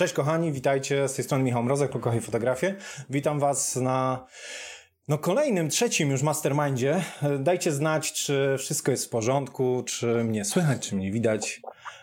Cześć kochani, witajcie, z tej strony Michał Mrozek, Kochaj Fotografię. Witam was na kolejnym, trzecim już mastermindzie. Dajcie znać, czy wszystko jest w porządku, czy mnie słychać, czy mnie widać,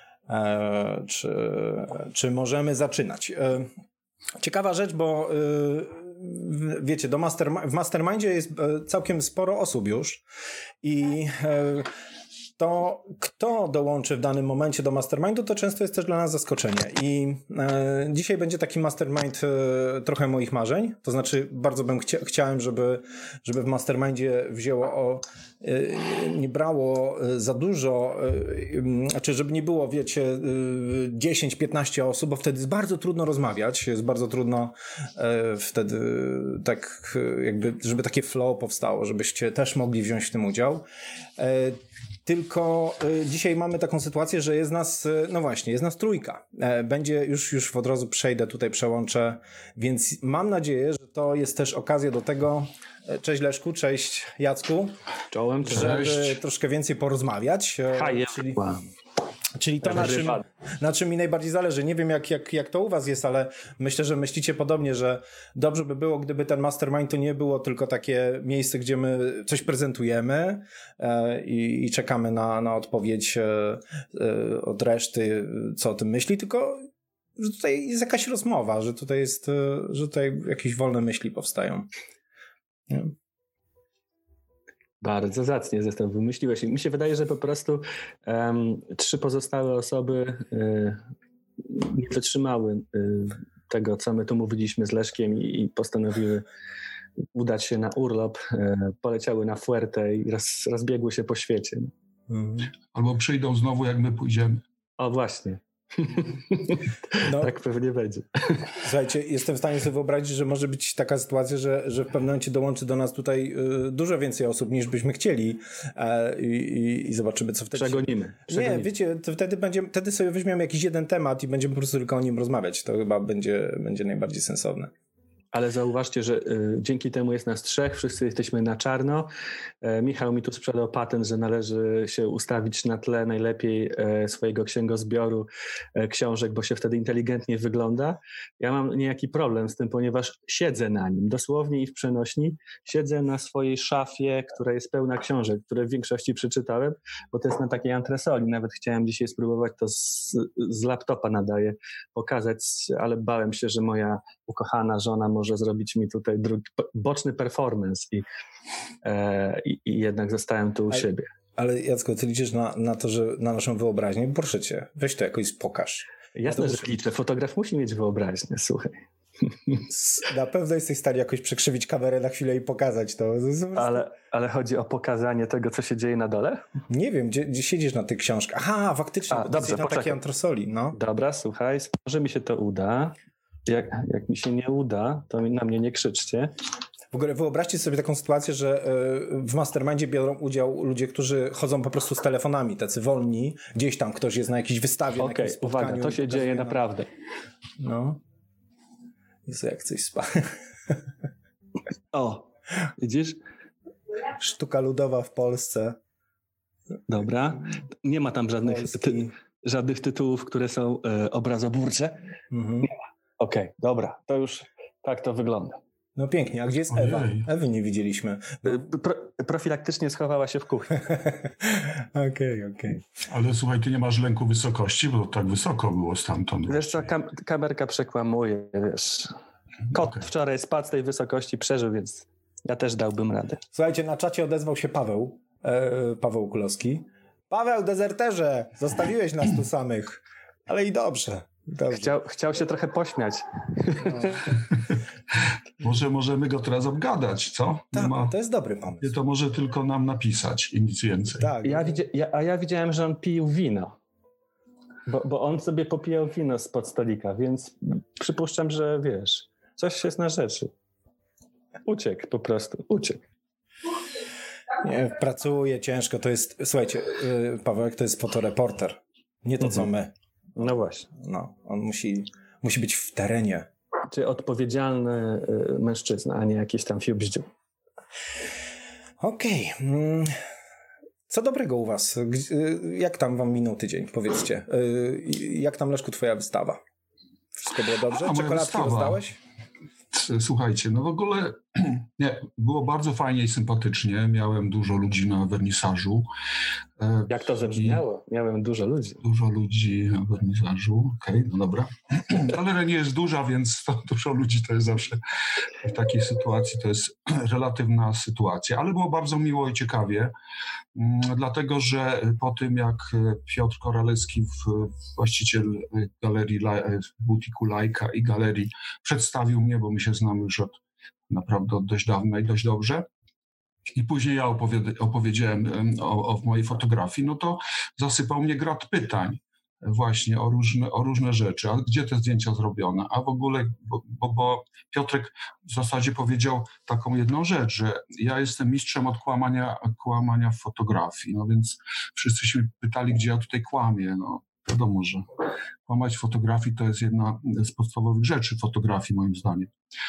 czy możemy zaczynać. Ciekawa rzecz, bo wiecie, w mastermindzie jest całkiem sporo osób już i to kto dołączy w danym momencie do mastermindu, to często jest też dla nas zaskoczenie. I dzisiaj będzie taki mastermind trochę moich marzeń. To znaczy bardzo bym chciałem, żeby w mastermindzie nie brało za dużo, znaczy żeby nie było, wiecie, 10-15 osób, bo wtedy jest bardzo trudno rozmawiać, jest bardzo trudno wtedy tak jakby, żeby takie flow powstało, żebyście też mogli wziąć w tym udział. Tylko dzisiaj mamy taką sytuację, że jest nas, no właśnie, jest nas trójka. Będzie, już od razu przełączę, więc mam nadzieję, że to jest też okazja do tego. Cześć Leszku, cześć Jacku. Czołem, cześć. Żeby troszkę więcej porozmawiać. Czyli to, na czym mi najbardziej zależy. Nie wiem, jak to u was jest, ale myślę, że myślicie podobnie, że dobrze by było, gdyby ten mastermind to nie było tylko takie miejsce, gdzie my coś prezentujemy i czekamy na odpowiedź od reszty, co o tym myśli, tylko że tutaj jest jakaś rozmowa, że tutaj jakieś wolne myśli powstają. Nie? Bardzo zacnie zresztą wymyśliłeś. Mi się wydaje, że po prostu 3 pozostałe osoby nie wytrzymały tego, co my tu mówiliśmy z Leszkiem i postanowiły udać się na urlop, poleciały na Fuerte i rozbiegły się po świecie. Albo przyjdą znowu, jak my pójdziemy. O właśnie. No. Tak pewnie będzie. Słuchajcie, jestem w stanie sobie wyobrazić, że może być taka sytuacja, że w pewnym momencie dołączy do nas tutaj dużo więcej osób niż byśmy chcieli i zobaczymy, co wtedy. Przegonimy. Nie, wiecie, to wtedy sobie weźmiemy jakiś jeden temat i będziemy po prostu tylko o nim rozmawiać. To chyba będzie najbardziej sensowne. Ale zauważcie, że dzięki temu jest nas 3, wszyscy jesteśmy na czarno. Michał mi tu sprzedał patent, że należy się ustawić na tle najlepiej swojego księgozbioru książek, bo się wtedy inteligentnie wygląda. Ja mam niejaki problem z tym, ponieważ siedzę na nim, dosłownie i w przenośni. Siedzę na swojej szafie, która jest pełna książek, które w większości przeczytałem, bo to jest na takiej antresoli. Nawet chciałem dzisiaj spróbować to z laptopa nadaje pokazać, ale bałem się, że moja ukochana żona może zrobić mi tutaj boczny performance i jednak zostałem tu u siebie. Ale Jacko, ty liczysz na to, że na naszą wyobraźnię? Proszę cię, weź to jakoś pokaż. Jasne, że liczę. Fotograf musi mieć wyobraźnię, słuchaj. Na pewno jesteś w stanie jakoś przekrzywić kamerę na chwilę i pokazać to. Ale chodzi o pokazanie tego, co się dzieje na dole? Nie wiem, gdzie siedzisz na tych książkach. Aha, faktycznie, dobrze, na takiej antresoli. No. Dobra, słuchaj, może mi się to uda. Jak mi się nie uda, to na mnie nie krzyczcie. W ogóle wyobraźcie sobie taką sytuację, że w mastermindzie biorą udział ludzie, którzy chodzą po prostu z telefonami, tacy wolni. Gdzieś tam ktoś jest na jakiejś wystawie, na jakimś spotkaniu. Uwaga, to się dzieje naprawdę. No. Jezu, jak coś O, widzisz? Sztuka ludowa w Polsce. Dobra. Nie ma tam żadnych tytułów, które są obrazoburcze. Nie ma. Okej, dobra. To już tak to wygląda. No pięknie. A gdzie jest Ewa? Ewy nie widzieliśmy. Profilaktycznie schowała się w kuchni. Okej. Ale słuchaj, ty nie masz lęku wysokości, bo tak wysoko było stamtąd. Wiesz co, kamerka przekłamuje, wiesz. Kot wczoraj spadł z tej wysokości, przeżył, więc ja też dałbym radę. Słuchajcie, na czacie odezwał się Paweł Kulowski. Paweł, dezerterze, zostawiłeś nas tu samych. Ale i dobrze. Chciał się trochę pośmiać. No. Może możemy go teraz obgadać, co? Tak, to jest dobry pomysł. To może tylko nam napisać i nic więcej. Tak. Ja widziałem, że on pił wino. Bo on sobie popijał wino spod stolika, więc przypuszczam, że wiesz, coś jest na rzeczy. Uciekł po prostu, uciekł. Nie, pracuje ciężko, to jest, słuchajcie, Pawełek to jest fotoreporter, nie to co my. No właśnie. No, on musi być w terenie. Czy odpowiedzialny mężczyzna, a nie jakiś tam fiubździu. Okej. Co dobrego u was? Jak tam wam minął tydzień? Powiedzcie. Jak tam, Leszku, twoja wystawa? Wszystko było dobrze? A, moja Czekoladki wystawa. rozdałeś? Słuchajcie, no w ogóle nie, było bardzo fajnie i sympatycznie. Miałem dużo ludzi na wernisażu. Jak to zabrzmiało? Miałem dużo ludzi. Dużo ludzi na wernisażu. Okej, no dobra. Galeria nie jest duża, więc to dużo ludzi to jest zawsze w takiej sytuacji, to jest relatywna sytuacja. Ale było bardzo miło i ciekawie, dlatego że po tym jak Piotr Koralewski, właściciel galerii, butiku Lajka i galerii, przedstawił mnie, bo my się znamy już naprawdę od dość dawna i dość dobrze, i później ja opowiedziałem o mojej fotografii, no to zasypał mnie grad pytań właśnie o różne rzeczy. A gdzie te zdjęcia zrobione? A w ogóle, bo Piotrek w zasadzie powiedział taką jedną rzecz, że ja jestem mistrzem od kłamania w fotografii. No więc wszyscy się pytali, gdzie ja tutaj kłamię. No wiadomo, że kłamać w fotografii to jest jedna z podstawowych rzeczy fotografii, moim zdaniem.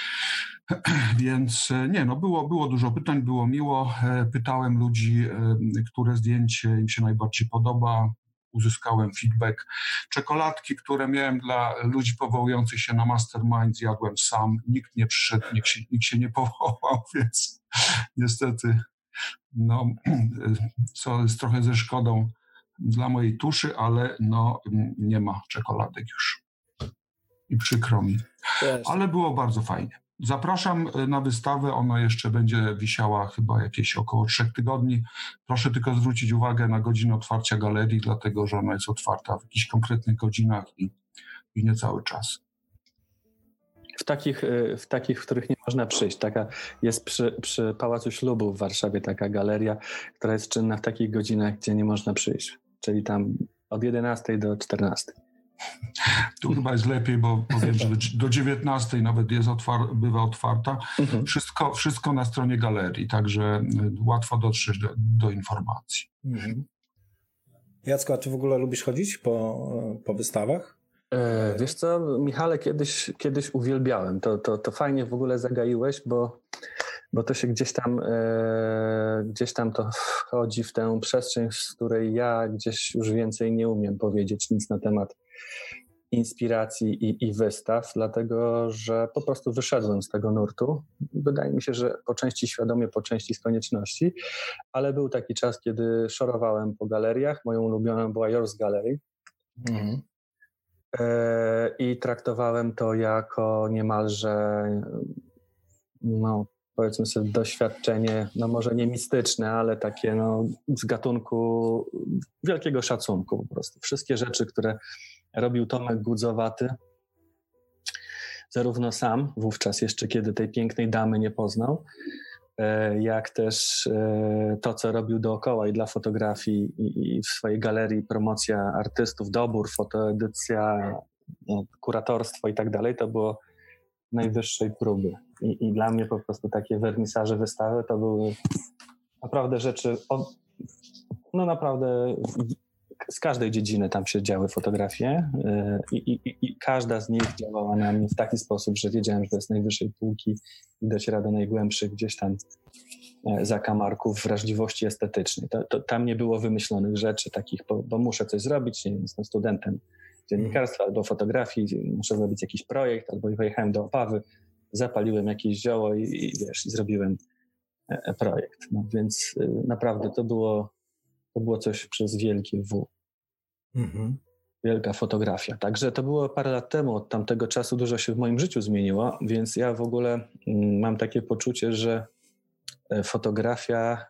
Więc nie, no było dużo pytań, było miło. Pytałem ludzi, które zdjęcie im się najbardziej podoba. Uzyskałem feedback. Czekoladki, które miałem dla ludzi powołujących się na Mastermind, zjadłem sam. Nikt nie przyszedł, nikt się nie powołał, więc niestety no, co jest trochę ze szkodą dla mojej tuszy, ale no, nie ma czekoladek już. I przykro mi. Ale było bardzo fajnie. Zapraszam na wystawę, ona jeszcze będzie wisiała chyba jakieś około 3 tygodni. Proszę tylko zwrócić uwagę na godzinę otwarcia galerii, dlatego że ona jest otwarta w jakichś konkretnych godzinach i nie cały czas. W takich, w których nie można przyjść. Taka jest przy Pałacu Ślubu w Warszawie taka galeria, która jest czynna w takich godzinach, gdzie nie można przyjść. Czyli tam od 11 do 14. Tu chyba jest lepiej, bo wiem, że do 19 nawet jest bywa otwarta. Wszystko na stronie galerii, także łatwo dotrzeć do informacji. Jacku, a ty w ogóle lubisz chodzić po wystawach? Wiesz co, Michale, kiedyś uwielbiałem. To fajnie w ogóle zagaiłeś, bo to się gdzieś tam to wchodzi w tę przestrzeń, z której ja gdzieś już więcej nie umiem powiedzieć nic na temat inspiracji i wystaw, dlatego że po prostu wyszedłem z tego nurtu. Wydaje mi się, że po części świadomie, po części z konieczności, ale był taki czas, kiedy szorowałem po galeriach. Moją ulubioną była Yours Gallery. I traktowałem to jako niemalże, no powiedzmy sobie, doświadczenie, no może nie mistyczne, ale takie no z gatunku wielkiego szacunku po prostu. Wszystkie rzeczy, które robił Tomek Gudzowaty, zarówno sam, wówczas jeszcze kiedy tej pięknej damy nie poznał, jak też to, co robił dookoła i dla fotografii i w swojej galerii, promocja artystów, dobór, fotoedycja, kuratorstwo i tak dalej, to było najwyższej próby. I dla mnie po prostu takie wernisaże, wystawy to były naprawdę rzeczy, no naprawdę z każdej dziedziny tam się działy fotografie i każda z nich działała na mnie w taki sposób, że wiedziałem, że to jest najwyższej półki i dociera do najgłębszych gdzieś tam zakamarków wrażliwości estetycznej. To tam nie było wymyślonych rzeczy takich, bo muszę coś zrobić, nie jestem studentem dziennikarstwa albo fotografii, muszę zrobić jakiś projekt, albo pojechałem do Opawy, zapaliłem jakieś zioło i zrobiłem projekt. No więc naprawdę to było coś przez wielkie W. Wielka fotografia. Także to było parę lat temu, od tamtego czasu dużo się w moim życiu zmieniło, więc ja w ogóle mam takie poczucie, że fotografia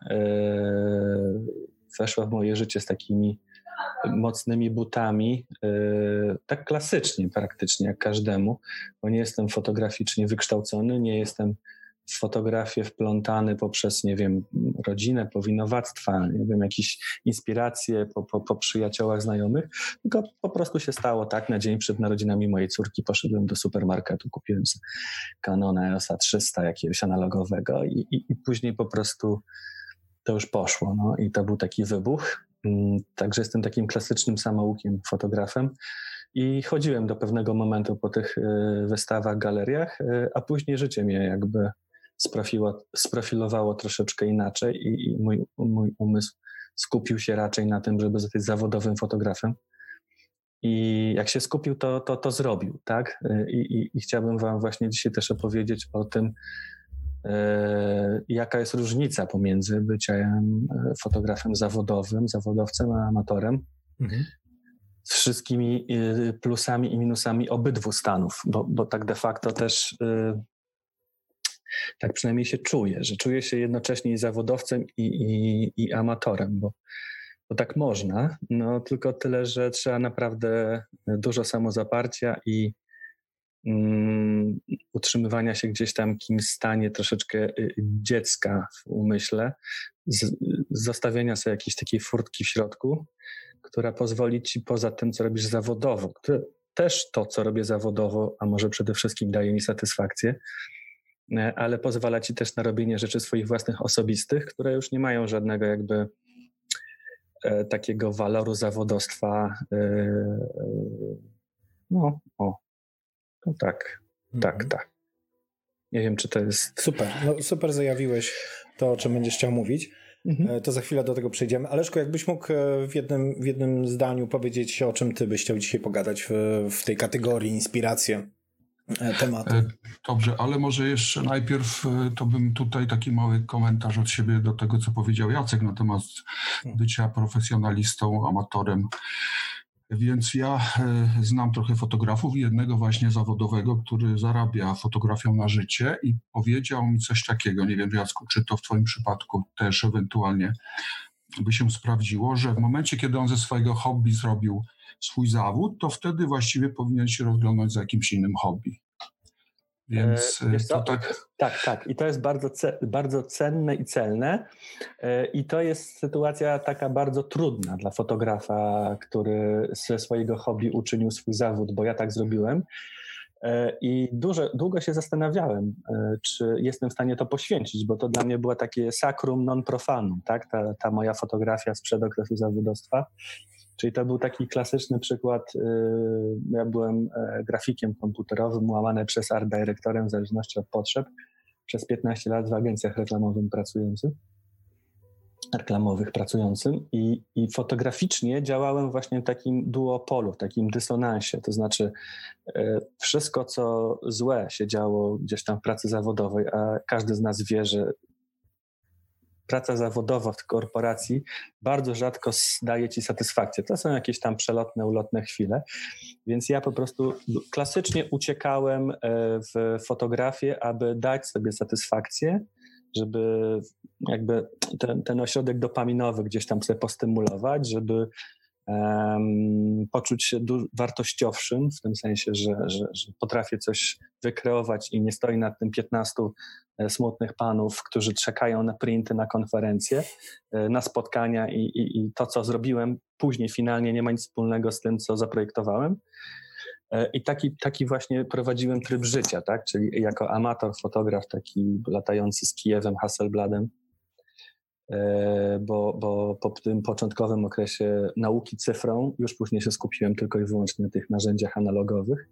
weszła w moje życie z takimi mocnymi butami, tak klasycznie praktycznie jak każdemu, bo nie jestem fotograficznie wykształcony, nie jestem w fotografię wplątany poprzez, nie wiem, rodzinę, powinowactwa, nie wiem, jakieś inspiracje po przyjaciołach, znajomych, tylko po prostu się stało tak, na dzień przed narodzinami mojej córki poszedłem do supermarketu, kupiłem sobie Canona EOS 300 jakiegoś analogowego i później po prostu to już poszło, no i to był taki wybuch. Także jestem takim klasycznym samoukiem, fotografem i chodziłem do pewnego momentu po tych wystawach, galeriach, a później życie mnie jakby sprofilowało troszeczkę inaczej i mój umysł skupił się raczej na tym, żeby zostać zawodowym fotografem. I jak się skupił, to zrobił, tak? I chciałbym wam właśnie dzisiaj też opowiedzieć o tym, jaka jest różnica pomiędzy byciem fotografem zawodowcem, a amatorem. Z wszystkimi plusami i minusami obydwu stanów, bo tak de facto też tak przynajmniej się czuję, że czuję się jednocześnie i zawodowcem i amatorem, bo tak można, no tylko tyle, że trzeba naprawdę dużo samozaparcia i utrzymywania się gdzieś tam w kimś stanie troszeczkę dziecka w umyśle, zostawienia sobie jakiejś takiej furtki w środku, która pozwoli ci poza tym, co robisz zawodowo, które też to, co robię zawodowo, a może przede wszystkim daje mi satysfakcję, ale pozwala ci też na robienie rzeczy swoich własnych osobistych, które już nie mają żadnego jakby takiego waloru zawodowstwa. Tak. Nie wiem, czy to jest... Super zajawiłeś to, o czym będziesz chciał mówić. To za chwilę do tego przejdziemy. Ale Leszku, jakbyś mógł w jednym zdaniu powiedzieć, o czym ty byś chciał dzisiaj pogadać w tej kategorii inspiracje tematu. Dobrze, ale może jeszcze najpierw to bym tutaj taki mały komentarz od siebie do tego, co powiedział Jacek na temat bycia profesjonalistą, amatorem. Więc ja znam trochę fotografów i jednego właśnie zawodowego, który zarabia fotografią na życie i powiedział mi coś takiego, nie wiem Jacku, czy to w twoim przypadku też ewentualnie by się sprawdziło, że w momencie, kiedy on ze swojego hobby zrobił swój zawód, to wtedy właściwie powinien się rozglądać za jakimś innym hobby. Więc to tak... Tak. I to jest bardzo cenne i celne. I to jest sytuacja taka bardzo trudna dla fotografa, który ze swojego hobby uczynił swój zawód, bo ja tak zrobiłem. I długo się zastanawiałem, czy jestem w stanie to poświęcić, bo to dla mnie było takie sacrum non profanum, tak? Ta moja fotografia sprzed okresu zawodowstwa. Czyli to był taki klasyczny przykład, ja byłem grafikiem komputerowym, łamany przez art dyrektorem w zależności od potrzeb, przez 15 lat w agencjach reklamowych pracującym i fotograficznie działałem właśnie w takim duopolu, w takim dysonansie, to znaczy wszystko, co złe się działo gdzieś tam w pracy zawodowej, a każdy z nas wie, że praca zawodowa w korporacji bardzo rzadko daje ci satysfakcję. To są jakieś tam przelotne, ulotne chwile. Więc ja po prostu klasycznie uciekałem w fotografię, aby dać sobie satysfakcję, żeby jakby ten ośrodek dopaminowy gdzieś tam sobie postymulować, żeby poczuć się wartościowszym, w tym sensie, że potrafię coś wykreować i nie stoi nad tym 15 smutnych panów, którzy czekają na printy, na konferencje, na spotkania i to, co zrobiłem później finalnie nie ma nic wspólnego z tym, co zaprojektowałem. I taki właśnie prowadziłem tryb życia, tak? Czyli jako amator, fotograf taki latający z Kijewem, Hasselbladem, bo po tym początkowym okresie nauki cyfrą już później się skupiłem tylko i wyłącznie na tych narzędziach analogowych.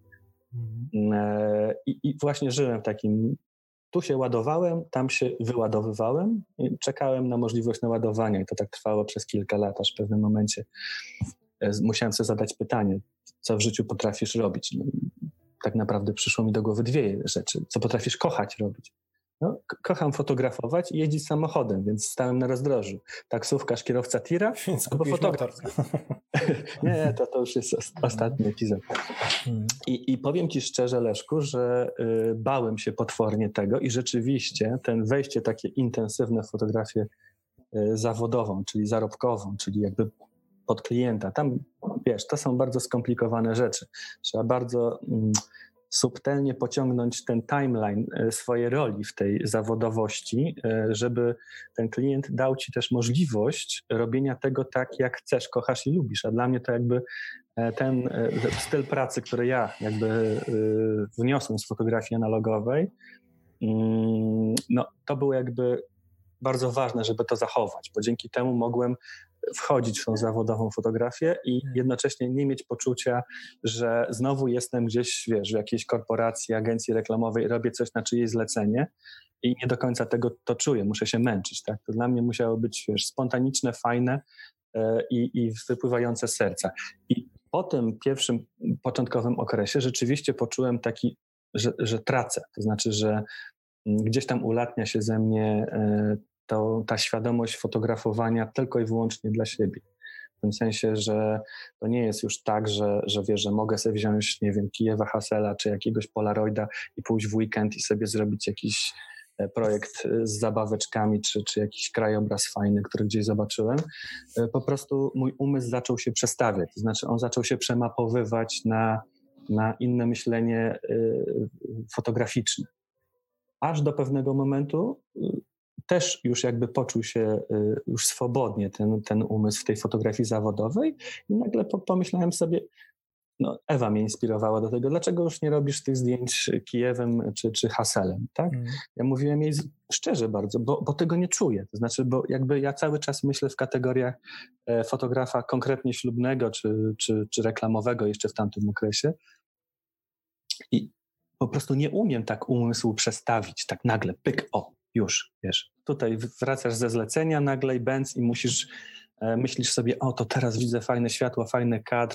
I właśnie żyłem w takim, tu się ładowałem, tam się wyładowywałem i czekałem na możliwość naładowania i to tak trwało przez kilka lat, aż w pewnym momencie musiałem sobie zadać pytanie, co w życiu potrafisz robić. No, tak naprawdę przyszło mi do głowy dwie rzeczy. Co potrafisz kochać robić? No, kocham fotografować i jeździć samochodem, więc stałem na rozdrożu. Taksówkarz, kierowca tira, albo fotograf. Nie, to już jest ostatni epizod. I powiem ci szczerze, Leszku, że bałem się potwornie tego i rzeczywiście ten wejście takie intensywne w fotografię zawodową, czyli zarobkową, czyli jakby pod klienta. Tam, wiesz, to są bardzo skomplikowane rzeczy. Trzeba bardzo subtelnie pociągnąć ten timeline swojej roli w tej zawodowości, żeby ten klient dał ci też możliwość robienia tego tak, jak chcesz, kochasz i lubisz. A dla mnie to jakby ten styl pracy, który ja jakby wniosłem z fotografii analogowej, no to było jakby bardzo ważne, żeby to zachować, bo dzięki temu mogłem wchodzić w tą zawodową fotografię i jednocześnie nie mieć poczucia, że znowu jestem gdzieś, wiesz, w jakiejś korporacji, agencji reklamowej, robię coś na czyjeś zlecenie i nie do końca tego to czuję, muszę się męczyć, tak? To dla mnie musiało być, wiesz, spontaniczne, fajne i wypływające z serca. I po tym pierwszym początkowym okresie rzeczywiście poczułem taki, że tracę. To znaczy, że gdzieś tam ulatnia się ze mnie ta świadomość fotografowania tylko i wyłącznie dla siebie. W tym sensie, że to nie jest już tak, że wiesz, że mogę sobie wziąć, nie wiem, Kijewa Hassela czy jakiegoś Polaroida i pójść w weekend i sobie zrobić jakiś projekt z zabaweczkami, czy jakiś krajobraz fajny, który gdzieś zobaczyłem. Po prostu mój umysł zaczął się przestawiać, to znaczy on zaczął się przemapowywać na inne myślenie fotograficzne. Aż do pewnego momentu też już jakby poczuł się już swobodnie ten umysł w tej fotografii zawodowej i nagle pomyślałem sobie, no Ewa mnie inspirowała do tego, dlaczego już nie robisz tych zdjęć Kijewem czy Hasselem, tak? Ja mówiłem jej szczerze bardzo, bo tego nie czuję, to znaczy, bo jakby ja cały czas myślę w kategoriach fotografa konkretnie ślubnego czy reklamowego jeszcze w tamtym okresie i po prostu nie umiem tak umysłu przestawić, tak nagle, pyk, już, wiesz, tutaj wracasz ze zlecenia nagle i bęc i myślisz sobie, to teraz widzę fajne światło, fajny kadr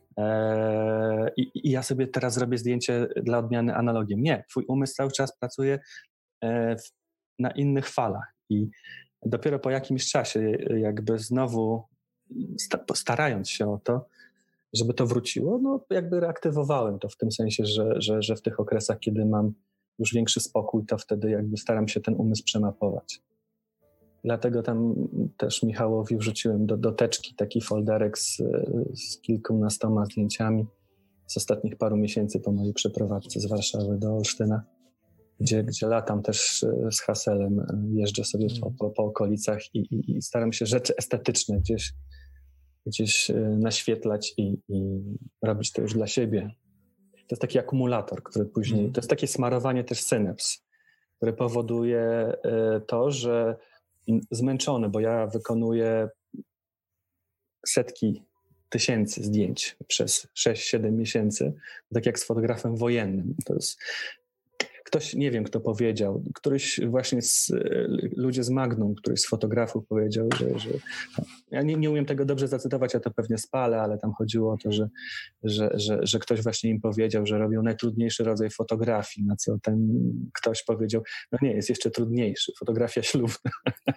i ja sobie teraz zrobię zdjęcie dla odmiany analogiem. Nie, twój umysł cały czas pracuje na innych falach i dopiero po jakimś czasie jakby znowu starając się o to, żeby to wróciło, no jakby reaktywowałem to w tym sensie, że w tych okresach, kiedy mam już większy spokój, to wtedy jakby staram się ten umysł przemapować. Dlatego tam też Michałowi wrzuciłem do teczki taki folderek z kilkunastoma zdjęciami z ostatnich paru miesięcy po mojej przeprowadzce z Warszawy do Olsztyna, gdzie latam też z Hasselem, jeżdżę sobie po okolicach i staram się rzeczy estetyczne gdzieś naświetlać i robić to już dla siebie. To jest taki akumulator, który później, to jest takie smarowanie też syneps, które powoduje to, że zmęczony, bo ja wykonuję setki tysięcy zdjęć przez 6-7 miesięcy, tak jak z fotografem wojennym. To jest ktoś, nie wiem kto powiedział, któryś właśnie ludzie z Magnum, któryś z fotografów powiedział, że ja nie umiem tego dobrze zacytować, ja to pewnie spalę, ale tam chodziło o to, że ktoś właśnie im powiedział, że robią najtrudniejszy rodzaj fotografii, na co ten ktoś powiedział, no nie, jest jeszcze trudniejszy, fotografia ślubna.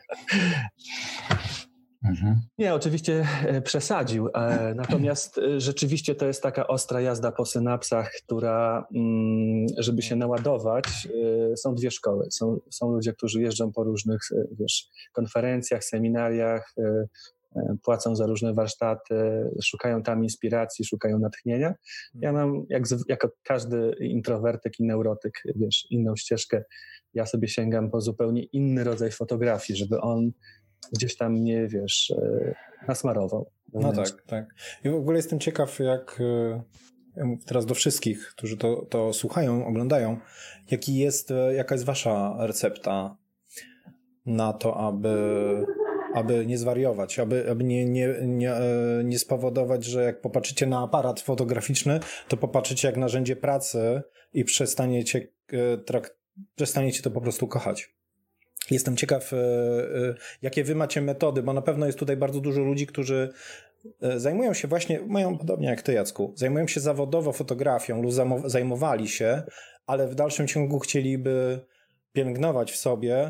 Nie, oczywiście przesadził, natomiast rzeczywiście to jest taka ostra jazda po synapsach, która, żeby się naładować, są dwie szkoły. Są ludzie, którzy jeżdżą po różnych, konferencjach, seminariach, płacą za różne warsztaty, szukają tam inspiracji, szukają natchnienia. Ja mam, jako każdy introwertyk i neurotyk, inną ścieżkę. Ja sobie sięgam po zupełnie inny rodzaj fotografii, żeby on gdzieś tam mnie, nasmarował. No tak. I w ogóle jestem ciekaw, jak teraz do wszystkich, którzy to słuchają, oglądają, jaka jest wasza recepta na to, aby nie zwariować, aby nie spowodować, że jak popatrzycie na aparat fotograficzny, to popatrzycie jak narzędzie pracy i przestaniecie to po prostu kochać. Jestem ciekaw, jakie wy macie metody, bo na pewno jest tutaj bardzo dużo ludzi, którzy zajmują się właśnie, mają podobnie jak ty, Jacku, zajmują się zawodowo fotografią lub zajmowali się, ale w dalszym ciągu chcieliby pielęgnować w sobie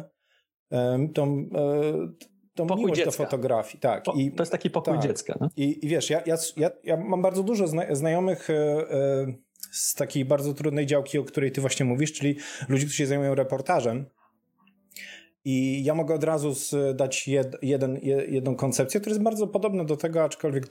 tą miłość do fotografii. Tak. To jest taki pokój dziecka. No? I wiesz, ja mam bardzo dużo znajomych z takiej bardzo trudnej działki, o której ty właśnie mówisz, czyli ludzi, którzy się zajmują reportażem. I ja mogę od razu dać jedną koncepcję, która jest bardzo podobna do tego, aczkolwiek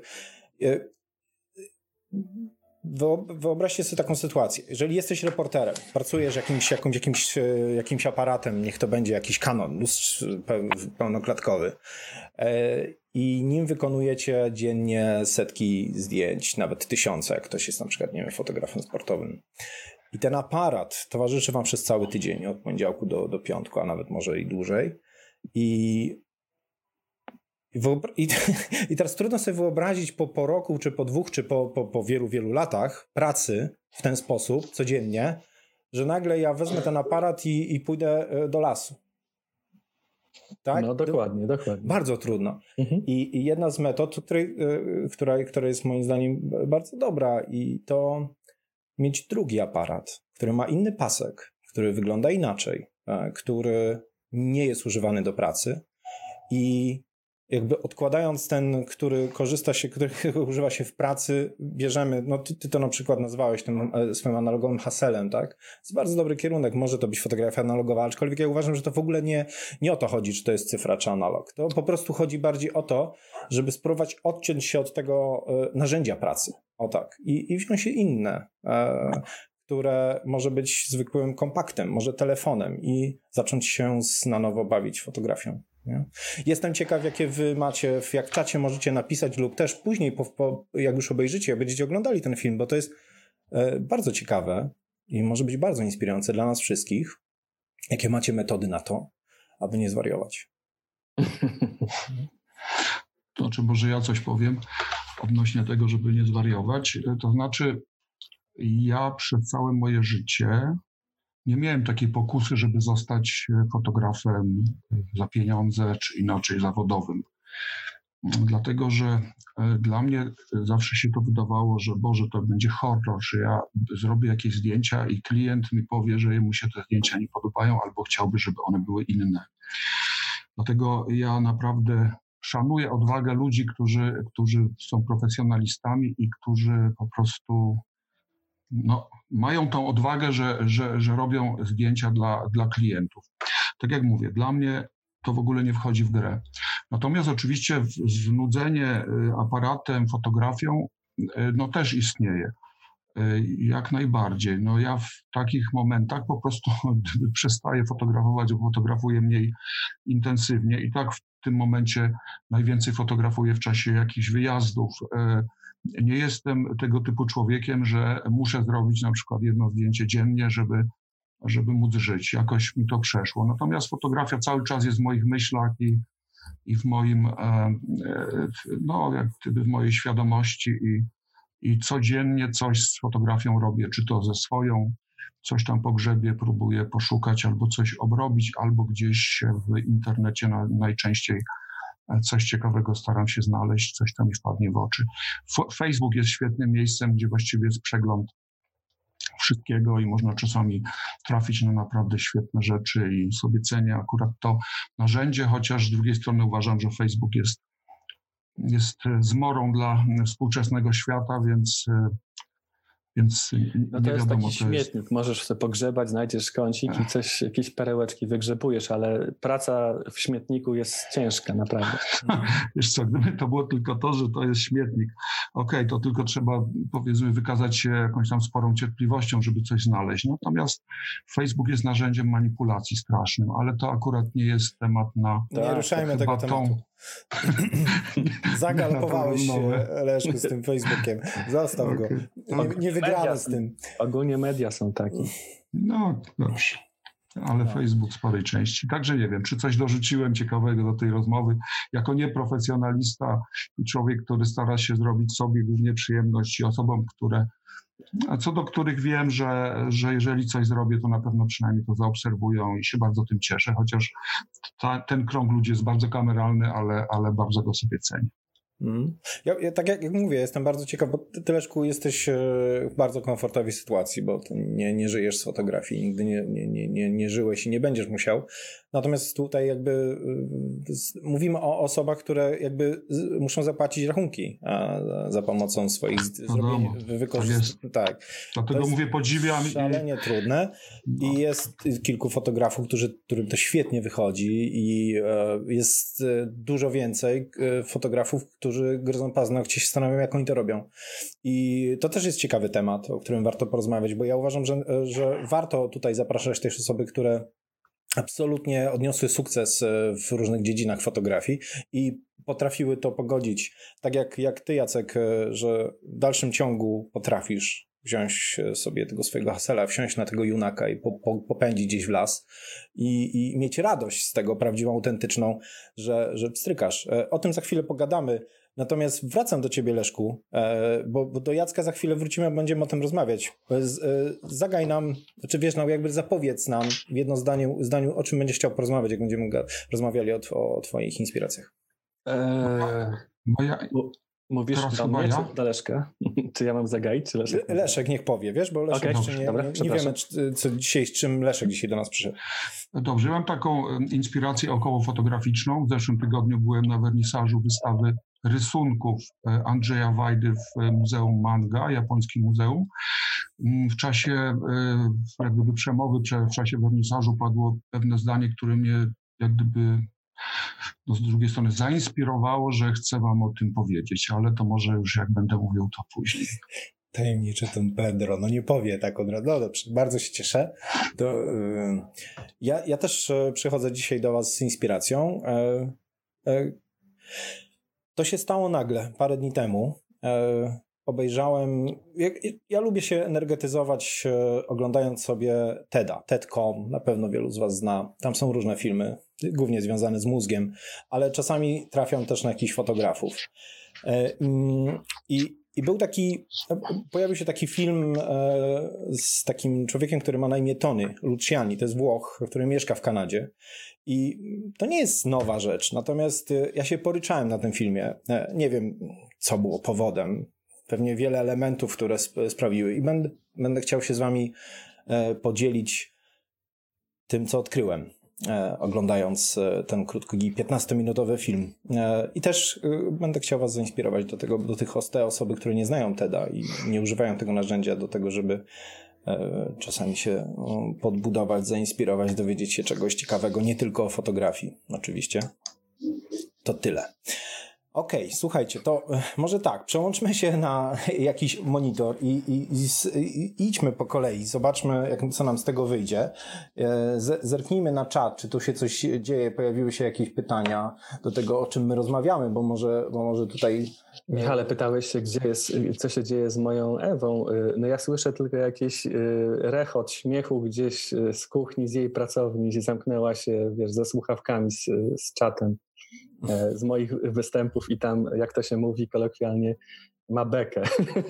wyobraźcie sobie taką sytuację. Jeżeli jesteś reporterem, pracujesz jakimś aparatem, niech to będzie jakiś Canon pełnoklatkowy i nim wykonujecie dziennie setki zdjęć, nawet tysiące, jak ktoś jest na przykład, nie wiem, fotografem sportowym. I ten aparat towarzyszy wam przez cały tydzień, od poniedziałku do piątku, a nawet może i dłużej. I teraz trudno sobie wyobrazić po roku, czy po 2, czy po wielu, wielu latach pracy w ten sposób, codziennie, że nagle ja wezmę ten aparat i pójdę do lasu. Tak? No dokładnie. Bardzo trudno. I jedna z metod, która jest moim zdaniem bardzo dobra, i to mieć drugi aparat, który ma inny pasek, który wygląda inaczej, który nie jest używany do pracy, i jakby odkładając ten, który używa się w pracy, bierzemy, no ty to na przykład nazwałeś tym swoim analogowym Hasselem, tak? To jest bardzo dobry kierunek, może to być fotografia analogowa, aczkolwiek ja uważam, że to w ogóle nie o to chodzi, czy to jest cyfra, czy analog. To po prostu chodzi bardziej o to, żeby spróbować odciąć się od tego narzędzia pracy, o tak, i wziąć się inne, które może być zwykłym kompaktem, może telefonem, i zacząć się na nowo bawić fotografią. Nie? Jestem ciekaw, jakie wy macie, jak w czacie możecie napisać, lub też później, jak już obejrzycie, jak będziecie oglądali ten film, bo to jest bardzo ciekawe i może być bardzo inspirujące dla nas wszystkich, jakie macie metody na to, aby nie zwariować. To znaczy, może ja coś powiem odnośnie tego, żeby nie zwariować. To znaczy, ja przez całe moje życie nie miałem takiej pokusy, żeby zostać fotografem za pieniądze, czy inaczej zawodowym. Dlatego, że dla mnie zawsze się to wydawało, że Boże, to będzie horror, że ja zrobię jakieś zdjęcia i klient mi powie, że mu się te zdjęcia nie podobają, albo chciałby, żeby one były inne. Dlatego ja naprawdę szanuję odwagę ludzi, którzy są profesjonalistami i którzy po prostu mają tą odwagę, że robią zdjęcia dla klientów. Tak jak mówię, dla mnie to w ogóle nie wchodzi w grę. Natomiast oczywiście znudzenie aparatem, fotografią, też istnieje. Jak najbardziej. Ja w takich momentach po prostu przestaję fotografować, bo fotografuję mniej intensywnie, i tak w tym momencie najwięcej fotografuję w czasie jakichś wyjazdów. Nie jestem tego typu człowiekiem, że muszę zrobić na przykład jedno zdjęcie dziennie, żeby móc żyć. Jakoś mi to przeszło. Natomiast fotografia cały czas jest w moich myślach i w moim, jak gdyby w mojej świadomości, i codziennie coś z fotografią robię, czy to ze swoją, coś tam po grzebie próbuję poszukać, albo coś obrobić, albo gdzieś w internecie najczęściej coś ciekawego staram się znaleźć, coś tam mi wpadnie w oczy. Facebook jest świetnym miejscem, gdzie właściwie jest przegląd wszystkiego i można czasami trafić na naprawdę świetne rzeczy, i sobie cenię akurat to narzędzie, chociaż z drugiej strony uważam, że Facebook jest zmorą dla współczesnego świata, więc no to jest taki śmietnik, możesz sobie pogrzebać, znajdziesz kącik i jakieś perełeczki wygrzebujesz, ale praca w śmietniku jest ciężka, naprawdę. Wiesz co, gdyby to było tylko to, że to jest śmietnik, to tylko trzeba, powiedzmy, wykazać się jakąś tam sporą cierpliwością, żeby coś znaleźć. Natomiast Facebook jest narzędziem manipulacji strasznym, ale to akurat nie jest temat na... Nie ruszajmy tego tematu. Zagalopowałeś się, Leszku, z tym Facebookiem. Zostaw go. Nie wygramy z tym. Ogólnie media są takie. No, dobrze. Ale Facebook sporej części. Także nie wiem, czy coś dorzuciłem ciekawego do tej rozmowy. Jako nieprofesjonalista i człowiek, który stara się zrobić sobie głównie przyjemność, i osobom, co do których wiem, że jeżeli coś zrobię, to na pewno przynajmniej to zaobserwują, i się bardzo tym cieszę, chociaż ten krąg ludzi jest bardzo kameralny, ale bardzo go sobie cenię. Ja tak jak mówię, jestem bardzo ciekaw, bo ty, Leszku, jesteś w bardzo komfortowej sytuacji, bo ty nie żyjesz z fotografii, nigdy nie żyłeś i nie będziesz musiał. Natomiast tutaj jakby mówimy o osobach, które jakby muszą zapłacić rachunki za pomocą swoich wykorzystów. Tak. Dlatego mówię, podziwiam. Szalenie trudne. I jest kilku fotografów, którym to świetnie wychodzi, i jest dużo więcej fotografów, którzy gryzą paznokcie, się zastanawiają, jak oni to robią. I to też jest ciekawy temat, o którym warto porozmawiać, bo ja uważam, że warto tutaj zapraszać też osoby, które absolutnie odniosły sukces w różnych dziedzinach fotografii i potrafiły to pogodzić. Tak jak ty, Jacek, że w dalszym ciągu potrafisz wziąć sobie tego swojego Hassela, wsiąść na tego Junaka i popędzić gdzieś w las i mieć radość z tego prawdziwą, autentyczną, że pstrykasz. O tym za chwilę pogadamy. Natomiast wracam do ciebie, Leszku, bo do Jacka za chwilę wrócimy, będziemy o tym rozmawiać. Zagaj nam, czy wiesz, jakby zapowiedz nam w jedno zdaniu, o czym będziesz chciał porozmawiać, jak będziemy rozmawiali o twoich inspiracjach. Mówisz do mnie, czy do Leszka? Czy ja mam zagaić, czy Leszek? Leszek niech powie, wiesz, bo Leszek jeszcze nie wiemy, z czym Leszek dzisiaj do nas przyszedł. Dobrze, mam taką inspirację około fotograficzną. W zeszłym tygodniu byłem na wernisażu wystawy rysunków Andrzeja Wajdy w Muzeum Manga, japońskim muzeum. W czasie jak gdyby przemowy, w czasie wernisażu padło pewne zdanie, które mnie jak gdyby z drugiej strony zainspirowało, że chcę wam o tym powiedzieć, ale to może już jak będę mówił, to później. Tajemniczy ten Pedro, nie powie tak od razu. No dobrze, bardzo się cieszę. Ja też przychodzę dzisiaj do was z inspiracją. To się stało nagle, parę dni temu. Obejrzałem, ja lubię się energetyzować oglądając sobie TED.com, na pewno wielu z was zna. Tam są różne filmy, głównie związane z mózgiem, ale czasami trafiam też na jakichś fotografów. I pojawił się taki film z takim człowiekiem, który ma na imię Tony Luciani, to jest Włoch, który mieszka w Kanadzie. I to nie jest nowa rzecz, natomiast ja się poryczałem na tym filmie. Nie wiem, co było powodem. Pewnie wiele elementów, które sprawiły. I będę chciał się z wami podzielić tym, co odkryłem, oglądając ten krótki, 15-minutowy film. I też będę chciał was zainspirować do te osoby, które nie znają TED-a i nie używają tego narzędzia do tego, żeby czasami się podbudować, zainspirować, dowiedzieć się czegoś ciekawego, nie tylko o fotografii, oczywiście. To tyle. Okej, słuchajcie, to może tak, przełączmy się na jakiś monitor i idźmy po kolei, zobaczmy, co nam z tego wyjdzie. Zerknijmy na czat, czy tu się coś dzieje, pojawiły się jakieś pytania do tego, o czym my rozmawiamy, bo może tutaj... Michale, pytałeś się, co się dzieje z moją Ewą. No ja słyszę tylko jakiś rechot śmiechu gdzieś z kuchni, z jej pracowni, gdzie zamknęła się, ze słuchawkami z czatem. Z moich występów i tam, jak to się mówi kolokwialnie, ma bekę.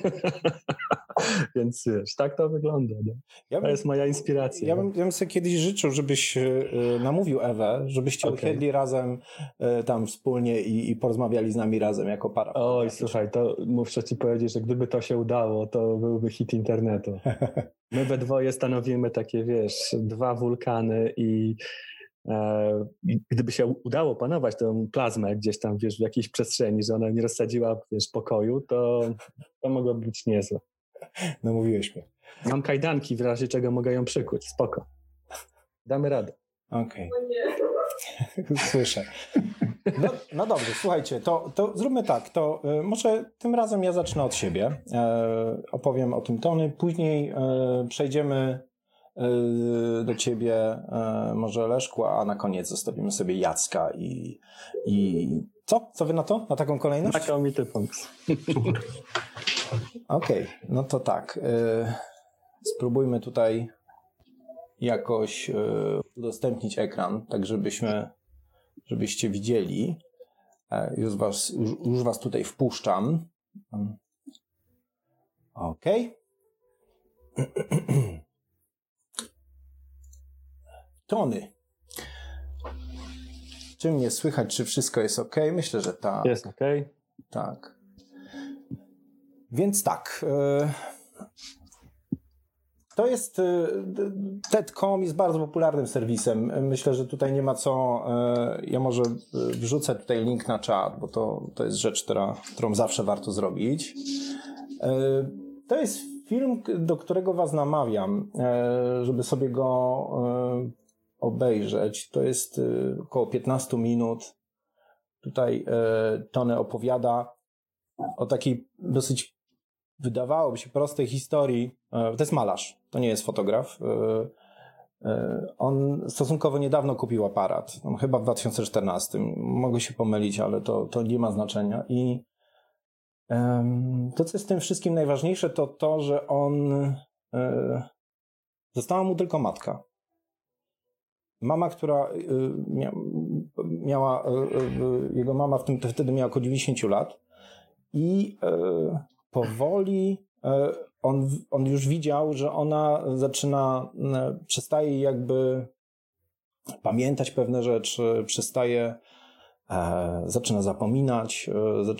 Więc wiesz, tak to wygląda. To jest moja inspiracja. Ja bym sobie kiedyś życzył, żebyś namówił Ewę, żebyście usiedli razem tam wspólnie i porozmawiali z nami razem jako para. Oj, słuchaj, to muszę ci powiedzieć, że gdyby to się udało, to byłby hit internetu. My we dwoje stanowimy takie, dwa wulkany i gdyby się udało panować tę plazmę gdzieś tam, w jakiejś przestrzeni, że ona nie rozsadziła, pokoju, to mogłoby być niezłe. No mówiłeś mi. Mam kajdanki, w razie czego mogę ją przykuć. Spoko. Damy radę. Okej. Słyszę. No dobrze, słuchajcie, to zróbmy tak, to może tym razem ja zacznę od siebie. Opowiem o tym Tony, później przejdziemy do ciebie, może Leszku, a na koniec zostawimy sobie Jacka i co? Co wy na to? Na taką kolejność? Taką mi ty pomysł. Okej, no to tak. Spróbujmy tutaj jakoś udostępnić ekran, tak żebyście widzieli. Już was tutaj wpuszczam. Okej. Tony. Czy mnie słychać, czy wszystko jest ok? Myślę, że tak. Jest ok. Tak. Więc tak. To jest... TED.com jest bardzo popularnym serwisem. Myślę, że tutaj nie ma co... Ja może wrzucę tutaj link na czat, bo to jest rzecz, którą zawsze warto zrobić. To jest film, do którego was namawiam, żeby sobie go obejrzeć. To jest około 15 minut. Tutaj Tony opowiada o takiej dosyć, wydawałoby się, prostej historii. To jest malarz, to nie jest fotograf. On stosunkowo niedawno kupił aparat, chyba w 2014. Mogę się pomylić, ale to nie ma znaczenia. I to, co jest w tym wszystkim najważniejsze, to to, że została mu tylko matka. Mama, która miała, jego mama wtedy miała około 90 lat i powoli on już widział, że ona przestaje jakby pamiętać pewne rzeczy, zaczyna zapominać,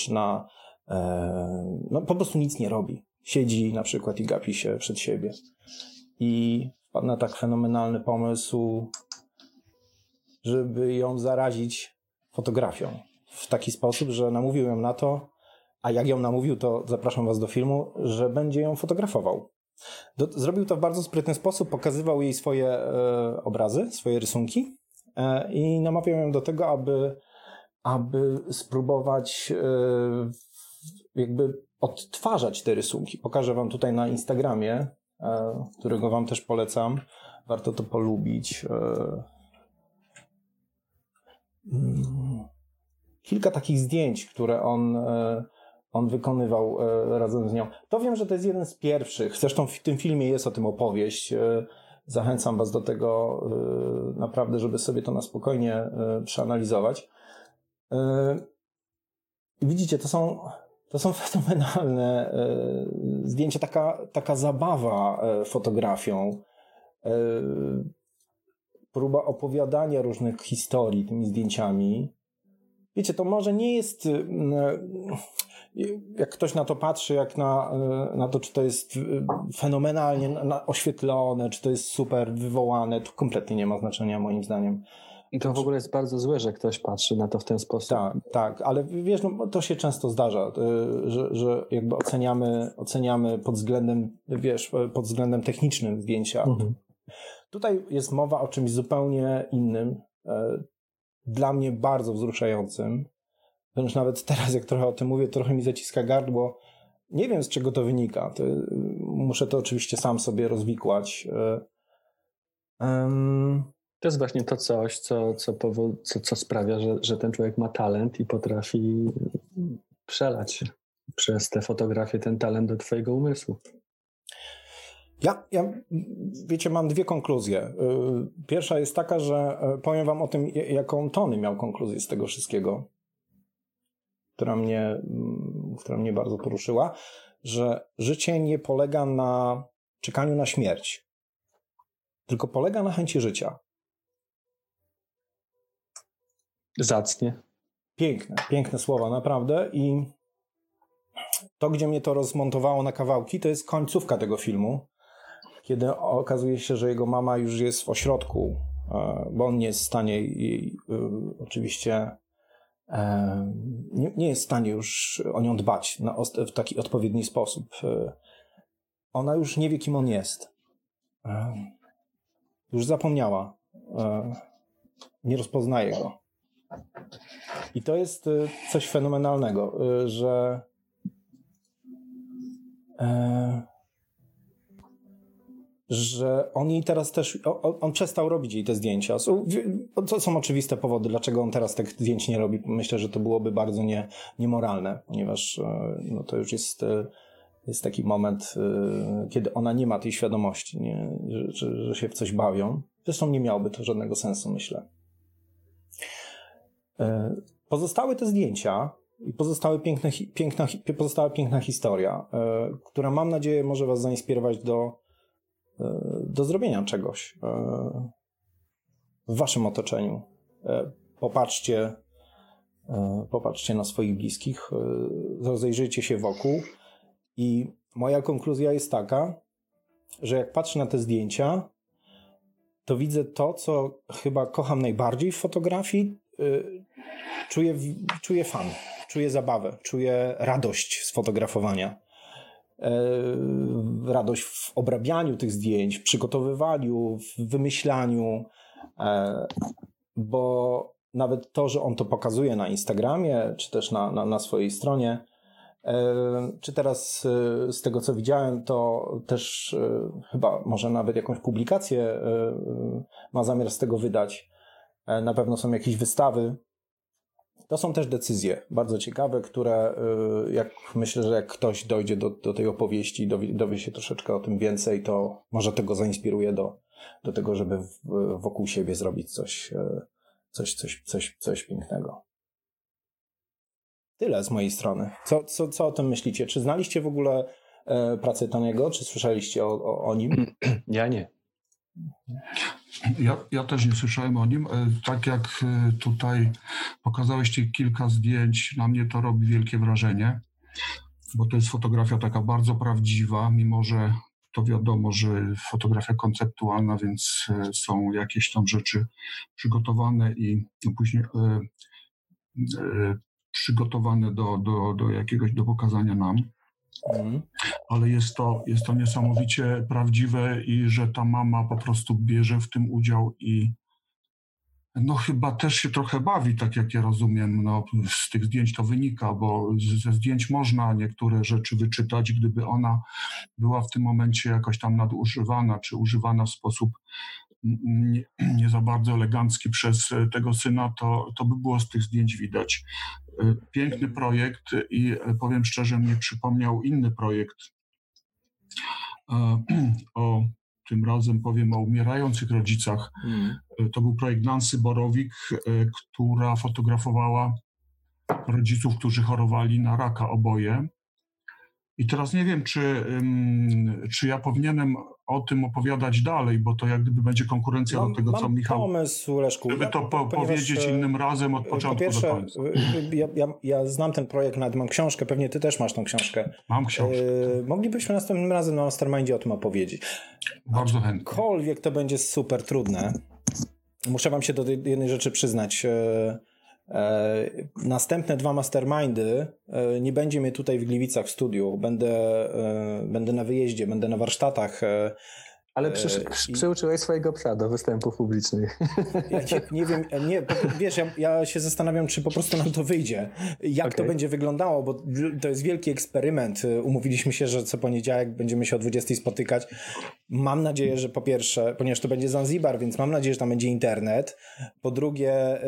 po prostu nic nie robi. Siedzi na przykład i gapi się przed siebie. I wpadł na tak fenomenalny pomysł, żeby ją zarazić fotografią. W taki sposób, że namówił ją na to, a jak ją namówił, to zapraszam was do filmu, że będzie ją fotografował. Zrobił to w bardzo sprytny sposób, pokazywał jej swoje obrazy, swoje rysunki i namawiał ją do tego, aby spróbować jakby odtwarzać te rysunki. Pokażę wam tutaj na Instagramie, którego wam też polecam. Warto to polubić. Kilka takich zdjęć, które on wykonywał razem z nią. To wiem, że to jest jeden z pierwszych. Zresztą w tym filmie jest o tym opowieść. Zachęcam was do tego naprawdę, żeby sobie to na spokojnie przeanalizować. Widzicie, to są fenomenalne zdjęcia, taka zabawa fotografią, próba opowiadania różnych historii tymi zdjęciami. Wiecie, to może nie jest, jak ktoś na to patrzy, jak na to, czy to jest fenomenalnie oświetlone, czy to jest super wywołane, to kompletnie nie ma znaczenia moim zdaniem. I to w ogóle jest bardzo złe, że ktoś patrzy na to w ten sposób. Tak, ale wiesz, to się często zdarza, że jakby oceniamy pod względem technicznym zdjęcia. Mhm. Tutaj jest mowa o czymś zupełnie innym, dla mnie bardzo wzruszającym. Wręcz nawet teraz, jak trochę o tym mówię, trochę mi zaciska gardło. Nie wiem, z czego to wynika. Muszę to oczywiście sam sobie rozwikłać. To jest właśnie to coś, co sprawia, że ten człowiek ma talent i potrafi przelać przez te fotografie ten talent do twojego umysłu. Ja, wiecie, mam dwie konkluzje. Pierwsza jest taka, że powiem wam o tym, jaką Tony miał konkluzję z tego wszystkiego, która mnie bardzo poruszyła, że życie nie polega na czekaniu na śmierć, tylko polega na chęci życia. Zacnie. Piękne słowa, naprawdę. I to, gdzie mnie to rozmontowało na kawałki, to jest końcówka tego filmu, kiedy okazuje się, że jego mama już jest w ośrodku, bo on nie jest w stanie jej oczywiście nie jest w stanie już o nią dbać w taki odpowiedni sposób. Ona już nie wie, kim on jest. Już zapomniała. Nie rozpoznaje go. I to jest coś fenomenalnego, że on jej teraz też, on przestał robić jej te zdjęcia. To są oczywiste powody, dlaczego on teraz tych zdjęć nie robi. Myślę, że to byłoby bardzo niemoralne, ponieważ to już jest taki moment, kiedy ona nie ma tej świadomości, że się w coś bawią. Zresztą nie miałoby to żadnego sensu, myślę. Pozostały te zdjęcia i pozostała piękna historia, która, mam nadzieję, może was zainspirować do zrobienia czegoś w waszym otoczeniu. Popatrzcie na swoich bliskich, rozejrzyjcie się wokół i moja konkluzja jest taka, że jak patrzę na te zdjęcia, to widzę to, co chyba kocham najbardziej w fotografii. Czuję fan, czuję zabawę, czuję radość z fotografowania. Radość w obrabianiu tych zdjęć, w przygotowywaniu, w wymyślaniu, bo nawet to, że on to pokazuje na Instagramie, czy też na swojej stronie, czy teraz z tego, co widziałem, to też chyba może nawet jakąś publikację ma zamiar z tego wydać. Na pewno są jakieś wystawy. To są też decyzje bardzo ciekawe, które myślę, że jak ktoś dojdzie do tej opowieści, dowie się troszeczkę o tym więcej, to może tego zainspiruje do tego, żeby wokół siebie zrobić coś pięknego. Tyle z mojej strony. Co o tym myślicie? Czy znaliście w ogóle pracę Tony'ego? Czy słyszeliście o nim? Ja nie. Ja też nie słyszałem o nim. Tak jak tutaj pokazałeś kilka zdjęć, na mnie to robi wielkie wrażenie, bo to jest fotografia taka bardzo prawdziwa, mimo że to wiadomo, że fotografia konceptualna, więc są jakieś tam rzeczy przygotowane i później przygotowane do pokazania nam. Ale jest to niesamowicie prawdziwe i że ta mama po prostu bierze w tym udział i no chyba też się trochę bawi, tak jak ja rozumiem, no z tych zdjęć to wynika, bo ze zdjęć można niektóre rzeczy wyczytać. Gdyby ona była w tym momencie jakoś tam nadużywana, czy używana w sposób nie za bardzo elegancki przez tego syna, to by było z tych zdjęć widać. Piękny projekt i powiem szczerze, mnie przypomniał inny projekt tym razem powiem o umierających rodzicach. To był projekt Nancy Borowik, która fotografowała rodziców, którzy chorowali na raka oboje. I teraz nie wiem, czy ja powinienem o tym opowiadać dalej, bo to jak gdyby będzie konkurencja do tego, co Michał... Mam pomysł, Leszku. Żeby to powiedzieć innym razem od początku po pierwsze, do końca. Ja znam ten projekt, nawet mam książkę, pewnie ty też masz tą książkę. Mam książkę. Moglibyśmy następnym razem na Mastermindzie o tym opowiedzieć. Bardzo chętnie. Aczkolwiek to będzie super trudne. Muszę wam się do jednej rzeczy przyznać. Następne 2 mastermindy nie będzie mnie tutaj w Gliwicach w studiu. Będę na wyjeździe, będę na warsztatach. Ale przyuczyłeś swojego psa do występów publicznych. Ja nie wiem, wiesz, ja się zastanawiam, czy po prostu nam to wyjdzie. Jak to będzie wyglądało, bo to jest wielki eksperyment. Umówiliśmy się, że co poniedziałek będziemy się o 20 spotykać. Mam nadzieję, że po pierwsze, ponieważ to będzie Zanzibar, więc mam nadzieję, że tam będzie internet. Po drugie,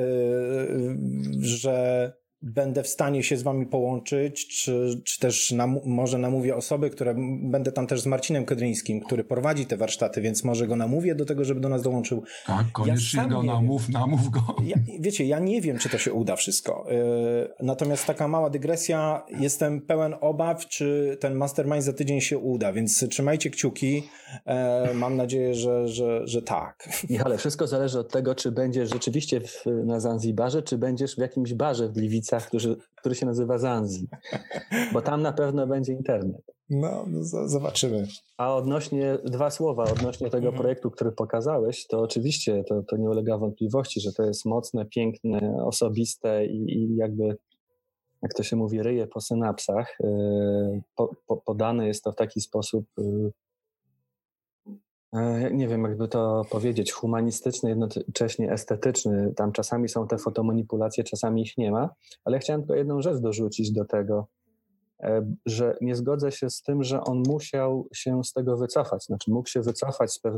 że będę w stanie się z wami połączyć, czy też może namówię osoby, które będę tam też z Marcinem Kedryńskim, który prowadzi te warsztaty, więc może go namówię do tego, żeby do nas dołączył. Tak, koniecznie go namów go. Wiecie, ja nie wiem, czy to się uda wszystko. Natomiast taka mała dygresja, jestem pełen obaw, czy ten mastermind za tydzień się uda, więc trzymajcie kciuki. Mam nadzieję, że tak. Michale, wszystko zależy od tego, czy będziesz rzeczywiście na Zanzibarze, czy będziesz w jakimś barze w Gliwicach, który się nazywa Zanzi, bo tam na pewno będzie internet. No zobaczymy. A 2 słowa odnośnie tego projektu, który pokazałeś, to oczywiście to nie ulega wątpliwości, że to jest mocne, piękne, osobiste i jakby, jak to się mówi, ryje po synapsach. Podane jest to w taki sposób, nie wiem, jakby to powiedzieć, humanistyczny, jednocześnie estetyczny. Tam czasami są te fotomanipulacje, czasami ich nie ma, ale chciałem tylko jedną rzecz dorzucić do tego, że nie zgodzę się z tym, że on musiał się z tego wycofać. Znaczy mógł się wycofać z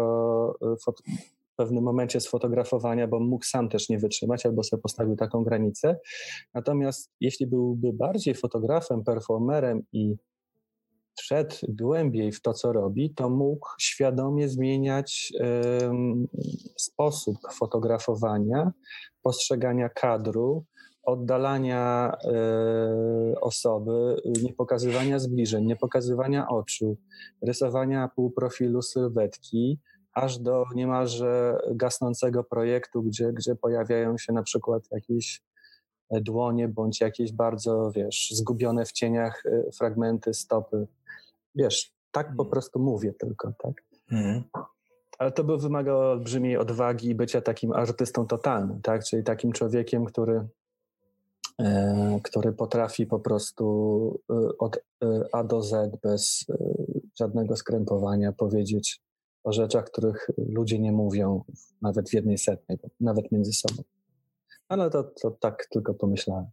w pewnym momencie sfotografowania, bo mógł sam też nie wytrzymać albo sobie postawił taką granicę. Natomiast jeśli byłby bardziej fotografem, performerem i wszedł głębiej w to, co robi, to mógł świadomie zmieniać sposób fotografowania, postrzegania kadru, oddalania osoby, nie pokazywania zbliżeń, nie pokazywania oczu, rysowania półprofilu sylwetki, aż do niemalże gasnącego projektu, gdzie pojawiają się na przykład jakieś dłonie bądź jakieś bardzo, zgubione w cieniach fragmenty stopy. Tak po prostu mówię tylko, tak? Ale to by wymagało olbrzymiej odwagi i bycia takim artystą totalnym, tak? Czyli takim człowiekiem, który potrafi po prostu od A do Z bez żadnego skrępowania powiedzieć o rzeczach, których ludzie nie mówią nawet w 1/100, nawet między sobą. Ale to tak tylko pomyślałem.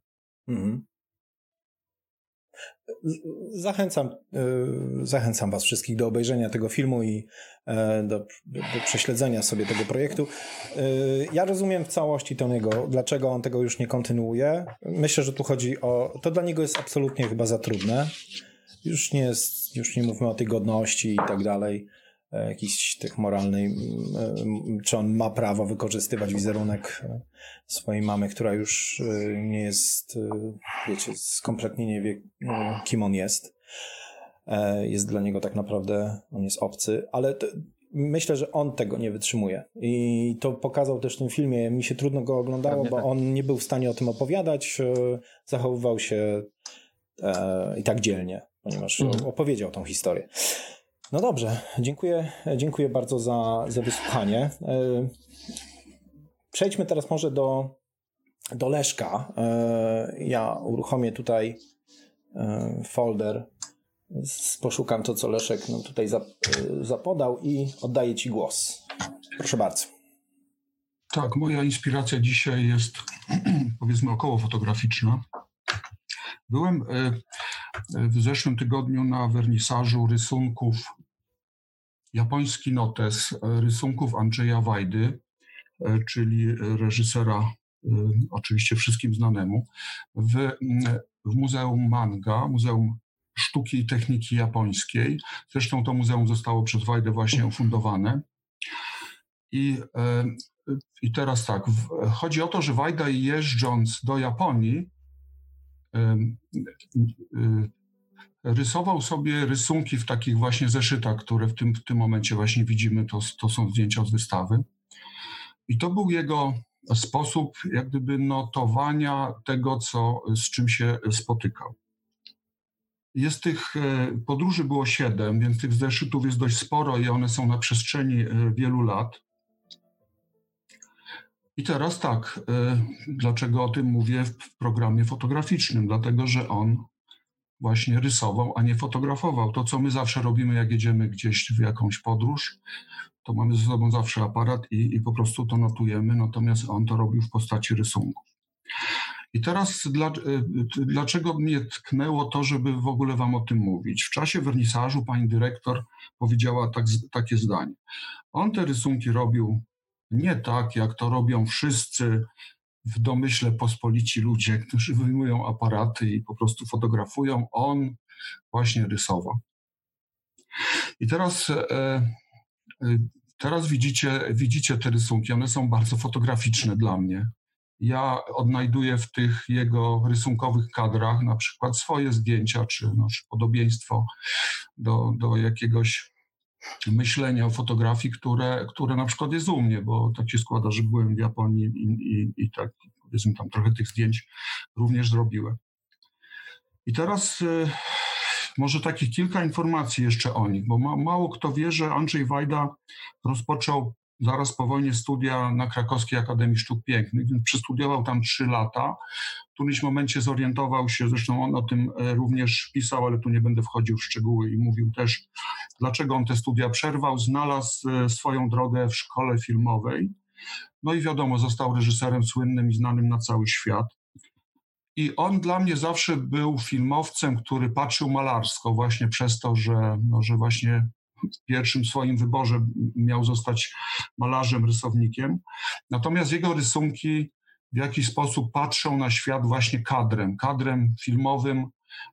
Zachęcam was wszystkich do obejrzenia tego filmu i do prześledzenia sobie tego projektu. Ja rozumiem w całości Tony'ego, dlaczego on tego już nie kontynuuje. Myślę, że tu chodzi o... To dla niego jest absolutnie chyba za trudne. Już nie mówmy o tej godności i tak dalej. jakiejś tych moralnej, czy on ma prawo wykorzystywać wizerunek swojej mamy, która już nie jest, wiecie, kompletnie nie wie, kim on jest. Jest dla niego tak naprawdę, on jest obcy, ale myślę, że on tego nie wytrzymuje. I to pokazał też w tym filmie. Mi się trudno go oglądało, bo on nie był w stanie o tym opowiadać. Zachowywał się i tak dzielnie, ponieważ opowiedział tą historię. No dobrze, dziękuję bardzo za wysłuchanie. Przejdźmy teraz może do Leszka. Ja uruchomię tutaj folder. Poszukam to, co Leszek nam tutaj zapodał i oddaję Ci głos. Proszę bardzo. Tak, moja inspiracja dzisiaj jest, powiedzmy, około fotograficzna. Byłem w zeszłym tygodniu na wernisażu rysunków, japoński notes, rysunków Andrzeja Wajdy, czyli reżysera oczywiście wszystkim znanemu, w Muzeum Manga, Muzeum Sztuki i Techniki Japońskiej. Zresztą to muzeum zostało przez Wajdę właśnie ufundowane. I teraz tak, chodzi o to, że Wajda, jeżdżąc do Japonii, rysował sobie rysunki w takich właśnie zeszytach, które w tym momencie właśnie widzimy, to są zdjęcia z wystawy. I to był jego sposób jak gdyby notowania tego, z czym się spotykał. Tych podróży było 7, więc tych zeszytów jest dość sporo i one są na przestrzeni wielu lat. I teraz tak, dlaczego o tym mówię w programie fotograficznym? Dlatego, że on właśnie rysował, a nie fotografował. To, co my zawsze robimy, jak jedziemy gdzieś w jakąś podróż, to mamy ze sobą zawsze aparat i po prostu to notujemy, natomiast on to robił w postaci rysunków. I teraz dlaczego mnie tknęło to, żeby w ogóle wam o tym mówić? W czasie wernisażu pani dyrektor powiedziała takie zdanie. On te rysunki robił nie tak, jak to robią wszyscy w domyśle pospolici ludzie, którzy wyjmują aparaty i po prostu fotografują. On właśnie rysował. I teraz widzicie te rysunki. One są bardzo fotograficzne dla mnie. Ja odnajduję w tych jego rysunkowych kadrach na przykład swoje zdjęcia, czy podobieństwo do jakiegoś myślenia o fotografii, które na przykład jest u mnie, bo tak się składa, że byłem w Japonii i tak, powiedzmy, tam trochę tych zdjęć również zrobiłem. I teraz może takich kilka informacji jeszcze o nich, bo mało kto wie, że Andrzej Wajda rozpoczął zaraz po wojnie studia na Krakowskiej Akademii Sztuk Pięknych, więc przestudiował tam 3 lata. W którymś momencie zorientował się, zresztą on o tym również pisał, ale tu nie będę wchodził w szczegóły i mówił też, dlaczego on te studia przerwał. Znalazł swoją drogę w szkole filmowej. No i wiadomo, został reżyserem słynnym i znanym na cały świat. I on dla mnie zawsze był filmowcem, który patrzył malarsko właśnie przez to, że właśnie w pierwszym swoim wyborze miał zostać malarzem, rysownikiem. Natomiast jego rysunki w jakiś sposób patrzą na świat właśnie kadrem filmowym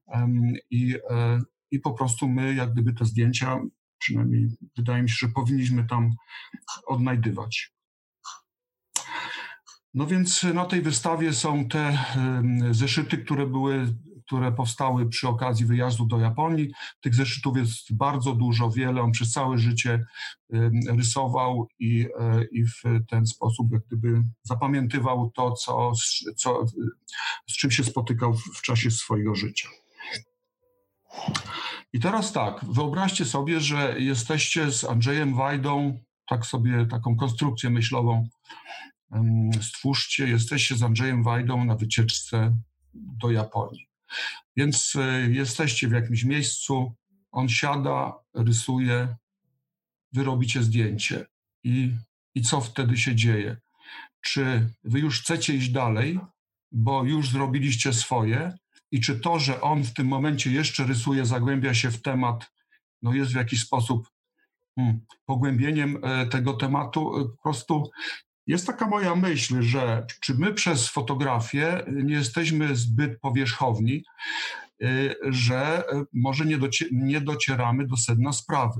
i po prostu my jak gdyby te zdjęcia, przynajmniej wydaje mi się, że powinniśmy tam odnajdywać. No więc na tej wystawie są te zeszyty, które powstały przy okazji wyjazdu do Japonii. Tych zeszytów jest bardzo dużo, wiele. On przez całe życie rysował i w ten sposób jak gdyby zapamiętywał to, z czym się spotykał w czasie swojego życia. I teraz tak, wyobraźcie sobie, że jesteście z Andrzejem Wajdą, tak sobie taką konstrukcję myślową stwórzcie, jesteście z Andrzejem Wajdą na wycieczce do Japonii. Więc jesteście w jakimś miejscu, on siada, rysuje, wy robicie zdjęcie. I co wtedy się dzieje? Czy wy już chcecie iść dalej, bo już zrobiliście swoje? I czy to, że on w tym momencie jeszcze rysuje, zagłębia się w temat, no jest w jakiś sposób pogłębieniem tego tematu? Po prostu jest taka moja myśl, że czy my przez fotografię nie jesteśmy zbyt powierzchowni, że może nie docieramy do sedna sprawy.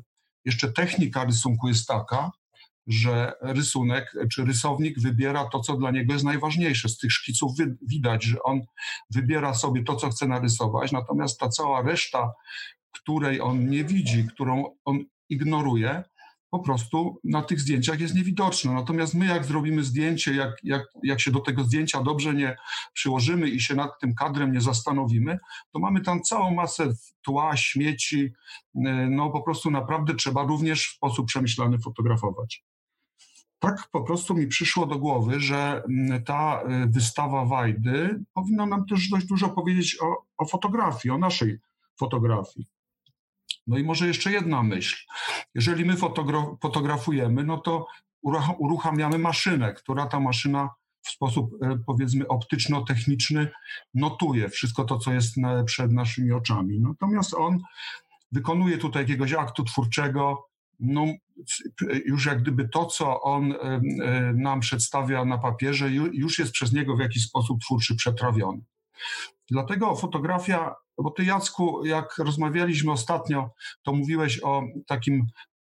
jeszcze technika rysunku jest taka, że rysunek czy rysownik wybiera to, co dla niego jest najważniejsze. Z tych szkiców widać, że on wybiera sobie to, co chce narysować, natomiast ta cała reszta, której on nie widzi, którą on ignoruje, po prostu na tych zdjęciach jest niewidoczna. Natomiast my, jak zrobimy zdjęcie, jak się do tego zdjęcia dobrze nie przyłożymy i się nad tym kadrem nie zastanowimy, to mamy tam całą masę tła, śmieci. No po prostu naprawdę trzeba również w sposób przemyślany fotografować. Tak po prostu mi przyszło do głowy, że ta wystawa Wajdy powinna nam też dość dużo powiedzieć o fotografii, o naszej fotografii. No i może jeszcze jedna myśl. Jeżeli my fotografujemy, no to uruchamiamy maszynę, która ta maszyna w sposób, powiedzmy, optyczno-techniczny notuje wszystko to, co jest przed naszymi oczami. Natomiast on wykonuje tutaj jakiegoś aktu twórczego, no już jak gdyby to, co on nam przedstawia na papierze, już jest przez niego w jakiś sposób twórczy przetrawiony. Dlatego fotografia, bo ty, Jacku, jak rozmawialiśmy ostatnio, to mówiłeś o takim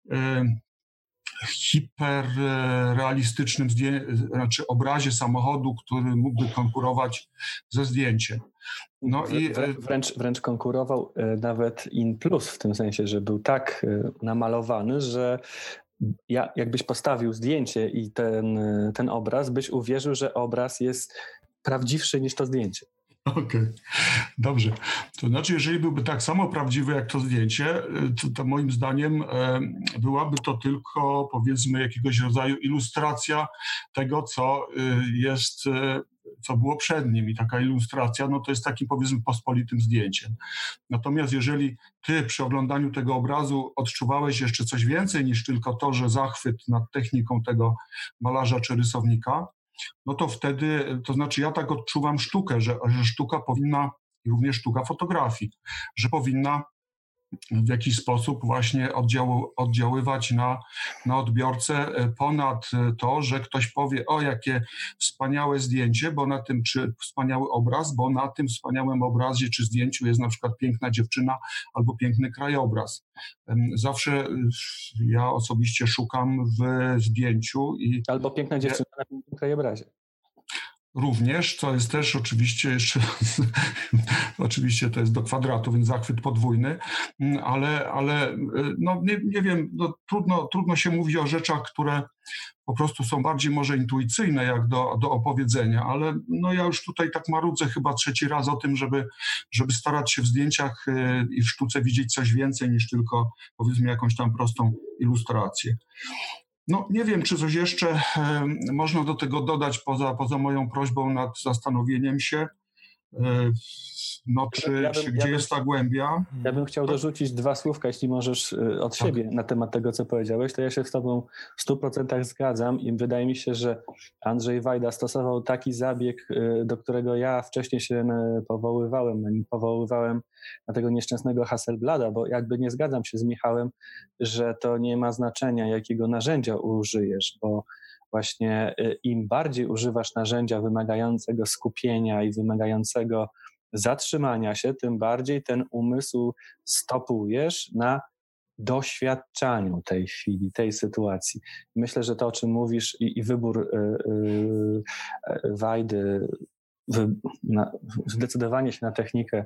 hiperrealistycznym obrazie samochodu, który mógłby konkurować ze zdjęciem. No i wręcz konkurował nawet in plus, w tym sensie, że był tak namalowany, że jakbyś postawił zdjęcie i ten obraz, byś uwierzył, że obraz jest prawdziwszy niż to zdjęcie. Okej, dobrze. To znaczy, jeżeli byłby tak samo prawdziwy jak to zdjęcie, to moim zdaniem byłaby to tylko, powiedzmy, jakiegoś rodzaju ilustracja tego, co jest, co było przed nim. I taka ilustracja, no to jest takim, powiedzmy, pospolitym zdjęciem. Natomiast jeżeli ty przy oglądaniu tego obrazu odczuwałeś jeszcze coś więcej niż tylko to, że zachwyt nad techniką tego malarza czy rysownika, no to wtedy, to znaczy ja tak odczuwam sztukę, że sztuka powinna, i również sztuka fotografii, że powinna w jakiś sposób właśnie oddziaływać na odbiorcę ponad to, że ktoś powie, o jakie wspaniałe zdjęcie, bo na tym, czy wspaniały obraz, bo na tym wspaniałym obrazie czy zdjęciu jest na przykład piękna dziewczyna albo piękny krajobraz. Zawsze ja osobiście szukam w zdjęciu i... Albo piękna dziewczyna na pięknym krajobrazie. Również, co jest też oczywiście jeszcze, oczywiście to jest do kwadratu, więc zachwyt podwójny, ale no nie wiem, no trudno się mówi o rzeczach, które po prostu są bardziej może intuicyjne jak do opowiedzenia, ale no ja już tutaj tak marudzę chyba trzeci raz o tym, żeby starać się w zdjęciach i w sztuce widzieć coś więcej niż tylko, powiedzmy, jakąś tam prostą ilustrację. No nie wiem, czy coś jeszcze można do tego dodać poza moją prośbą nad zastanowieniem się, no gdzie jest ta głębia. Ja bym chciał dorzucić 2 słówka, jeśli możesz, od siebie na temat tego, co powiedziałeś, to ja się z tobą w 100% zgadzam i wydaje mi się, że Andrzej Wajda stosował taki zabieg, do którego ja wcześniej się powoływałem na tego nieszczęsnego Hasselblada, bo jakby nie zgadzam się z Michałem, że to nie ma znaczenia, jakiego narzędzia użyjesz, bo właśnie im bardziej używasz narzędzia wymagającego skupienia i wymagającego zatrzymania się, tym bardziej ten umysł stopujesz na doświadczaniu tej chwili, tej sytuacji. Myślę, że to, o czym mówisz i wybór Wajdy, zdecydowanie się na technikę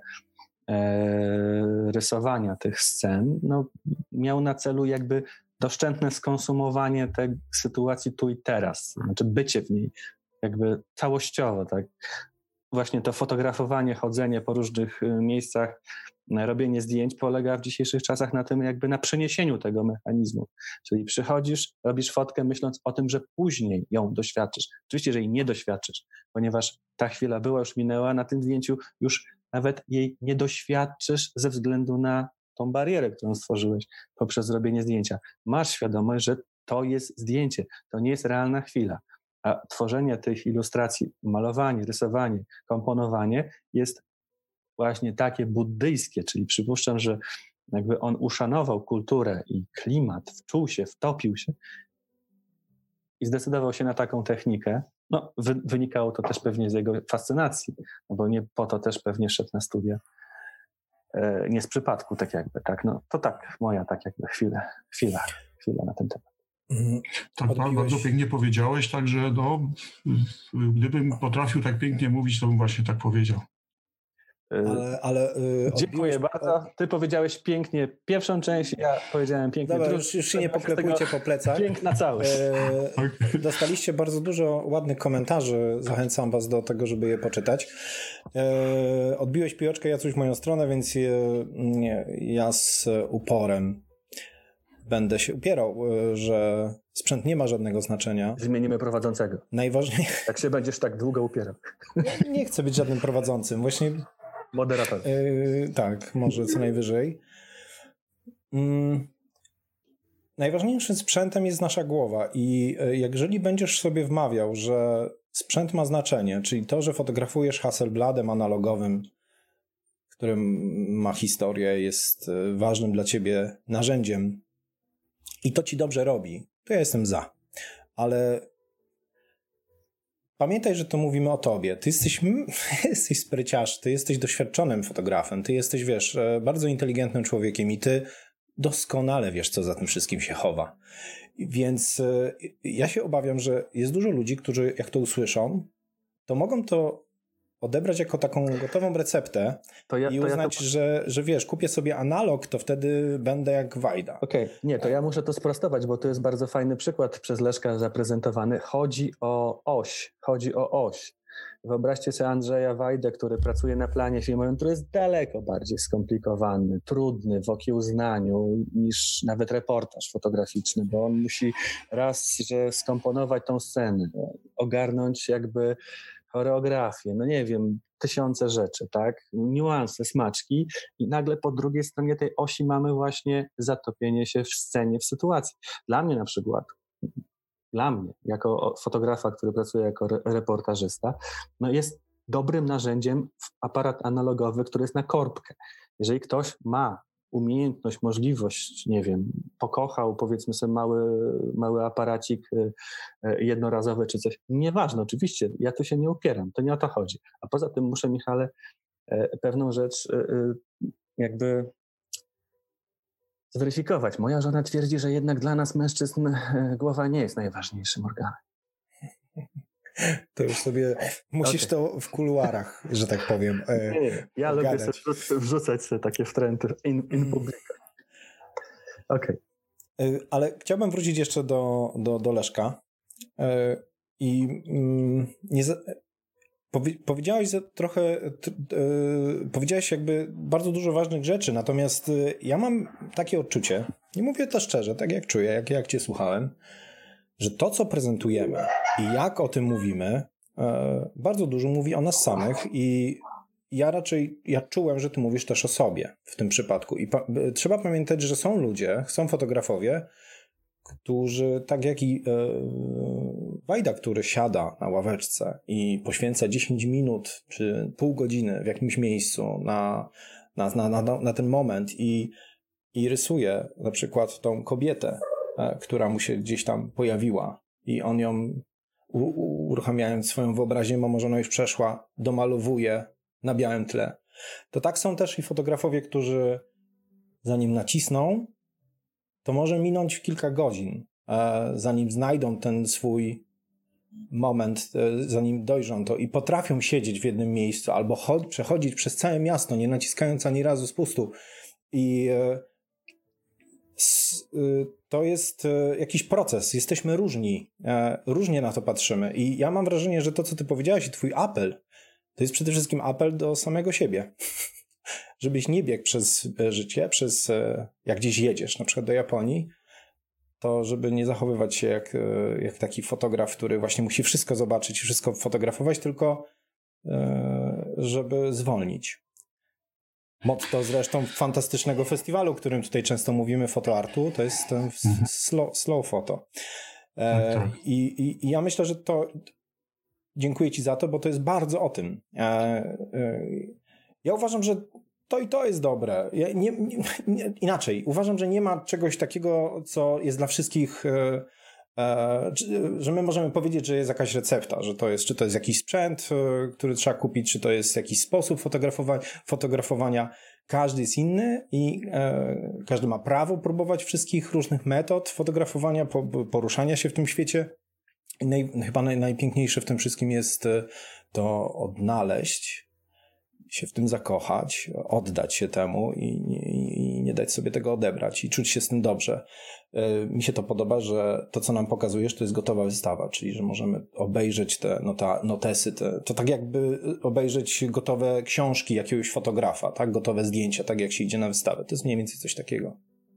rysowania tych scen, no, miał na celu jakby doszczętne skonsumowanie tej sytuacji tu i teraz, znaczy bycie w niej jakby całościowo, tak. Właśnie to fotografowanie, chodzenie po różnych miejscach, robienie zdjęć polega w dzisiejszych czasach na tym jakby na przeniesieniu tego mechanizmu. Czyli przychodzisz, robisz fotkę myśląc o tym, że później ją doświadczysz. Oczywiście, że jej nie doświadczysz, ponieważ ta chwila była, już minęła, na tym zdjęciu już nawet jej nie doświadczysz ze względu na tą barierę, którą stworzyłeś poprzez zrobienie zdjęcia. Masz świadomość, że to jest zdjęcie, to nie jest realna chwila. A tworzenie tych ilustracji, malowanie, rysowanie, komponowanie jest właśnie takie buddyjskie, czyli przypuszczam, że jakby on uszanował kulturę i klimat, wczuł się, wtopił się i zdecydował się na taką technikę. No, wynikało to też pewnie z jego fascynacji, no bo nie po to też pewnie szedł na studia. nie z przypadku, tak jakby, tak, no to tak, moja tak jakby chwila na ten temat. Tak, bardzo pięknie powiedziałeś, także no, gdybym potrafił tak pięknie mówić, to bym właśnie tak powiedział. Dziękuję bardzo. Ty powiedziałeś pięknie pierwszą część, ja powiedziałem pięknie drugą. Dobra, już się nie poklepujcie po plecach. Piękna całość. Dostaliście bardzo dużo ładnych komentarzy. Zachęcam was do tego, żeby je poczytać. Odbiłeś piłeczkę, Jacuś, w moją stronę, więc ja z uporem będę się upierał, że sprzęt nie ma żadnego znaczenia. Zmienimy prowadzącego. Najważniejsze. Jak się będziesz tak długo upierał. Ja nie chcę być żadnym prowadzącym. Właśnie. Moderator. Tak, może co najwyżej. Najważniejszym sprzętem jest nasza głowa i jeżeli będziesz sobie wmawiał, że sprzęt ma znaczenie, czyli to, że fotografujesz Hasselbladem analogowym, którym ma historię, jest ważnym dla ciebie narzędziem i to ci dobrze robi, to ja jestem za. Ale pamiętaj, że to mówimy o tobie. Ty jesteś spryciarz, ty jesteś doświadczonym fotografem, ty jesteś, wiesz, bardzo inteligentnym człowiekiem i ty doskonale wiesz, co za tym wszystkim się chowa. Więc ja się obawiam, że jest dużo ludzi, którzy jak to usłyszą, to mogą to odebrać jako taką gotową receptę i uznać, że wiesz, kupię sobie analog, to wtedy będę jak Wajda. Okej, nie, to ja muszę to sprostować, bo to jest bardzo fajny przykład przez Leszka zaprezentowany. Chodzi o oś. Wyobraźcie sobie Andrzeja Wajdę, który pracuje na planie filmowym, który jest daleko bardziej skomplikowany, trudny w okiełznaniu niż nawet reportaż fotograficzny, bo on musi raz, że skomponować tą scenę, ogarnąć jakby choreografię, no nie wiem, tysiące rzeczy, tak? Niuanse, smaczki i nagle po drugiej stronie tej osi mamy właśnie zatopienie się w scenie, w sytuacji. Dla mnie na przykład, jako fotografa, który pracuje jako reportażysta, no jest dobrym narzędziem aparat analogowy, który jest na korbkę. Jeżeli ktoś ma umiejętność, możliwość, nie wiem, pokochał powiedzmy sobie mały aparacik jednorazowy czy coś, nieważne, oczywiście, ja tu się nie upieram, to nie o to chodzi. A poza tym muszę, Michale, pewną rzecz jakby zweryfikować. Moja żona twierdzi, że jednak dla nas mężczyzn głowa nie jest najważniejszym organem. To już sobie musisz to w kuluarach, że tak powiem. Nie. Ja lubię sobie wrzucać sobie takie wtręty in public. Okej. Ale chciałbym wrócić jeszcze do Leszka. Powiedziałeś jakby bardzo dużo ważnych rzeczy, natomiast ja mam takie odczucie, i mówię to szczerze, tak jak czuję, jak cię słuchałem, że to, co prezentujemy i jak o tym mówimy, bardzo dużo mówi o nas samych i ja czułem, że ty mówisz też o sobie w tym przypadku. I trzeba pamiętać, że są ludzie, są fotografowie, którzy, tak jak i Wajda, który siada na ławeczce i poświęca 10 minut czy pół godziny w jakimś miejscu na ten moment i rysuje na przykład tą kobietę, która mu się gdzieś tam pojawiła i on ją uruchamiając swoją wyobraźnię, mimo że ona już przeszła, domalowuje na białym tle. To tak są też i fotografowie, którzy zanim nacisną, to może minąć kilka godzin, zanim znajdą ten swój moment, zanim dojrzą to i potrafią siedzieć w jednym miejscu albo przechodzić przez całe miasto, nie naciskając ani razu spustu. I to jest jakiś proces. Jesteśmy różni. Różnie na to patrzymy. I ja mam wrażenie, że to, co ty powiedziałeś i twój apel, to jest przede wszystkim apel do samego siebie. Żebyś nie biegł przez życie, jak gdzieś jedziesz, na przykład do Japonii, to żeby nie zachowywać się jak taki fotograf, który właśnie musi wszystko zobaczyć i wszystko fotografować, tylko żeby zwolnić. Motto zresztą fantastycznego festiwalu, o którym tutaj często mówimy, fotoartu, to jest ten slow photo. I ja myślę, że to dziękuję ci za to, bo to jest bardzo o tym. Ja uważam, że to jest dobre. Inaczej, uważam, że nie ma czegoś takiego, co jest dla wszystkich, że my możemy powiedzieć, że jest jakaś recepta, że czy to jest jakiś sprzęt, który trzeba kupić, czy to jest jakiś sposób fotografowania. każdy jest inny i każdy ma prawo próbować wszystkich różnych metod fotografowania, poruszania się w tym świecie. I chyba najpiękniejsze w tym wszystkim jest to odnaleźć się w tym, zakochać, oddać się temu i nie dać sobie tego odebrać i czuć się z tym dobrze. Mi się to podoba, że to, co nam pokazujesz, to jest gotowa wystawa, czyli że możemy obejrzeć te notesy, to tak jakby obejrzeć gotowe książki jakiegoś fotografa, tak? Gotowe zdjęcia, tak jak się idzie na wystawę. To jest mniej więcej coś takiego.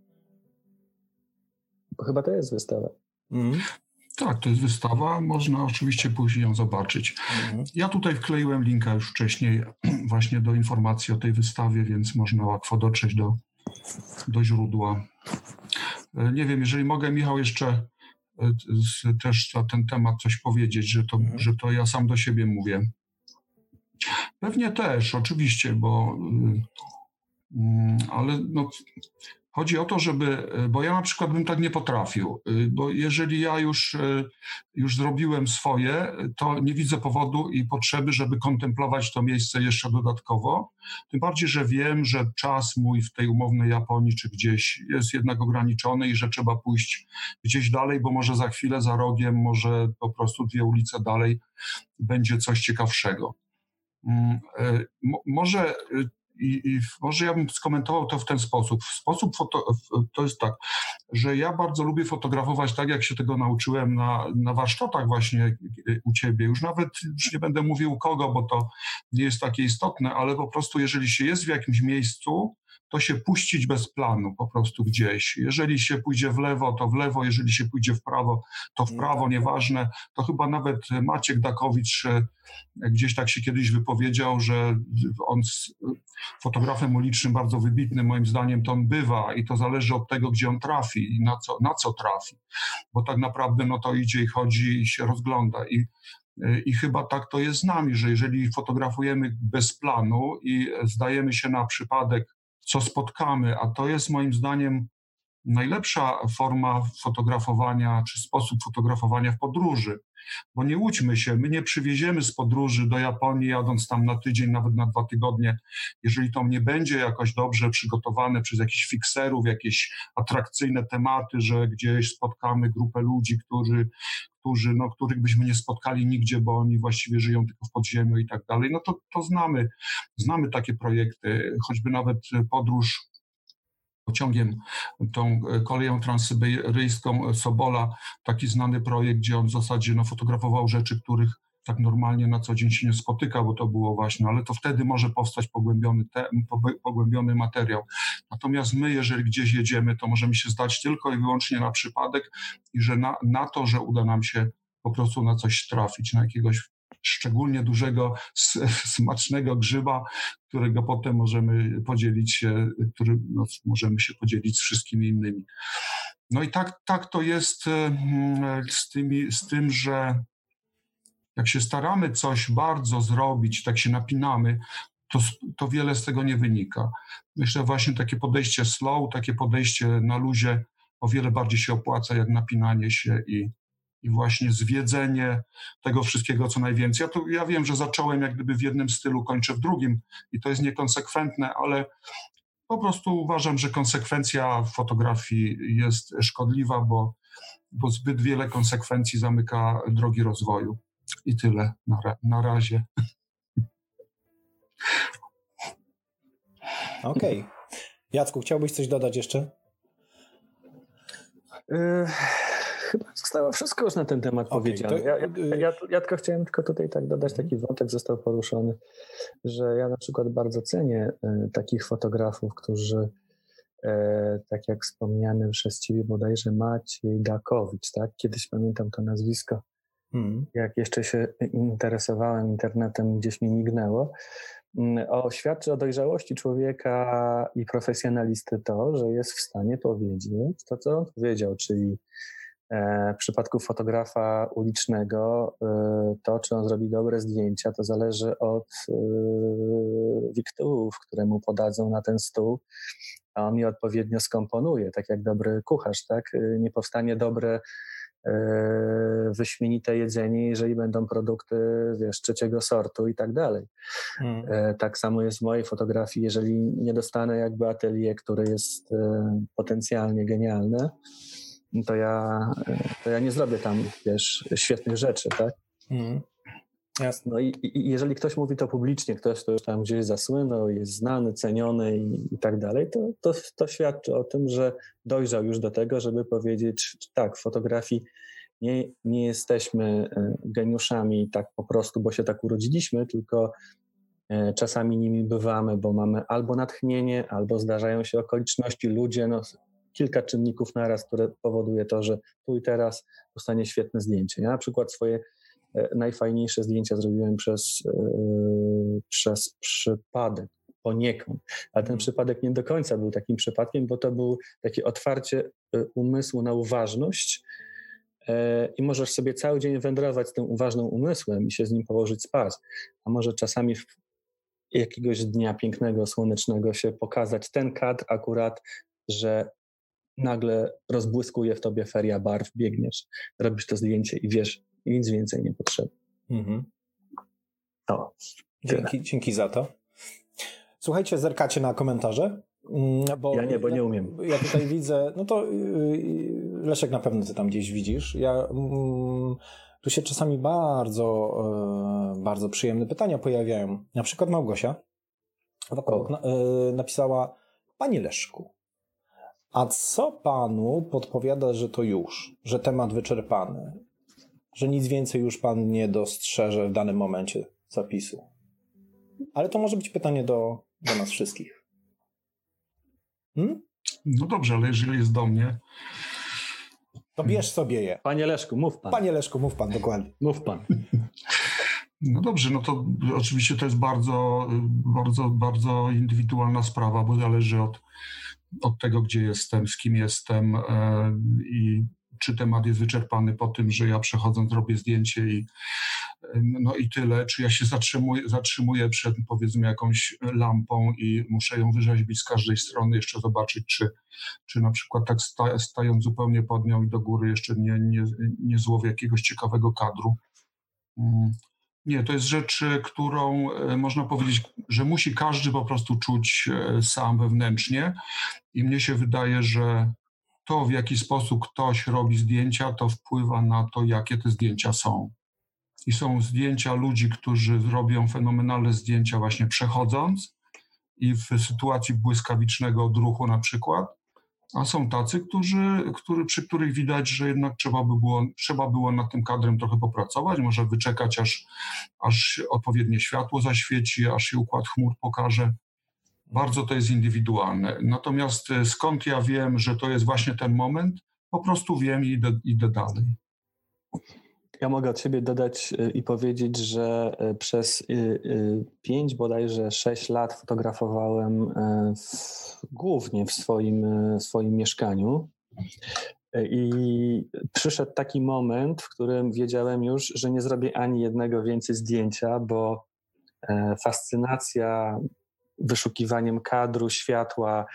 Bo chyba to jest wystawa. Tak, to jest wystawa, można oczywiście później ją zobaczyć. Ja tutaj wkleiłem linka już wcześniej właśnie do informacji o tej wystawie, więc można łatwo dotrzeć do źródła. Nie wiem, jeżeli mogę, Michał, jeszcze też na ten temat coś powiedzieć, że to ja sam do siebie mówię. Pewnie też, oczywiście, ale no... Chodzi o to, bo ja na przykład bym tak nie potrafił, bo jeżeli ja już zrobiłem swoje, to nie widzę powodu i potrzeby, żeby kontemplować to miejsce jeszcze dodatkowo. Tym bardziej, że wiem, że czas mój w tej umownej Japonii czy gdzieś jest jednak ograniczony i że trzeba pójść gdzieś dalej, bo może za chwilę, za rogiem, może po prostu 2 ulice dalej będzie coś ciekawszego. Może ja bym skomentował to w ten sposób. To jest tak, że ja bardzo lubię fotografować tak, jak się tego nauczyłem na warsztatach właśnie u ciebie. Już nie będę mówił u kogo, bo to nie jest takie istotne, ale po prostu jeżeli się jest w jakimś miejscu, to się puścić bez planu po prostu gdzieś. Jeżeli się pójdzie w lewo, to w lewo, jeżeli się pójdzie w prawo, to w prawo, nieważne. To chyba nawet Maciek Dakowicz gdzieś tak się kiedyś wypowiedział, że on fotografem ulicznym bardzo wybitnym, moim zdaniem, to on bywa i to zależy od tego, gdzie on trafi i na co trafi. Bo tak naprawdę no to idzie i chodzi i się rozgląda. I chyba tak to jest z nami, że jeżeli fotografujemy bez planu i zdajemy się na przypadek, co spotkamy, a to jest moim zdaniem najlepsza forma fotografowania, czy sposób fotografowania w podróży. Bo nie łudźmy się, my nie przywieziemy z podróży do Japonii, jadąc tam na tydzień, nawet na 2 tygodnie, jeżeli to nie będzie jakoś dobrze przygotowane przez jakichś fikserów, jakieś atrakcyjne tematy, że gdzieś spotkamy grupę ludzi, których byśmy nie spotkali nigdzie, bo oni właściwie żyją tylko w podziemiu i tak dalej, no to znamy takie projekty, choćby nawet podróż pociągiem, tą koleją transsyberyjską Sobola, taki znany projekt, gdzie on w zasadzie fotografował rzeczy, których tak normalnie na co dzień się nie spotyka, bo to było właśnie, ale to wtedy może powstać pogłębiony materiał. Natomiast my, jeżeli gdzieś jedziemy, to możemy się zdać tylko i wyłącznie na przypadek i że na to, że uda nam się po prostu na coś trafić, na jakiegoś szczególnie dużego, smacznego grzyba, którego potem możemy podzielić się, możemy się podzielić z wszystkimi innymi. No i tak to jest z tym, że jak się staramy coś bardzo zrobić, tak się napinamy, to wiele z tego nie wynika. Myślę właśnie takie podejście slow, takie podejście na luzie o wiele bardziej się opłaca, jak napinanie się i właśnie zwiedzenie tego wszystkiego, co najwięcej. Ja wiem, że zacząłem jak gdyby w jednym stylu, kończę w drugim i to jest niekonsekwentne, ale po prostu uważam, że konsekwencja w fotografii jest szkodliwa, bo zbyt wiele konsekwencji zamyka drogi rozwoju. I tyle na razie. Okej. Jacku, chciałbyś coś dodać jeszcze? Chyba zostało wszystko już na ten temat powiedziane. Ja tylko chciałem tutaj tak dodać, taki wątek został poruszony, że ja na przykład bardzo cenię takich fotografów, którzy tak jak wspomniany przez ciebie bodajże Maciej Dakowicz, tak? Kiedyś pamiętam to nazwisko. Jak jeszcze się interesowałem internetem, gdzieś mi mignęło. Świadczy o dojrzałości człowieka i profesjonalisty to, że jest w stanie powiedzieć to, co on powiedział, czyli w przypadku fotografa ulicznego to, czy on zrobi dobre zdjęcia, to zależy od wiktułów, które mu podadzą na ten stół, a on je odpowiednio skomponuje, tak jak dobry kucharz, tak? Nie powstanie dobre wyśmienite jedzenie, jeżeli będą produkty, wiesz, trzeciego sortu i tak dalej. Tak samo jest w mojej fotografii, jeżeli nie dostanę jakby atelier, który jest potencjalnie genialny, to ja nie zrobię tam, wiesz, świetnych rzeczy, tak? Jasne. No i jeżeli ktoś mówi to publicznie, ktoś, kto już tam gdzieś zasłynął, jest znany, ceniony i tak dalej, to świadczy o tym, że dojrzał już do tego, żeby powiedzieć, tak, w fotografii nie jesteśmy geniuszami tak po prostu, bo się tak urodziliśmy, tylko czasami nimi bywamy, bo mamy albo natchnienie, albo zdarzają się okoliczności, ludzie, kilka czynników naraz, które powoduje to, że tu i teraz powstanie świetne zdjęcie. Ja na przykład swoje najfajniejsze zdjęcia zrobiłem przez przypadek, poniekąd. Ale ten przypadek nie do końca był takim przypadkiem, bo to było takie otwarcie umysłu na uważność i możesz sobie cały dzień wędrować z tym uważnym umysłem i się z nim położyć spać. A może czasami jakiegoś dnia pięknego, słonecznego się pokazać ten kadr akurat, że nagle rozbłyskuje w tobie feria barw, biegniesz, robisz to zdjęcie i wiesz, nic więcej nie potrzeba. Dzięki za to. Słuchajcie, zerkacie na komentarze? Bo nie umiem. Ja tutaj widzę, no to Leszek, na pewno ty tam gdzieś widzisz. Tu się czasami bardzo przyjemne pytania pojawiają. Na przykład Małgosia napisała: Panie Leszku, a co panu podpowiada, że to już, że temat wyczerpany, że nic więcej już pan nie dostrzeże w danym momencie zapisu? Ale to może być pytanie do nas wszystkich. No dobrze, ale jeżeli jest do mnie... To bierz sobie je. Panie Leszku, mów pan. Panie Leszku, mów pan, dokładnie. Mów pan. No dobrze, no to oczywiście to jest bardzo, bardzo, bardzo indywidualna sprawa, bo zależy od tego, gdzie jestem, z kim jestem i czy temat jest wyczerpany po tym, że ja przechodząc robię zdjęcie i tyle, czy ja się zatrzymuję przed, powiedzmy, jakąś lampą i muszę ją wyrzeźbić z każdej strony, jeszcze zobaczyć, czy na przykład tak stając zupełnie pod nią i do góry jeszcze nie złowię jakiegoś ciekawego kadru. Nie, to jest rzecz, którą można powiedzieć, że musi każdy po prostu czuć sam wewnętrznie i mnie się wydaje, że to, w jaki sposób ktoś robi zdjęcia, to wpływa na to, jakie te zdjęcia są. I są zdjęcia ludzi, którzy robią fenomenalne zdjęcia właśnie przechodząc i w sytuacji błyskawicznego odruchu na przykład, a są tacy, przy których widać, że jednak trzeba było nad tym kadrem trochę popracować, może wyczekać, aż odpowiednie światło zaświeci, aż się układ chmur pokaże. Bardzo to jest indywidualne. Natomiast skąd ja wiem, że to jest właśnie ten moment? Po prostu wiem i idę dalej. Ja mogę od siebie dodać i powiedzieć, że przez 5, bodajże 6 lat fotografowałem głównie w swoim mieszkaniu. I przyszedł taki moment, w którym wiedziałem już, że nie zrobię ani jednego więcej zdjęcia, bo fascynacja wyszukiwaniem kadru, światła,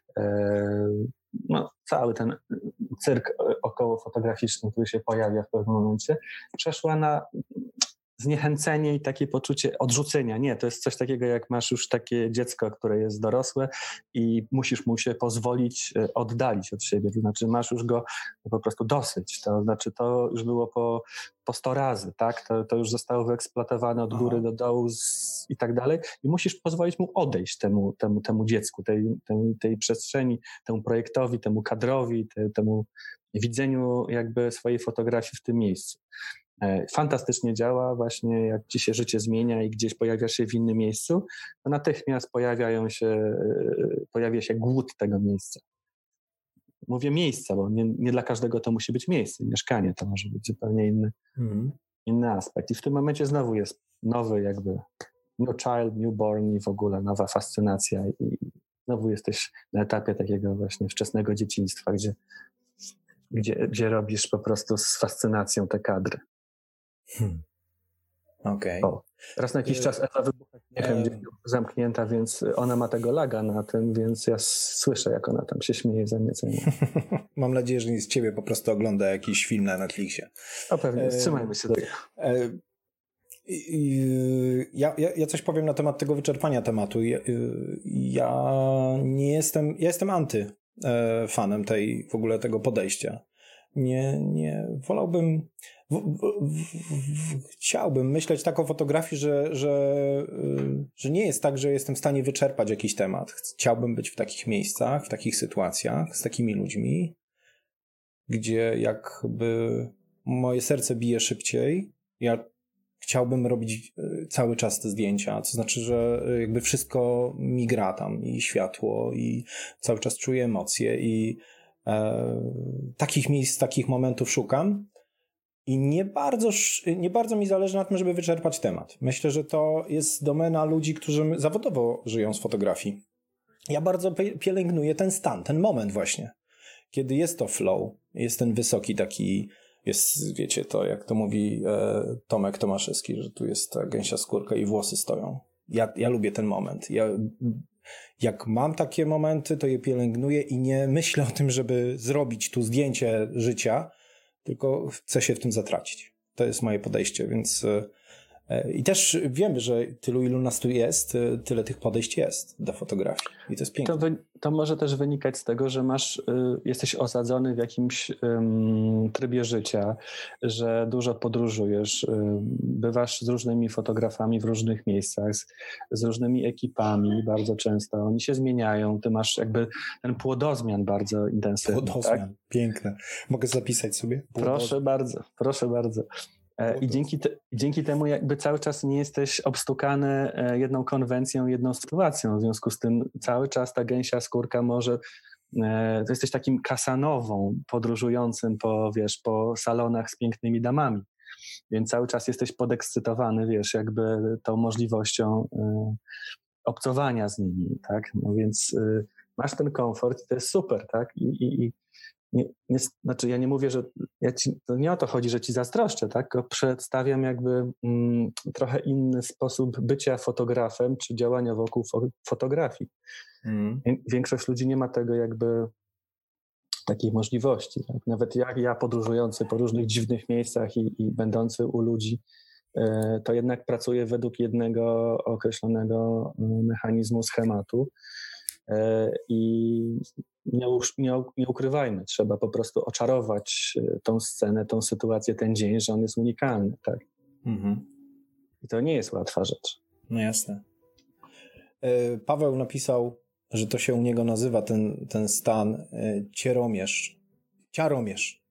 cały ten cyrk około fotograficzny, który się pojawia w pewnym momencie, przeszła na zniechęcenie i takie poczucie odrzucenia. Nie, to jest coś takiego, jak masz już takie dziecko, które jest dorosłe i musisz mu się pozwolić oddalić od siebie. To znaczy masz już go po prostu dosyć. To znaczy to już było po 100 razy, tak? To już zostało wyeksploatowane od góry do dołu i tak dalej. I musisz pozwolić mu odejść temu dziecku, tej przestrzeni, temu projektowi, temu kadrowi, temu widzeniu jakby swojej fotografii w tym miejscu. Fantastycznie działa właśnie, jak ci się życie zmienia i gdzieś pojawiasz się w innym miejscu, to natychmiast pojawia się głód tego miejsca. Mówię miejsca, bo nie dla każdego to musi być miejsce. Mieszkanie to może być zupełnie inny aspekt. I w tym momencie znowu jest nowy jakby new child, newborn i w ogóle nowa fascynacja i znowu jesteś na etapie takiego właśnie wczesnego dzieciństwa, gdzie robisz po prostu z fascynacją te kadry. Okej. Raz na jakiś czas Ewa wybucha śmiechem, zamknięta, więc ona ma tego laga na tym, więc ja słyszę, jak ona tam się śmieje zaniecenie. Mam nadzieję, że nie z ciebie po prostu ogląda jakiś film na Netflixie. No pewnie, wstrzymajmy się do tego. Ja coś powiem na temat tego wyczerpania tematu. Ja nie jestem, ja jestem anty fanem w ogóle tego podejścia. Nie wolałbym, chciałbym myśleć tak o fotografii, że nie jest tak, że jestem w stanie wyczerpać jakiś temat. Chciałbym być w takich miejscach, w takich sytuacjach, z takimi ludźmi, gdzie jakby moje serce bije szybciej. Ja chciałbym robić cały czas te zdjęcia, to znaczy, że jakby wszystko mi gra tam i światło i cały czas czuję emocje i takich miejsc, takich momentów szukam i nie bardzo mi zależy na tym, żeby wyczerpać temat. Myślę, że to jest domena ludzi, którzy zawodowo żyją z fotografii. Ja bardzo pielęgnuję ten stan, ten moment właśnie, kiedy jest to flow, jest ten wysoki taki, jest, wiecie, to jak to mówi Tomek Tomaszewski, że tu jest ta gęsia skórka i włosy stoją. Ja lubię ten moment. Jak mam takie momenty, to je pielęgnuję i nie myślę o tym, żeby zrobić tu zdjęcie życia, tylko chcę się w tym zatracić. To jest moje podejście, więc i też wiemy, że tylu, ilu nas tu jest, tyle tych podejść jest do fotografii i to jest piękne. To może też wynikać z tego, że jesteś osadzony w jakimś trybie życia, że dużo podróżujesz, bywasz z różnymi fotografami w różnych miejscach, z różnymi ekipami bardzo często. Oni się zmieniają, ty masz jakby ten płodozmian bardzo intensywny. Płodozmian, tak? Piękne. Mogę zapisać sobie? Proszę bardzo. I dzięki temu jakby cały czas nie jesteś obstukany jedną konwencją, jedną sytuacją. W związku z tym cały czas ta gęsia skórka może... To jesteś takim kasanową podróżującym po salonach z pięknymi damami. Więc cały czas jesteś podekscytowany, jakby tą możliwością obcowania z nimi, tak? No więc masz ten komfort i to jest super, tak? Znaczy ja nie mówię, że to nie o to chodzi, że ci zazdroszczę, tak? Tylko przedstawiam jakby trochę inny sposób bycia fotografem czy działania wokół fotografii. Większość ludzi nie ma tego jakby takiej możliwości. Tak? Nawet ja podróżujący po różnych dziwnych miejscach i będący u ludzi, to jednak pracuję według jednego określonego mechanizmu, schematu. I nie ukrywajmy, trzeba po prostu oczarować tą scenę, tą sytuację, ten dzień, że on jest unikalny, tak? I to nie jest łatwa rzecz. No jasne. Paweł napisał, że to się u niego nazywa ten stan ciaromierz.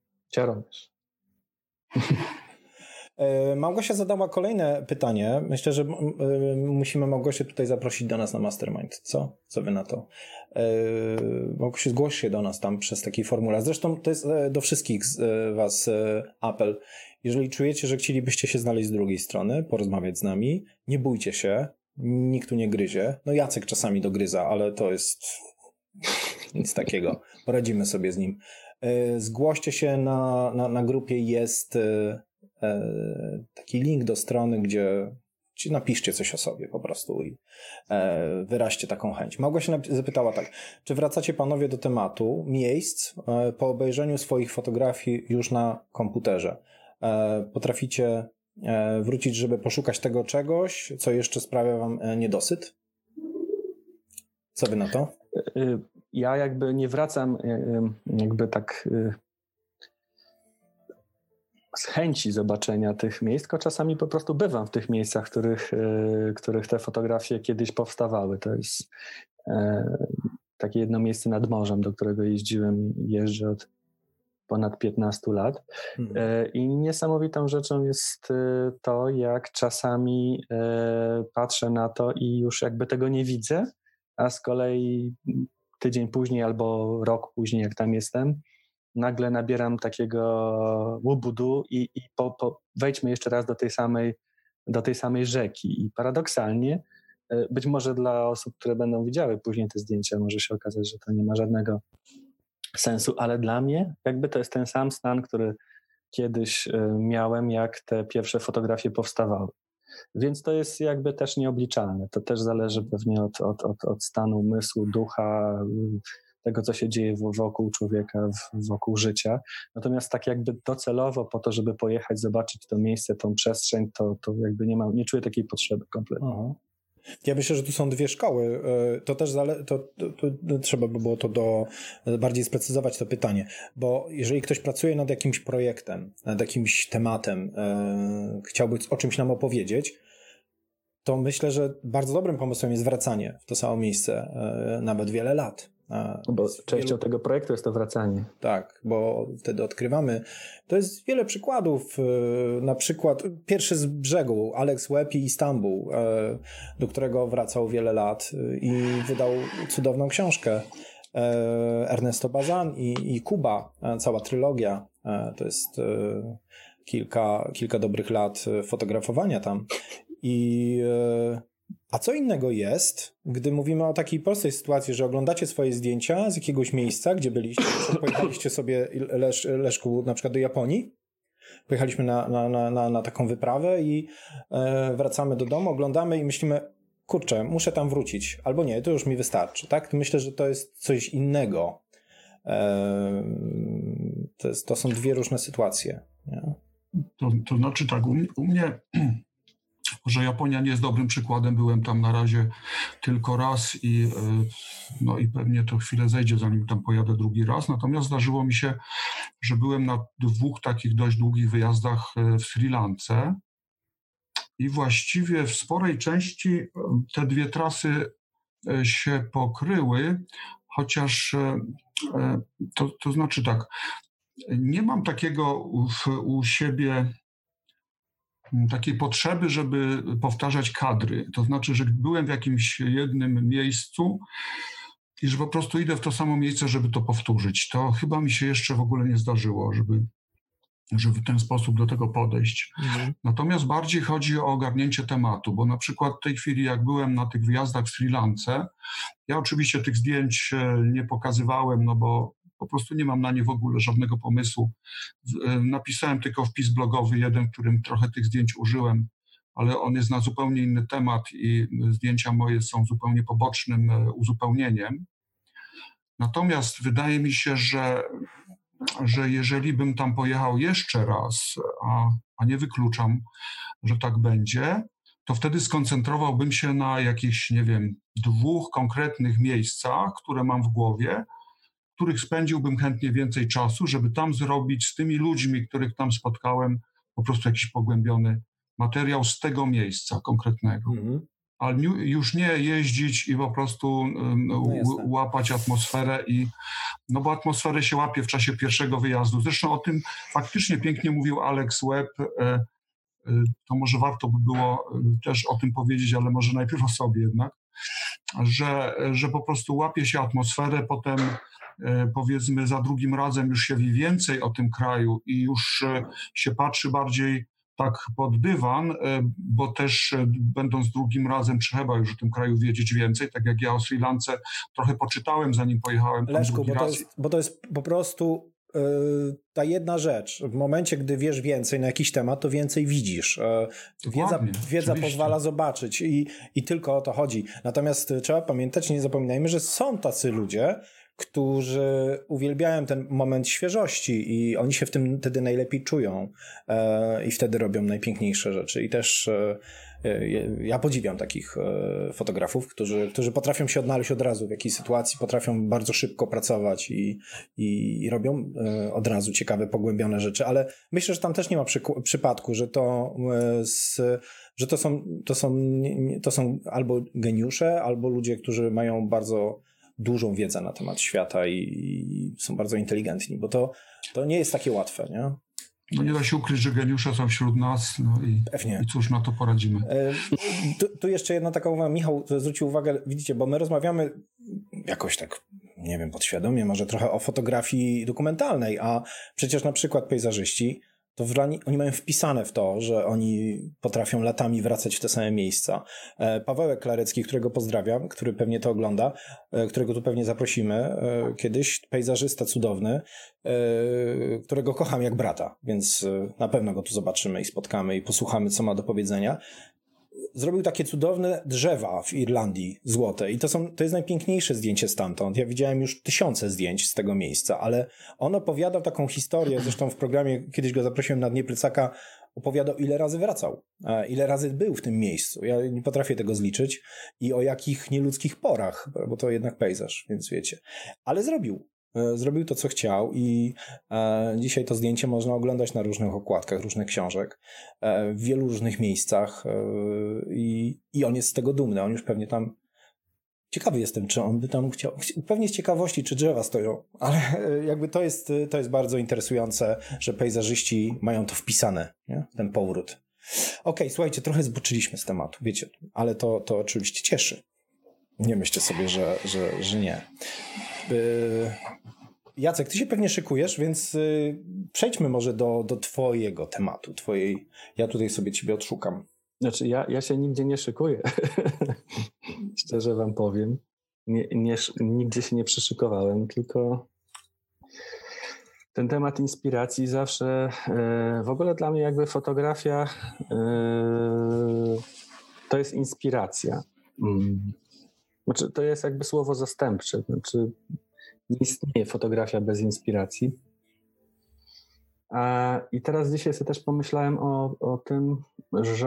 Małgosia zadała kolejne pytanie. Myślę, że musimy Małgosię tutaj zaprosić do nas na Mastermind. Co wy na to? Małgosiu, zgłoś się do nas tam przez taki formularz. Zresztą to jest do wszystkich z was apel. Jeżeli czujecie, że chcielibyście się znaleźć z drugiej strony, porozmawiać z nami, nie bójcie się, nikt tu nie gryzie. No Jacek czasami dogryza, ale to jest nic takiego. Poradzimy sobie z nim. Zgłoście się na grupie, jest taki link do strony, gdzie napiszcie coś o sobie po prostu i wyraźcie taką chęć. Małgosia zapytała tak, czy wracacie panowie do tematu miejsc po obejrzeniu swoich fotografii już na komputerze? Potraficie wrócić, żeby poszukać tego czegoś, co jeszcze sprawia wam niedosyt? Co wy na to? Ja jakby nie wracam jakby tak z chęci zobaczenia tych miejsc, tylko czasami po prostu bywam w tych miejscach, w których te fotografie kiedyś powstawały. To jest takie jedno miejsce nad morzem, do którego jeżdżę od ponad 15 lat. I niesamowitą rzeczą jest to, jak czasami patrzę na to i już jakby tego nie widzę, a z kolei tydzień później albo rok później, jak tam jestem, nagle nabieram takiego łubudu i wejdźmy jeszcze raz do tej samej rzeki. I paradoksalnie, być może dla osób, które będą widziały później te zdjęcia, może się okazać, że to nie ma żadnego sensu, ale dla mnie jakby to jest ten sam stan, który kiedyś miałem, jak te pierwsze fotografie powstawały. Więc to jest jakby też nieobliczalne. To też zależy pewnie od stanu umysłu, ducha, tego, co się dzieje wokół człowieka, wokół życia. Natomiast tak jakby docelowo po to, żeby pojechać, zobaczyć to miejsce, tą przestrzeń, to jakby nie czuję takiej potrzeby kompletnie. Aha. Ja myślę, że tu są dwie szkoły. To też to trzeba by było bardziej sprecyzować to pytanie, bo jeżeli ktoś pracuje nad jakimś projektem, nad jakimś tematem, chciałby o czymś nam opowiedzieć, to myślę, że bardzo dobrym pomysłem jest wracanie w to samo miejsce nawet wiele lat. Bo częścią tego projektu jest to wracanie. Tak, bo wtedy odkrywamy. To jest wiele przykładów. Na przykład pierwszy z brzegu, Alex Webb i Istanbul, do którego wracał wiele lat i wydał cudowną książkę. Ernesto Bazan i Kuba, cała trylogia. To jest kilka dobrych lat fotografowania tam. A co innego jest, gdy mówimy o takiej prostej sytuacji, że oglądacie swoje zdjęcia z jakiegoś miejsca, gdzie byliście, pojechaliście sobie, Leszku, na przykład do Japonii, pojechaliśmy na taką wyprawę i wracamy do domu, oglądamy i myślimy, kurczę, muszę tam wrócić, albo nie, to już mi wystarczy, tak? Myślę, że to jest coś innego. To są dwie różne sytuacje. Nie? To znaczy tak, u mnie... że Japonia nie jest dobrym przykładem. Byłem tam na razie tylko raz i pewnie to chwilę zejdzie, zanim tam pojadę drugi raz. Natomiast zdarzyło mi się, że byłem na 2 takich dość długich wyjazdach w Sri Lance i właściwie w sporej części te 2 trasy się pokryły, chociaż to znaczy tak, nie mam takiego u siebie takiej potrzeby, żeby powtarzać kadry. To znaczy, że byłem w jakimś jednym miejscu i że po prostu idę w to samo miejsce, żeby to powtórzyć. To chyba mi się jeszcze w ogóle nie zdarzyło, żeby w ten sposób do tego podejść. Mhm. Natomiast bardziej chodzi o ogarnięcie tematu, bo na przykład w tej chwili, jak byłem na tych wyjazdach w Sri Lance, ja oczywiście tych zdjęć nie pokazywałem, no bo po prostu nie mam na nie w ogóle żadnego pomysłu. Napisałem tylko wpis blogowy jeden, w którym trochę tych zdjęć użyłem, ale on jest na zupełnie inny temat i zdjęcia moje są zupełnie pobocznym uzupełnieniem. Natomiast wydaje mi się, że jeżeli bym tam pojechał jeszcze raz, a nie wykluczam, że tak będzie, to wtedy skoncentrowałbym się na jakichś, 2 konkretnych miejscach, które mam w głowie, w których spędziłbym chętnie więcej czasu, żeby tam zrobić z tymi ludźmi, których tam spotkałem, po prostu jakiś pogłębiony materiał z tego miejsca konkretnego. Mhm. Ale już nie jeździć i po prostu łapać atmosferę bo atmosferę się łapie w czasie pierwszego wyjazdu. Zresztą o tym faktycznie pięknie mówił Alex Webb. To może warto by było też o tym powiedzieć, ale może najpierw o sobie jednak, że po prostu łapie się atmosferę, potem powiedzmy za drugim razem już się wie więcej o tym kraju i już się patrzy bardziej tak pod dywan, bo też będąc drugim razem trzeba już o tym kraju wiedzieć więcej, tak jak ja o Sri Lance trochę poczytałem, zanim pojechałem tam Leszku, drugi raz. Bo to jest po prostu ta jedna rzecz. W momencie, gdy wiesz więcej na jakiś temat, to więcej widzisz. Wiedza pozwala zobaczyć i tylko o to chodzi. Natomiast trzeba pamiętać, nie zapominajmy, że są tacy ludzie, którzy uwielbiają ten moment świeżości i oni się wtedy najlepiej czują i wtedy robią najpiękniejsze rzeczy. I też ja podziwiam takich fotografów, którzy potrafią się odnaleźć od razu w jakiejś sytuacji, potrafią bardzo szybko pracować i robią od razu ciekawe, pogłębione rzeczy, ale myślę, że tam też nie ma przypadku, że to są albo geniusze, albo ludzie, którzy mają bardzo dużą wiedzę na temat świata i są bardzo inteligentni, bo to nie jest takie łatwe, nie? No nie da się ukryć, że geniusze są wśród nas, i cóż na to poradzimy. Tu jeszcze jedna taka uwaga, Michał zwrócił uwagę, widzicie, bo my rozmawiamy jakoś tak, nie wiem, podświadomie, może trochę o fotografii dokumentalnej, a przecież na przykład pejzażyści, to oni mają wpisane w to, że oni potrafią latami wracać w te same miejsca. Pawełek Klarecki, którego pozdrawiam, który pewnie to ogląda, którego tu pewnie zaprosimy kiedyś, pejzażysta cudowny, którego kocham jak brata, więc na pewno go tu zobaczymy i spotkamy i posłuchamy, co ma do powiedzenia. zrobił takie cudowne drzewa w Irlandii, złote. I to jest najpiękniejsze zdjęcie stamtąd. Ja widziałem już 1000 zdjęć z tego miejsca, ale on opowiadał taką historię, zresztą w programie, kiedyś go zaprosiłem na Dnie Plecaka, opowiadał, ile razy wracał, ile razy był w tym miejscu. Ja nie potrafię tego zliczyć i o jakich nieludzkich porach, bo to jednak pejzaż, więc wiecie. Ale zrobił to, co chciał i dzisiaj to zdjęcie można oglądać na różnych okładkach, różnych książek, w wielu różnych miejscach i on jest z tego dumny. On już pewnie tam... Ciekawy jestem, czy on by tam chciał... Pewnie z ciekawości, czy drzewa stoją, ale jakby to jest bardzo interesujące, że pejzażyści mają to wpisane, nie? Ten powrót. Okej, słuchajcie, trochę zboczyliśmy z tematu, wiecie, ale to oczywiście cieszy. Nie myślcie sobie, że nie. Jacek, ty się pewnie szykujesz, więc przejdźmy może do twojego tematu, ja tutaj sobie ciebie odszukam. Znaczy ja się nigdzie nie szykuję, szczerze wam powiem. Nigdzie się nie przyszykowałem, tylko ten temat inspiracji zawsze, w ogóle dla mnie jakby fotografia to jest inspiracja. Znaczy, to jest jakby słowo zastępcze. Znaczy, nie istnieje fotografia bez inspiracji. I teraz dzisiaj sobie też pomyślałem o tym, że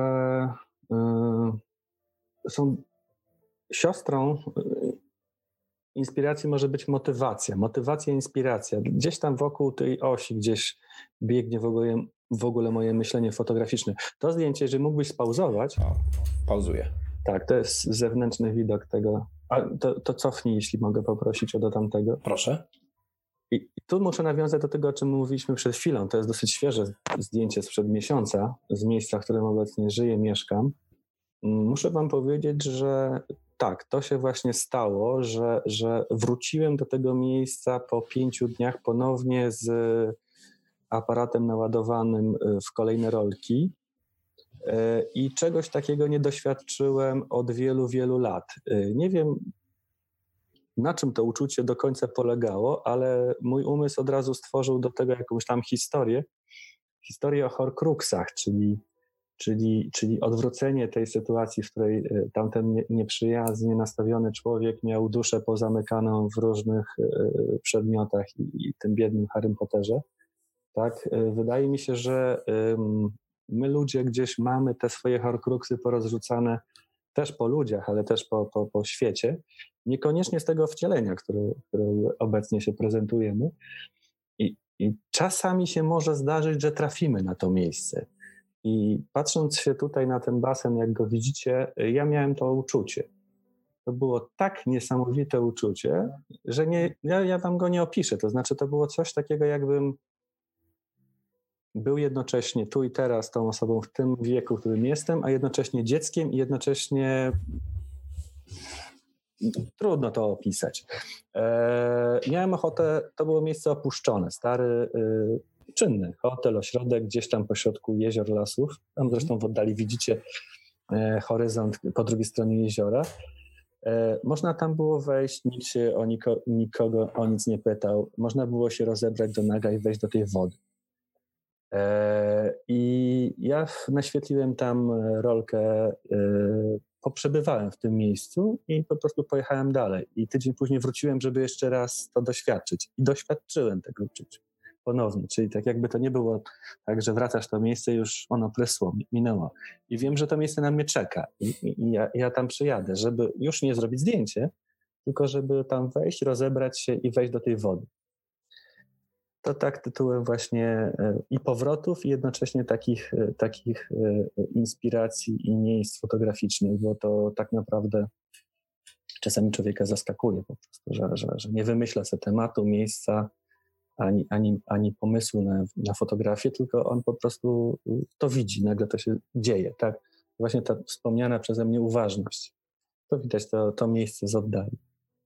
siostrą inspiracji może być motywacja. Motywacja, inspiracja. Gdzieś tam wokół tej osi, gdzieś biegnie w ogóle moje myślenie fotograficzne. To zdjęcie, jeżeli mógłbyś spauzować... Pauzuję. Tak, to jest zewnętrzny widok tego. A to cofnij, jeśli mogę poprosić do tamtego. Proszę. I tu muszę nawiązać do tego, o czym mówiliśmy przed chwilą. To jest dosyć świeże zdjęcie sprzed miesiąca z miejsca, w którym obecnie żyję, mieszkam. Muszę wam powiedzieć, że tak, to się właśnie stało, że wróciłem do tego miejsca po 5 dniach ponownie z aparatem naładowanym w kolejne rolki. I czegoś takiego nie doświadczyłem od wielu, wielu lat. Nie wiem, na czym to uczucie do końca polegało, ale mój umysł od razu stworzył do tego jakąś tam historię o Horcruxach, czyli odwrócenie tej sytuacji, w której tamten nieprzyjaznie nastawiony człowiek miał duszę pozamykaną w różnych przedmiotach i tym biednym Harrym Potterze. Tak? Wydaje mi się, że my ludzie gdzieś mamy te swoje Horcruxy porozrzucane też po ludziach, ale też po świecie. Niekoniecznie z tego wcielenia, które obecnie się prezentujemy. I czasami się może zdarzyć, że trafimy na to miejsce. I patrząc się tutaj na ten basen, jak go widzicie, ja miałem to uczucie. To było tak niesamowite uczucie, że ja wam go nie opiszę. To znaczy, to było coś takiego, jakbym był jednocześnie tu i teraz tą osobą w tym wieku, w którym jestem, a jednocześnie dzieckiem i jednocześnie trudno to opisać. Miałem ochotę, to było miejsce opuszczone, stary, czynny hotel, ośrodek gdzieś tam pośrodku jezior, lasów. Tam zresztą w oddali widzicie horyzont po drugiej stronie jeziora. Można tam było wejść, nikt się nikogo o nic nie pytał. Można było się rozebrać do naga i wejść do tej wody. I ja naświetliłem tam rolkę, poprzebywałem w tym miejscu i po prostu pojechałem dalej. I tydzień później wróciłem, żeby jeszcze raz to doświadczyć. I doświadczyłem tego uczucia ponownie. Czyli tak jakby to nie było tak, że wracasz w to miejsce, już ono prysło, minęło. I wiem, że to miejsce na mnie czeka. I ja tam przyjadę, żeby już nie zrobić zdjęcie, tylko żeby tam wejść, rozebrać się i wejść do tej wody. To tak tytułem właśnie i powrotów, i jednocześnie takich inspiracji i miejsc fotograficznych, bo to tak naprawdę czasami człowieka zaskakuje po prostu, że nie wymyśla sobie tematu, miejsca, ani pomysłu na fotografię, tylko on po prostu to widzi, nagle to się dzieje. Tak? Właśnie ta wspomniana przeze mnie uważność. To widać to miejsce z oddali.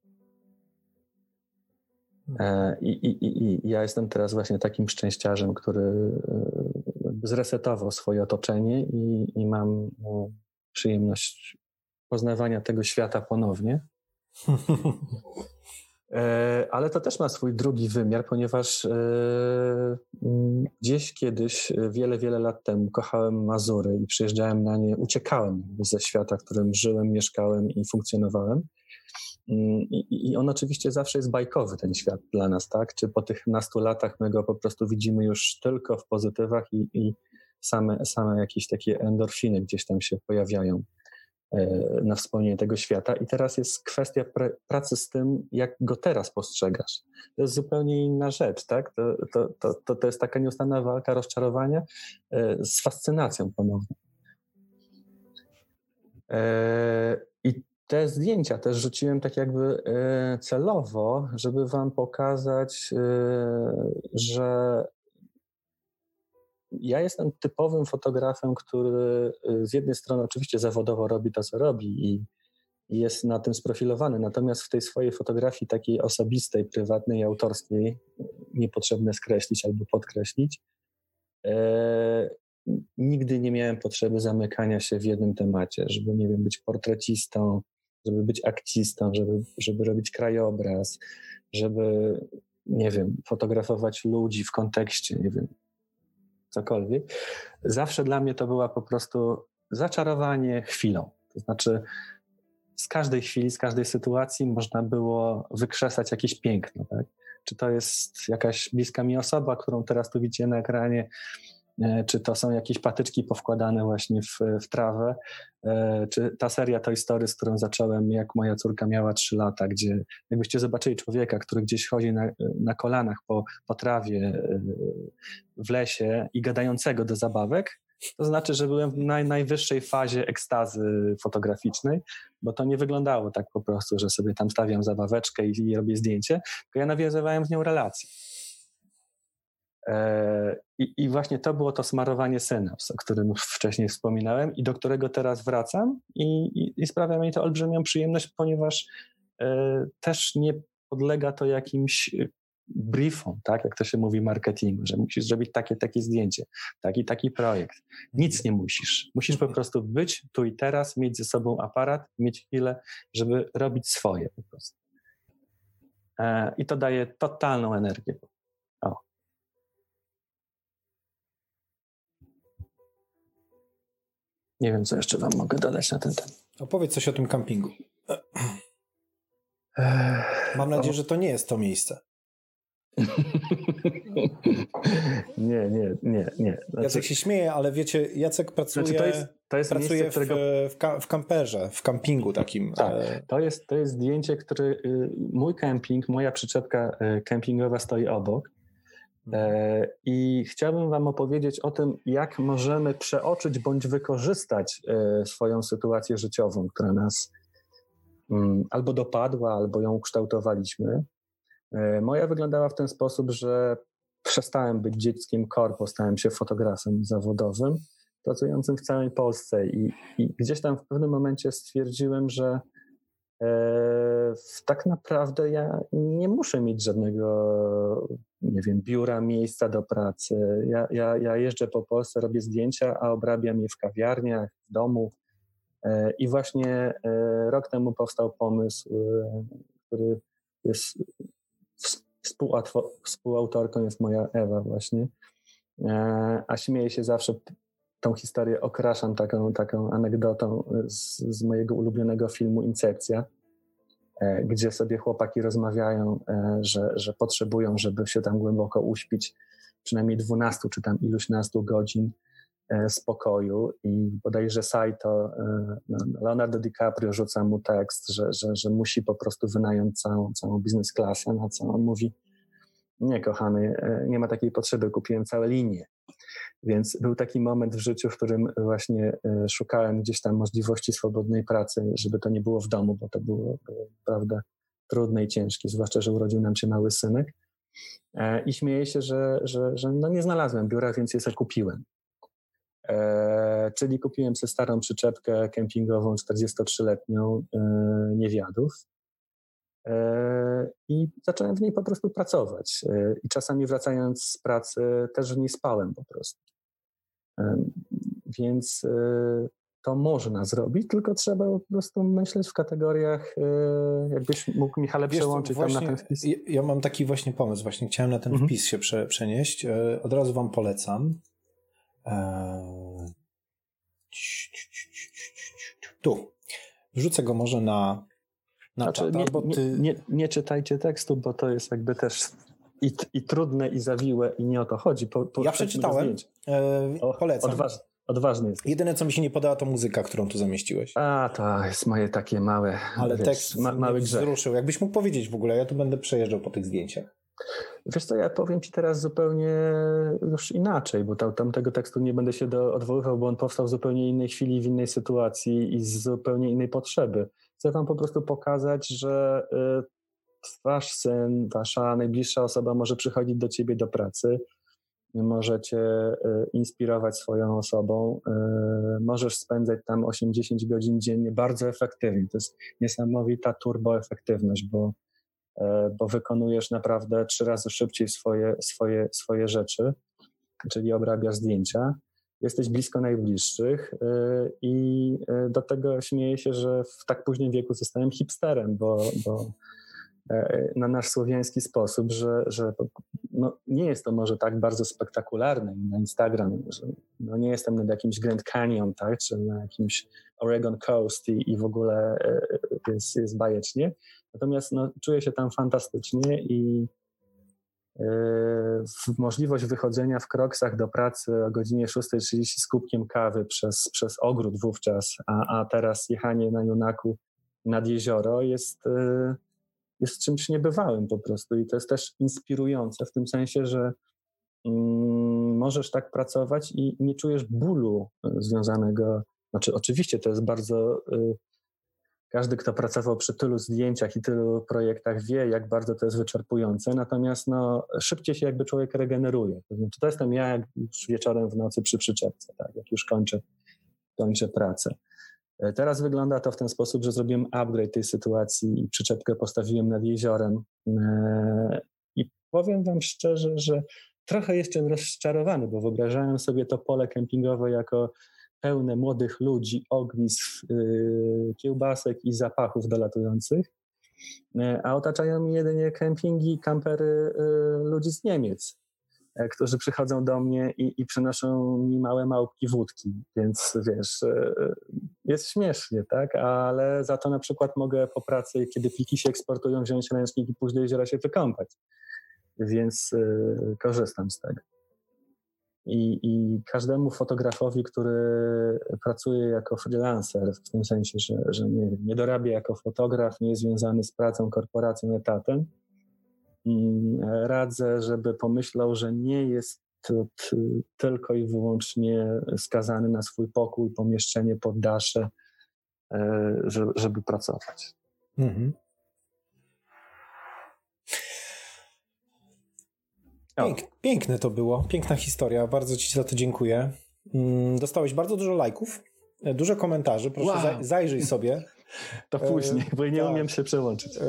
I ja jestem teraz właśnie takim szczęściarzem, który zresetował swoje otoczenie i mam przyjemność poznawania tego świata ponownie. Ale to też ma swój drugi wymiar, ponieważ gdzieś kiedyś, wiele lat temu kochałem Mazury i przyjeżdżałem na nie, uciekałem ze świata, w którym żyłem, mieszkałem i funkcjonowałem. I on oczywiście zawsze jest bajkowy, ten świat dla nas, tak? Czy po tych nastu latach my go po prostu widzimy już tylko w pozytywach i same jakieś takie endorfiny gdzieś tam się pojawiają na wspomnienie tego świata. I teraz jest kwestia pracy z tym, jak go teraz postrzegasz. To jest zupełnie inna rzecz, tak? To jest taka nieustanna walka rozczarowania z fascynacją ponownie. I te zdjęcia też rzuciłem tak jakby celowo, żeby wam pokazać, że ja jestem typowym fotografem, który z jednej strony oczywiście zawodowo robi to, co robi i jest na tym sprofilowany, natomiast w tej swojej fotografii takiej osobistej, prywatnej, autorskiej, niepotrzebne skreślić albo podkreślić, nigdy nie miałem potrzeby zamykania się w jednym temacie, żeby, nie wiem, być portrecistą, żeby być akcistą, żeby robić krajobraz, żeby, nie wiem, fotografować ludzi w kontekście, nie wiem, cokolwiek. Zawsze dla mnie to była po prostu zaczarowanie chwilą. To znaczy z każdej chwili, z każdej sytuacji można było wykrzesać jakieś piękno, tak? Czy to jest jakaś bliska mi osoba, którą teraz tu widzicie na ekranie, czy to są jakieś patyczki powkładane właśnie w trawę, czy ta seria Toy Story, z którą zacząłem, jak moja córka miała 3 lata, gdzie jakbyście zobaczyli człowieka, który gdzieś chodzi na kolanach po trawie w lesie i gadającego do zabawek, to znaczy, że byłem w najwyższej fazie ekstazy fotograficznej, bo to nie wyglądało tak po prostu, że sobie tam stawiam zabaweczkę i robię zdjęcie, tylko ja nawiązywałem z nią relację. I właśnie to było to smarowanie synaps, o którym wcześniej wspominałem i do którego teraz wracam i sprawia mi to olbrzymią przyjemność, ponieważ też nie podlega to jakimś briefom, tak, jak to się mówi w marketingu, że musisz zrobić takie zdjęcie, taki projekt. Nic nie musisz. Musisz po prostu być tu i teraz, mieć ze sobą aparat, mieć chwilę, żeby robić swoje po prostu. I to daje totalną energię. Nie wiem, co jeszcze wam mogę dodać na ten temat. Opowiedz coś o tym kampingu. Mam nadzieję, że to nie jest to miejsce. Nie. Znaczy, Jacek się śmieje, ale wiecie, Jacek pracuje, pracuje w kamperze, w kampingu takim. Tak, to jest zdjęcie, które mój kemping, moja przyczepka kempingowa stoi obok. I chciałbym wam opowiedzieć o tym, jak możemy przeoczyć bądź wykorzystać swoją sytuację życiową, która nas albo dopadła, albo ją ukształtowaliśmy. Moja wyglądała w ten sposób, że przestałem być dzieckiem korpo, stałem się fotografem zawodowym, pracującym w całej Polsce i gdzieś tam w pewnym momencie stwierdziłem, że tak naprawdę ja nie muszę mieć żadnego, nie wiem, biura, miejsca do pracy. Ja jeżdżę po Polsce, robię zdjęcia, a obrabiam je w kawiarniach, w domu. I właśnie rok temu powstał pomysł, który jest współautorką jest moja Ewa właśnie, a śmieję się zawsze, tą historię okraszam taką anegdotą z mojego ulubionego filmu Incepcja, gdzie sobie chłopaki rozmawiają, że potrzebują, żeby się tam głęboko uśpić, przynajmniej 12 czy tam iluś nastu godzin spokoju i bodajże Saito, Leonardo DiCaprio rzuca mu tekst, że musi po prostu wynająć całą biznes klasę, na co on mówi: nie, kochany, nie ma takiej potrzeby, kupiłem całe linie. Więc był taki moment w życiu, w którym właśnie szukałem gdzieś tam możliwości swobodnej pracy, żeby to nie było w domu, bo to było naprawdę trudne i ciężkie, zwłaszcza, że urodził nam się mały synek. I śmieję się, że no nie znalazłem biura, więc je sobie kupiłem. Czyli kupiłem sobie starą przyczepkę kempingową 43-letnią niewiadów i zacząłem w niej po prostu pracować. I czasami wracając z pracy też w niej spałem po prostu. Więc to można zrobić, tylko trzeba po prostu myśleć w kategoriach, jakbyś mógł, Michale, przełączyć właśnie, tam na ten wpis. Ja mam taki właśnie pomysł, właśnie chciałem na ten wpis się przenieść. Od razu wam polecam. Tu. Wrzucę go może na czat. Nie czytajcie tekstu, bo to jest jakby też i trudne, i zawiłe, i nie o to chodzi. Ja przeczytałem. Polecam. Odważny jest. Jedyne, co mi się nie podoba, to muzyka, którą tu zamieściłeś. To jest moje takie małe... Ale tekst mały grzech. wzruszył. Jakbyś mógł powiedzieć w ogóle, ja tu będę przejeżdżał po tych zdjęciach. Wiesz co, ja powiem ci teraz zupełnie już inaczej, bo tamtego tekstu nie będę się odwoływał, bo on powstał w zupełnie innej chwili, w innej sytuacji i z zupełnie innej potrzeby. Chcę wam po prostu pokazać, że wasz syn, wasza najbliższa osoba może przychodzić do ciebie do pracy, możecie inspirować swoją osobą, możesz spędzać tam 8-10 godzin dziennie bardzo efektywnie. To jest niesamowita turboefektywność, bo wykonujesz naprawdę 3 razy szybciej swoje rzeczy, czyli obrabiasz zdjęcia, jesteś blisko najbliższych i do tego śmieję się, że w tak późnym wieku zostałem hipsterem, bo na nasz słowiański sposób, że nie jest to może tak bardzo spektakularne na Instagram, że nie jestem nad jakimś Grand Canyon, tak, czy na jakimś Oregon Coast i w ogóle jest bajecznie. Natomiast czuję się tam fantastycznie i możliwość wychodzenia w kroksach do pracy o godzinie 6:30 z kubkiem kawy przez ogród wówczas, a teraz jechanie na Junaku nad jezioro jest czymś niebywałym po prostu i to jest też inspirujące w tym sensie, że możesz tak pracować i nie czujesz bólu związanego, znaczy oczywiście to jest bardzo, każdy kto pracował przy tylu zdjęciach i tylu projektach wie, jak bardzo to jest wyczerpujące, natomiast szybciej się jakby człowiek regeneruje, to znaczy to jestem ja jak już wieczorem w nocy przy przyczepce, tak, jak już kończę pracę. Teraz wygląda to w ten sposób, że zrobiłem upgrade tej sytuacji i przyczepkę postawiłem nad jeziorem i powiem wam szczerze, że trochę jestem rozczarowany, bo wyobrażałem sobie to pole kempingowe jako pełne młodych ludzi, ognisk, kiełbasek i zapachów dolatujących, a otaczają mnie jedynie kempingi, kampery ludzi z Niemiec, którzy przychodzą do mnie i przynoszą mi małe małpki wódki, więc wiesz, jest śmiesznie, tak, ale za to na przykład mogę po pracy, kiedy pliki się eksportują, wziąć ręcznik i pójść do jeziora się wykąpać, więc korzystam z tego. I każdemu fotografowi, który pracuje jako freelancer, w tym sensie, że nie dorabia jako fotograf, nie jest związany z pracą, korporacją, etatem, radzę, żeby pomyślał, że nie jest tylko i wyłącznie skazany na swój pokój, pomieszczenie, poddasze, żeby pracować. Mhm. Piękne to było, piękna historia, bardzo ci za to dziękuję. Dostałeś bardzo dużo lajków, dużo komentarzy, proszę zajrzyj sobie. To później, bo nie umiem się przełączyć.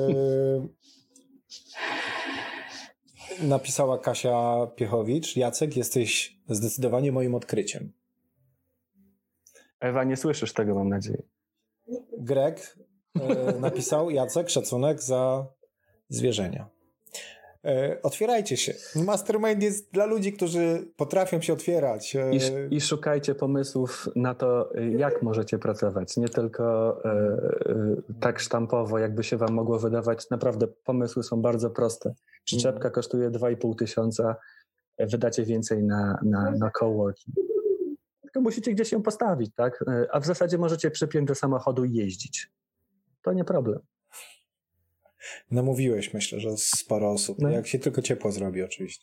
Napisała Kasia Piechowicz: Jacek, jesteś zdecydowanie moim odkryciem. Ewa, nie słyszysz tego, mam nadzieję. Greg napisał: Jacek, szacunek za zwierzenia. Otwierajcie się. Mastermind jest dla ludzi, którzy potrafią się otwierać. I szukajcie pomysłów na to, jak możecie pracować. Nie tylko tak sztampowo, jakby się wam mogło wydawać. Naprawdę pomysły są bardzo proste. Przyczepka kosztuje 2,5 tysiąca, wydacie więcej na coworking. Tylko musicie gdzieś ją postawić, tak? A w zasadzie możecie przypiąć do samochodu i jeździć. To nie problem. Namówiłeś, myślę, że sporo osób. No. Jak się tylko ciepło zrobi, oczywiście.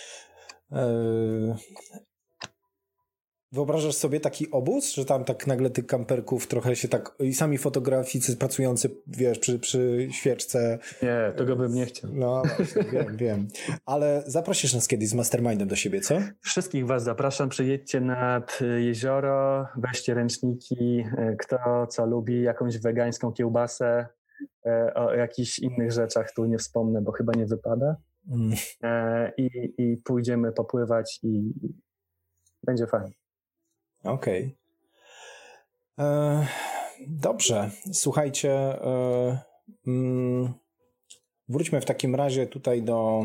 Wyobrażasz sobie taki obóz, że tam tak nagle tych kamperków trochę się tak... I sami fotograficy pracujący, wiesz, przy świeczce. Nie, tego bym nie chciał. No właśnie, wiem. Ale zaprosisz nas kiedyś z Mastermindem do siebie, co? Wszystkich was zapraszam, przyjedźcie nad jezioro, weźcie ręczniki, kto co lubi, jakąś wegańską kiełbasę. O jakichś innych rzeczach tu nie wspomnę, bo chyba nie wypada. I pójdziemy popływać i będzie fajnie. Okej. Dobrze, słuchajcie, wróćmy w takim razie tutaj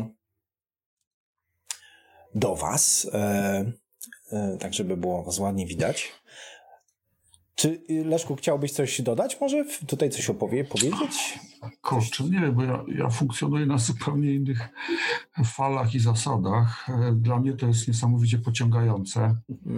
do was, tak żeby było was ładnie widać. Czy Leszku chciałbyś coś dodać? Może tutaj coś powiedzieć? Kurczę, nie, bo ja funkcjonuję na zupełnie innych falach i zasadach. Dla mnie to jest niesamowicie pociągające,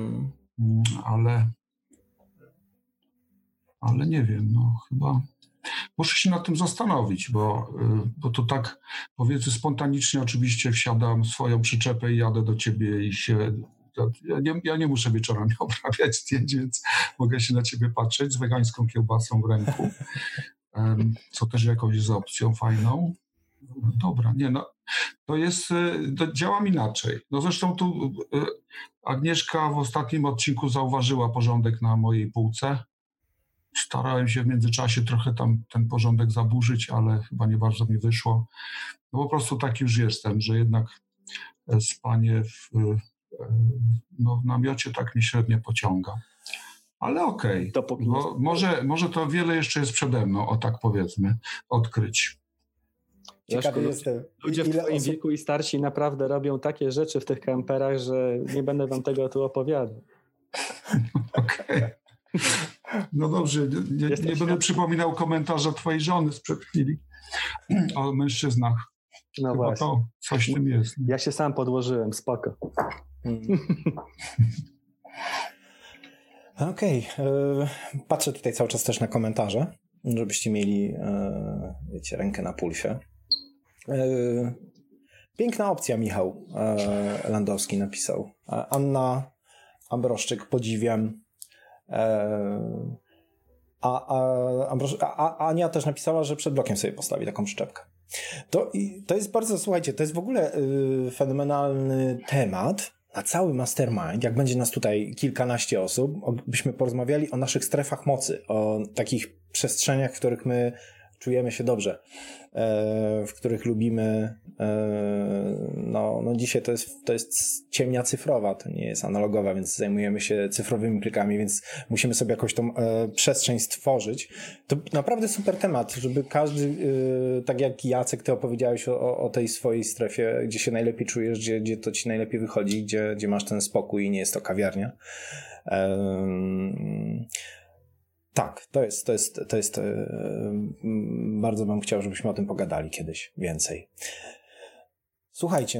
ale nie wiem, no chyba muszę się nad tym zastanowić, bo to tak powiedzmy spontanicznie oczywiście wsiadam w swoją przyczepę i jadę do ciebie i się... Ja nie muszę wieczorami obrabiać zdjęć, więc mogę się na ciebie patrzeć z wegańską kiełbasą w ręku, co też jakąś jest opcją fajną. Dobra, nie no, działam inaczej. No zresztą tu Agnieszka w ostatnim odcinku zauważyła porządek na mojej półce. Starałem się w międzyczasie trochę tam ten porządek zaburzyć, ale chyba nie bardzo mi wyszło. No po prostu tak już jestem, że jednak spanie w namiocie tak mnie średnio pociąga. Ale okej, bo może to wiele jeszcze jest przede mną, o tak powiedzmy, odkryć. Ciekawy jestem. Ludzie w twoim wieku i starsi naprawdę robią takie rzeczy w tych kamperach, że nie będę wam tego tu opowiadał. Okej. No dobrze, nie będę przypominał komentarza twojej żony sprzed chwili o mężczyznach. No chyba właśnie. To coś w tym jest. Ja się sam podłożyłem, spoko. Okej. Patrzę tutaj cały czas też na komentarze, żebyście mieli wiecie, rękę na pulsie. Piękna opcja, Michał Landowski napisał. Anna Ambroszczyk, podziwiam. Ania też napisała, że przed blokiem sobie postawi taką przyczepkę. To jest bardzo, słuchajcie, to jest w ogóle fenomenalny temat na cały mastermind. Jak będzie nas tutaj kilkanaście osób, byśmy porozmawiali o naszych strefach mocy, o takich przestrzeniach, w których my czujemy się dobrze, w których lubimy. No dzisiaj to jest ciemnia cyfrowa, to nie jest analogowa, więc zajmujemy się cyfrowymi plikami, więc musimy sobie jakąś tą przestrzeń stworzyć. To naprawdę super temat, żeby każdy, tak jak Jacek, ty opowiedziałeś o tej swojej strefie, gdzie się najlepiej czujesz, gdzie to ci najlepiej wychodzi, gdzie masz ten spokój i nie jest to kawiarnia. Tak, to jest bardzo bym chciał, żebyśmy o tym pogadali kiedyś więcej. Słuchajcie,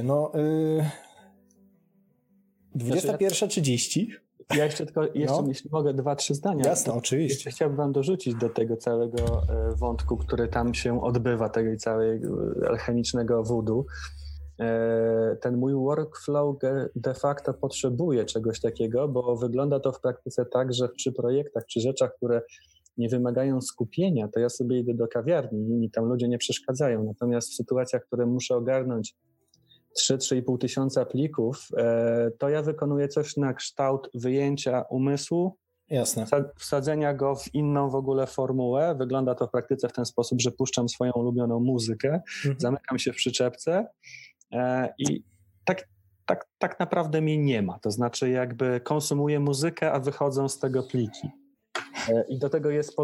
21:30. Ja jeszcze jeśli mogę, 2-3 zdania. Jasne, oczywiście. Jeszcze chciałbym wam dorzucić do tego całego wątku, który tam się odbywa, tego całego alchemicznego voodoo. Ten mój workflow de facto potrzebuje czegoś takiego, bo wygląda to w praktyce tak, że przy projektach, przy rzeczach, które nie wymagają skupienia, to ja sobie idę do kawiarni i mi tam ludzie nie przeszkadzają. Natomiast w sytuacjach, w których muszę ogarnąć 3-3,5 tysiąca plików, to ja wykonuję coś na kształt wyjęcia umysłu, jasne, wsadzenia go w inną w ogóle formułę. Wygląda to w praktyce w ten sposób, że puszczam swoją ulubioną muzykę, zamykam się w przyczepce i tak naprawdę mnie nie ma. To znaczy jakby konsumuję muzykę, a wychodzą z tego pliki. I do tego jest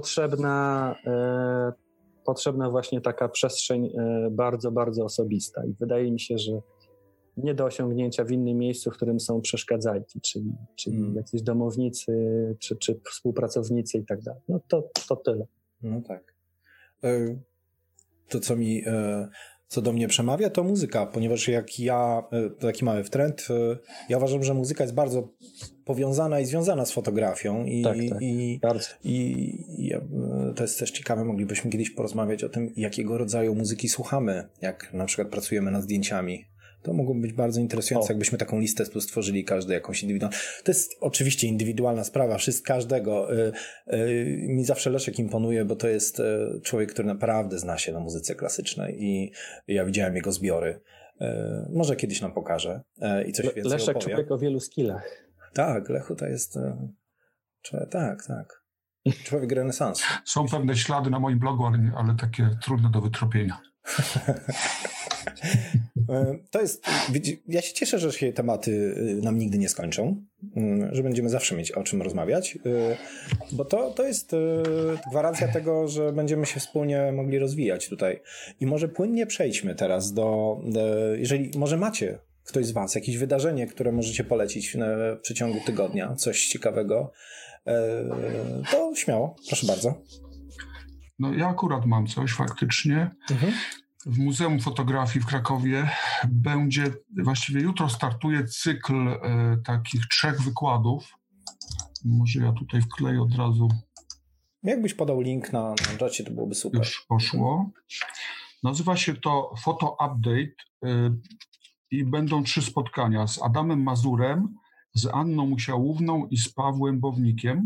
potrzebna właśnie taka przestrzeń bardzo, bardzo osobista. I wydaje mi się, że nie do osiągnięcia w innym miejscu, w którym są przeszkadzajki, czyli jacyś domownicy, czy współpracownicy i tak dalej. No to tyle. No tak. To, co do mnie przemawia, to muzyka, ponieważ jak ja, taki mały wtręt, ja uważam, że muzyka jest bardzo powiązana i związana z fotografią i to jest też ciekawe, moglibyśmy kiedyś porozmawiać o tym, jakiego rodzaju muzyki słuchamy, jak na przykład pracujemy nad zdjęciami. To mogłoby być bardzo interesujące, jakbyśmy taką listę tu stworzyli, każdy jakąś indywidualną. To jest oczywiście indywidualna sprawa, każdego. Mi zawsze Leszek imponuje, bo to jest człowiek, który naprawdę zna się na muzyce klasycznej i ja widziałem jego zbiory. Może kiedyś nam pokaże i coś więcej Leszek opowie. Człowiek o wielu skillach. Tak, Lechu to jest... Tak. Człowiek renesansu. Są pewne ślady na moim blogu, ale takie trudne do wytropienia. To jest, ja się cieszę, że się tematy nam nigdy nie skończą, że będziemy zawsze mieć o czym rozmawiać, bo to jest gwarancja tego, że będziemy się wspólnie mogli rozwijać tutaj. I może płynnie przejdźmy teraz jeżeli może macie ktoś z was jakieś wydarzenie, które możecie polecić w przeciągu tygodnia, coś ciekawego, to śmiało, proszę bardzo. No ja akurat mam coś faktycznie. W Muzeum Fotografii w Krakowie będzie, właściwie jutro startuje cykl takich 3 wykładów. Może ja tutaj wkleję od razu. Jakbyś podał link na czacie, to byłoby super. Już poszło. Nazywa się to Photo Update i będą 3 spotkania z Adamem Mazurem, z Anną Musiałówną i z Pawłem Bownikiem.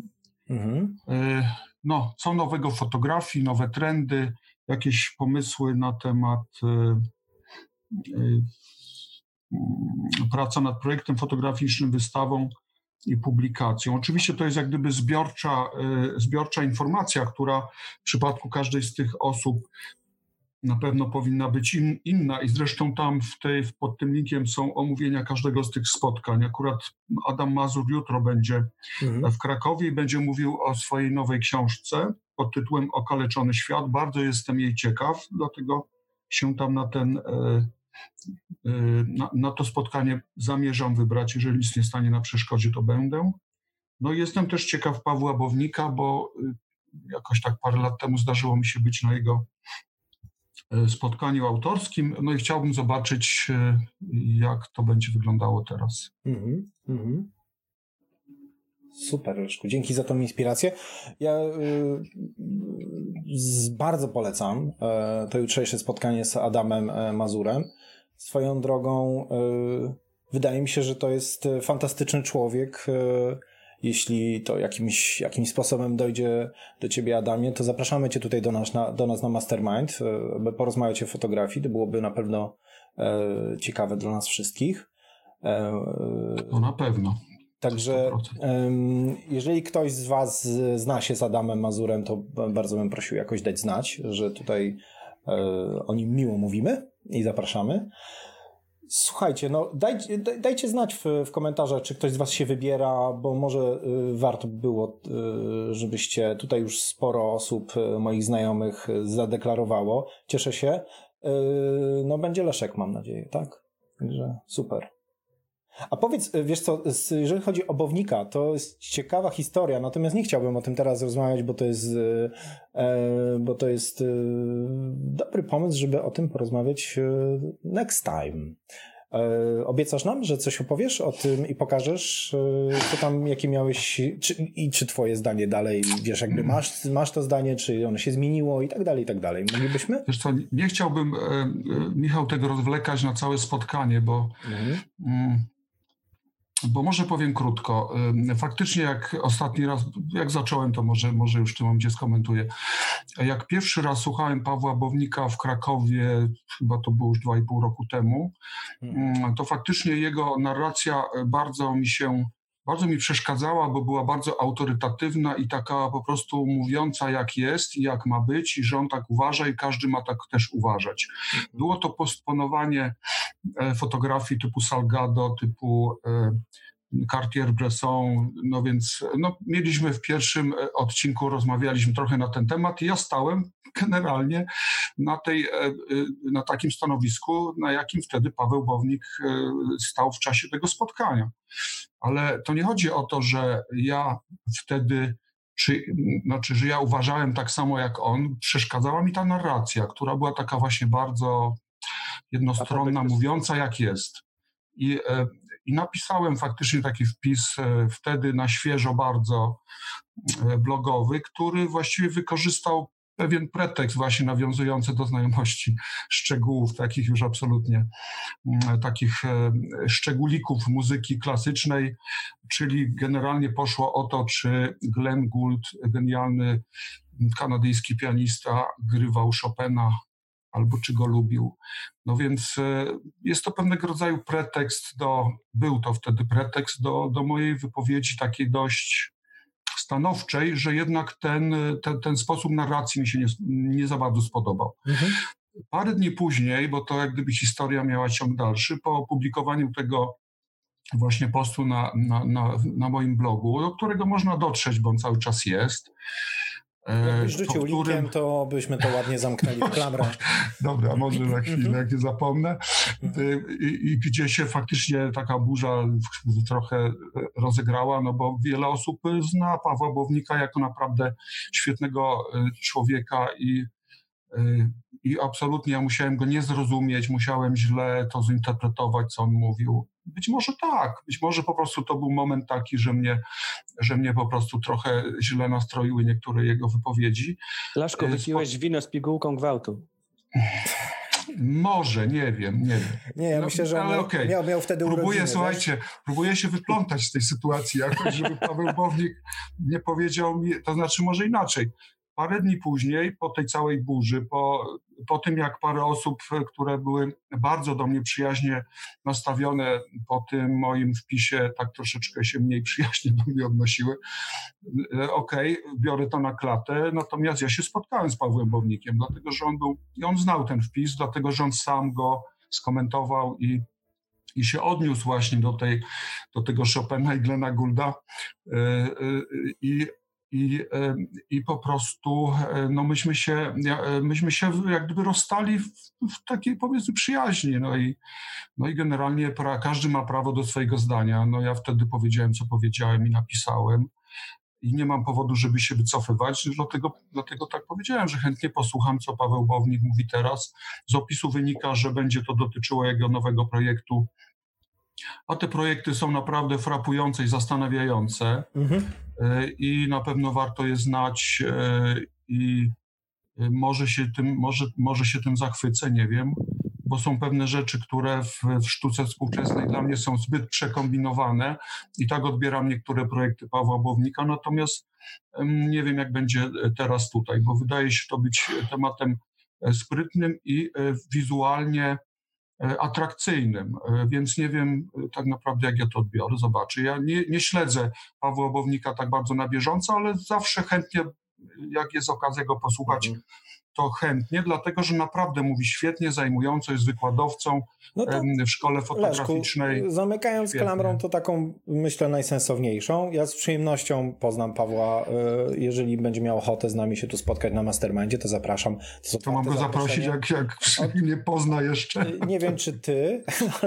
No, co nowego w fotografii, nowe trendy, jakieś pomysły na temat praca nad projektem fotograficznym, wystawą i publikacją. Oczywiście to jest jak gdyby zbiorcza informacja, która w przypadku każdej z tych osób na pewno powinna być inna i zresztą tam pod tym linkiem są omówienia każdego z tych spotkań. Akurat Adam Mazur jutro będzie w Krakowie i będzie mówił o swojej nowej książce pod tytułem Okaleczony świat. Bardzo jestem jej ciekaw, dlatego się tam na to spotkanie zamierzam wybrać. Jeżeli nic nie stanie na przeszkodzie, to będę. No i jestem też ciekaw Pawła Bownika, bo jakoś tak parę lat temu zdarzyło mi się być na jego spotkaniu autorskim, no i chciałbym zobaczyć, jak to będzie wyglądało teraz. Super, Leszku. Dzięki za tą inspirację. Ja bardzo polecam to jutrzejsze spotkanie z Adamem Mazurem. Swoją drogą wydaje mi się, że to jest fantastyczny człowiek. Jeśli to jakimś sposobem dojdzie do ciebie, Adamie, to zapraszamy cię tutaj do nas na Mastermind, by porozmawiać o fotografii. To byłoby na pewno ciekawe dla nas wszystkich. To na pewno. Także 100%. Jeżeli ktoś z was zna się z Adamem Mazurem, to bardzo bym prosił jakoś dać znać, że tutaj o nim miło mówimy i zapraszamy. Słuchajcie, no dajcie znać w komentarzach, czy ktoś z was się wybiera, bo może warto by było, żebyście tutaj już sporo osób, moich znajomych zadeklarowało. Cieszę się. No będzie Leszek, mam nadzieję, tak? Także super. A powiedz, wiesz co, jeżeli chodzi o Bownika, to jest ciekawa historia, natomiast nie chciałbym o tym teraz rozmawiać, bo to jest dobry pomysł, żeby o tym porozmawiać next time. Obiecasz nam, że coś opowiesz o tym i pokażesz, co tam, jakie miałeś, czy twoje zdanie dalej, wiesz, jakby masz to zdanie, czy ono się zmieniło i tak dalej, i tak dalej. Moglibyśmy? Wiesz co, nie chciałbym, Michał, tego rozwlekać na całe spotkanie, bo może powiem krótko. Faktycznie jak ostatni raz, jak zacząłem, to może już w tym momencie skomentuję. Jak pierwszy raz słuchałem Pawła Bownika w Krakowie, chyba to było już 2,5 roku temu, to faktycznie jego narracja bardzo mi przeszkadzała, bo była bardzo autorytatywna i taka po prostu mówiąca, jak jest i jak ma być i że on tak uważa i każdy ma tak też uważać. Było to postponowanie fotografii typu Salgado, typu Cartier-Bresson, no więc mieliśmy w pierwszym odcinku, rozmawialiśmy trochę na ten temat i ja stałem generalnie na takim stanowisku, na jakim wtedy Paweł Bownik stał w czasie tego spotkania. Ale to nie chodzi o to, że ja wtedy, że ja uważałem tak samo jak on, przeszkadzała mi ta narracja, która była taka właśnie bardzo jednostronna, mówiąca jak jest. I napisałem faktycznie taki wpis wtedy na świeżo bardzo blogowy, który właściwie wykorzystał pewien pretekst właśnie nawiązujący do znajomości szczegółów, takich już absolutnie, takich szczególików muzyki klasycznej, czyli generalnie poszło o to, czy Glenn Gould, genialny kanadyjski pianista, grywał Chopina, albo czy go lubił. No więc jest to pewnego rodzaju pretekst był to wtedy pretekst do mojej wypowiedzi takiej dość stanowczej, że jednak ten sposób narracji mi się nie za bardzo spodobał. parę dni później, bo to jak gdyby historia miała ciąg dalszy, po opublikowaniu tego właśnie postu na moim blogu, do którego można dotrzeć, bo on cały czas jest. Jakbyś rzucił linkiem, to byśmy to ładnie zamknęli w klamrę. Dobra, może za chwilę, jak nie zapomnę. I gdzie się faktycznie taka burza trochę rozegrała, no bo wiele osób zna Pawła Błownika jako naprawdę świetnego człowieka i absolutnie ja musiałem go nie zrozumieć, musiałem źle to zinterpretować, co on mówił. Być może tak, być może po prostu to był moment taki, że mnie po prostu trochę źle nastroiły niektóre jego wypowiedzi. Laszko, wypiłeś wino z pigułką gwałtu. Może, nie wiem. Nie, ja myślę, że miał wtedy urodziny. Słuchajcie, próbuję się wyplątać z tej sytuacji jakoś, żeby Paweł Błownik nie powiedział mi, to znaczy może inaczej. Parę dni później, po tej całej burzy, po tym jak parę osób, które były bardzo do mnie przyjaźnie nastawione po tym moim wpisie, tak troszeczkę się mniej przyjaźnie do mnie odnosiły, biorę to na klatę, natomiast ja się spotkałem z Pawłem Błownikiem, dlatego że on znał ten wpis, dlatego że on sam go skomentował i się odniósł właśnie do tego Chopina i Glena Goulda i po prostu no myśmy się jak gdyby rozstali w takiej, powiedzmy, przyjaźni. No i generalnie każdy ma prawo do swojego zdania. No ja wtedy powiedziałem, co powiedziałem i napisałem i nie mam powodu, żeby się wycofywać, dlatego tak powiedziałem, że chętnie posłucham, co Paweł Błownik mówi teraz. Z opisu wynika, że będzie to dotyczyło jego nowego projektu, a te projekty są naprawdę frapujące i zastanawiające. I na pewno warto je znać i może się tym zachwycę, nie wiem, bo są pewne rzeczy, które w sztuce współczesnej dla mnie są zbyt przekombinowane i tak odbieram niektóre projekty Pawła Błownika, natomiast nie wiem, jak będzie teraz tutaj, bo wydaje się to być tematem sprytnym i wizualnie atrakcyjnym, więc nie wiem tak naprawdę, jak ja to odbiorę, zobaczę. Ja nie śledzę Pawła Błownika tak bardzo na bieżąco, ale zawsze chętnie, jak jest okazja go posłuchać, to chętnie, dlatego że naprawdę mówi świetnie, zajmująco, jest wykładowcą w szkole fotograficznej. Leszku, zamykając świetnie. Klamrą to taką, myślę, najsensowniejszą. Ja z przyjemnością poznam Pawła. Jeżeli będzie miał ochotę z nami się tu spotkać na Mastermindzie, to zapraszam. To mam go zaprosić, jak nie pozna jeszcze. Nie wiem, czy ty,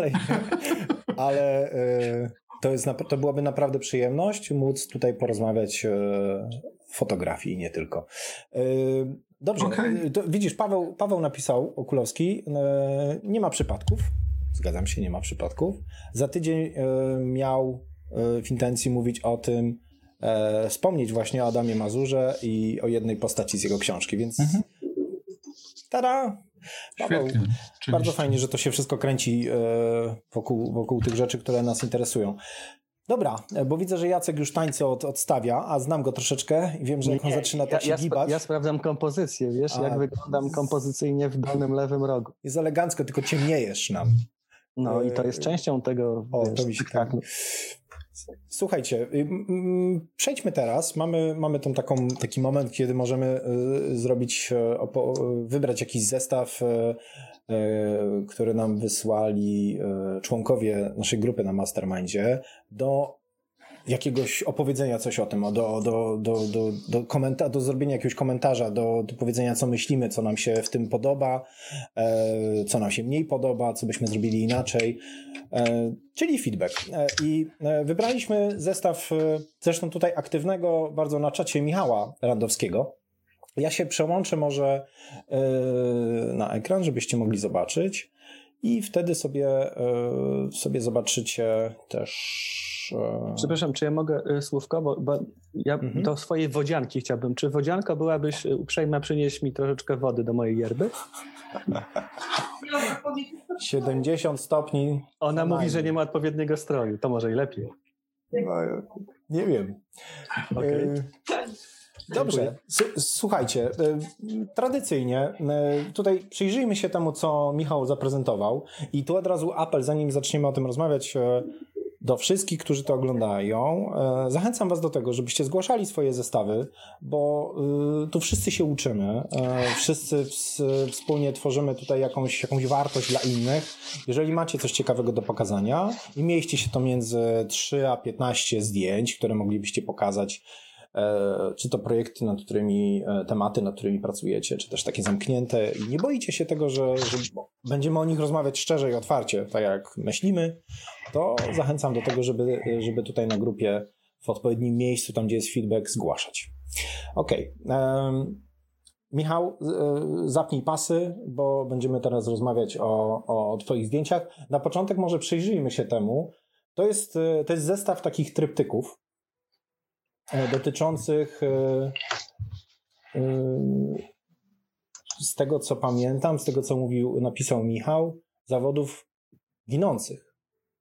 ale to byłaby naprawdę przyjemność móc tutaj porozmawiać o fotografii, nie tylko. Dobrze, to widzisz, Paweł napisał, Okulowski, nie ma przypadków, zgadzam się, nie ma przypadków. Za tydzień miał w intencji mówić o tym, wspomnieć właśnie o Adamie Mazurze i o jednej postaci z jego książki, więc tada! Paweł, bardzo fajnie, że to się wszystko kręci wokół tych rzeczy, które nas interesują. Dobra, bo widzę, że Jacek już tańce odstawia, a znam go troszeczkę i wiem, że jak on zaczyna tak się gibać. Ja sprawdzam kompozycję, wiesz, jak wyglądam kompozycyjnie w dolnym lewym rogu. Jest elegancko, tylko ciemniejesz nam. No i to jest częścią tego spektaklu. Słuchajcie, przejdźmy teraz. Mamy taki moment, kiedy możemy wybrać jakiś zestaw, który nam wysłali członkowie naszej grupy na Mastermindzie, do jakiegoś opowiedzenia coś o tym, do zrobienia jakiegoś komentarza, do powiedzenia, co myślimy, co nam się w tym podoba, co nam się mniej podoba, co byśmy zrobili inaczej, czyli feedback. I wybraliśmy zestaw, zresztą tutaj aktywnego bardzo na czacie, Michała Randowskiego. Ja się przełączę może na ekran, żebyście mogli zobaczyć i wtedy sobie zobaczycie też... Przepraszam, czy ja mogę słówko, bo ja do swojej wodzianki chciałbym. Czy wodzianko byłabyś uprzejma przynieść mi troszeczkę wody do mojej yerby? 70 stopni. Ona mówi, że nie ma odpowiedniego stroju. To może i lepiej. Nie wiem. Okay. Dobrze, słuchajcie, tradycyjnie tutaj przyjrzyjmy się temu, co Michał zaprezentował i tu od razu apel, zanim zaczniemy o tym rozmawiać, do wszystkich, którzy to oglądają, zachęcam was do tego, żebyście zgłaszali swoje zestawy, bo tu wszyscy się uczymy, wszyscy wspólnie tworzymy tutaj jakąś wartość dla innych. Jeżeli macie coś ciekawego do pokazania i mieści się to między 3 a 15 zdjęć, które moglibyście pokazać, czy to projekty, tematy, nad którymi pracujecie, czy też takie zamknięte i nie boicie się tego, że będziemy o nich rozmawiać szczerze i otwarcie, tak jak myślimy, to zachęcam do tego, żeby tutaj na grupie w odpowiednim miejscu, tam gdzie jest feedback, zgłaszać. Okej. Michał, zapnij pasy, bo będziemy teraz rozmawiać o twoich zdjęciach. Na początek może przyjrzyjmy się temu. To jest zestaw takich tryptyków dotyczących, z tego co pamiętam, z tego co napisał Michał, zawodów ginących.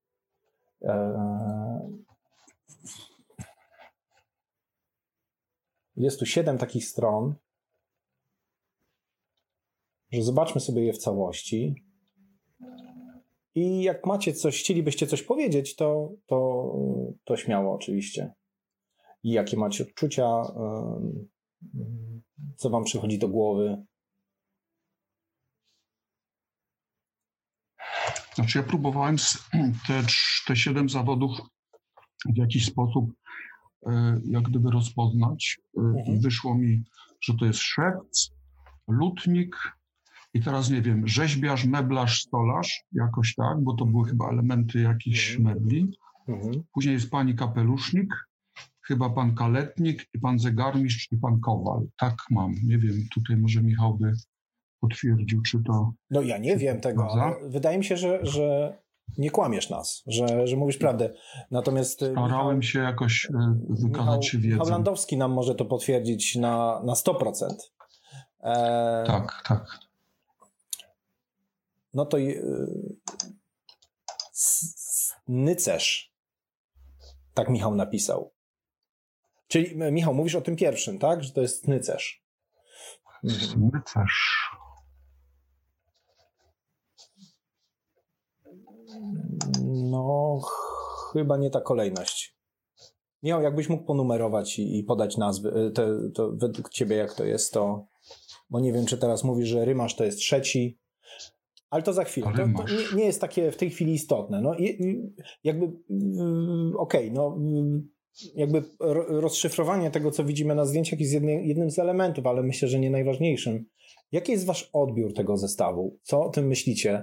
Jest tu 7 takich stron, że zobaczmy sobie je w całości. I jak macie chcielibyście coś powiedzieć, to śmiało oczywiście. I jakie macie odczucia, co wam przychodzi do głowy. Znaczy ja próbowałem te 7 zawodów w jakiś sposób jak gdyby rozpoznać i wyszło mi, że to jest szewc, lutnik i teraz nie wiem, rzeźbiarz, meblarz, stolarz, jakoś tak, bo to były chyba elementy jakichś mebli. Później jest pani kapelusznik, chyba pan kaletnik i pan zegarmistrz i pan kowal. Tak mam. Nie wiem, tutaj może Michał by potwierdził, czy to... No ja nie wiem tego, ale wydaje mi się, że nie kłamiesz nas, że mówisz prawdę. Natomiast starałem się jakoś wykazać się wiedzą. Michał Landowski nam może to potwierdzić na 100%. Tak. No to nycerz. Tak Michał napisał. Czyli Michał, mówisz o tym pierwszym, tak? Że to jest nycerz. Nycerz. No, chyba nie ta kolejność. Michał, jakbyś mógł ponumerować i podać nazwy, to według ciebie jak to jest, to... Bo nie wiem, czy teraz mówisz, że rymarz to jest 3, ale to za chwilę. To nie jest takie w tej chwili istotne. No, jakby jakby rozszyfrowanie tego, co widzimy na zdjęciach jest jednym z elementów, ale myślę, że nie najważniejszym. Jaki jest wasz odbiór tego zestawu? Co o tym myślicie?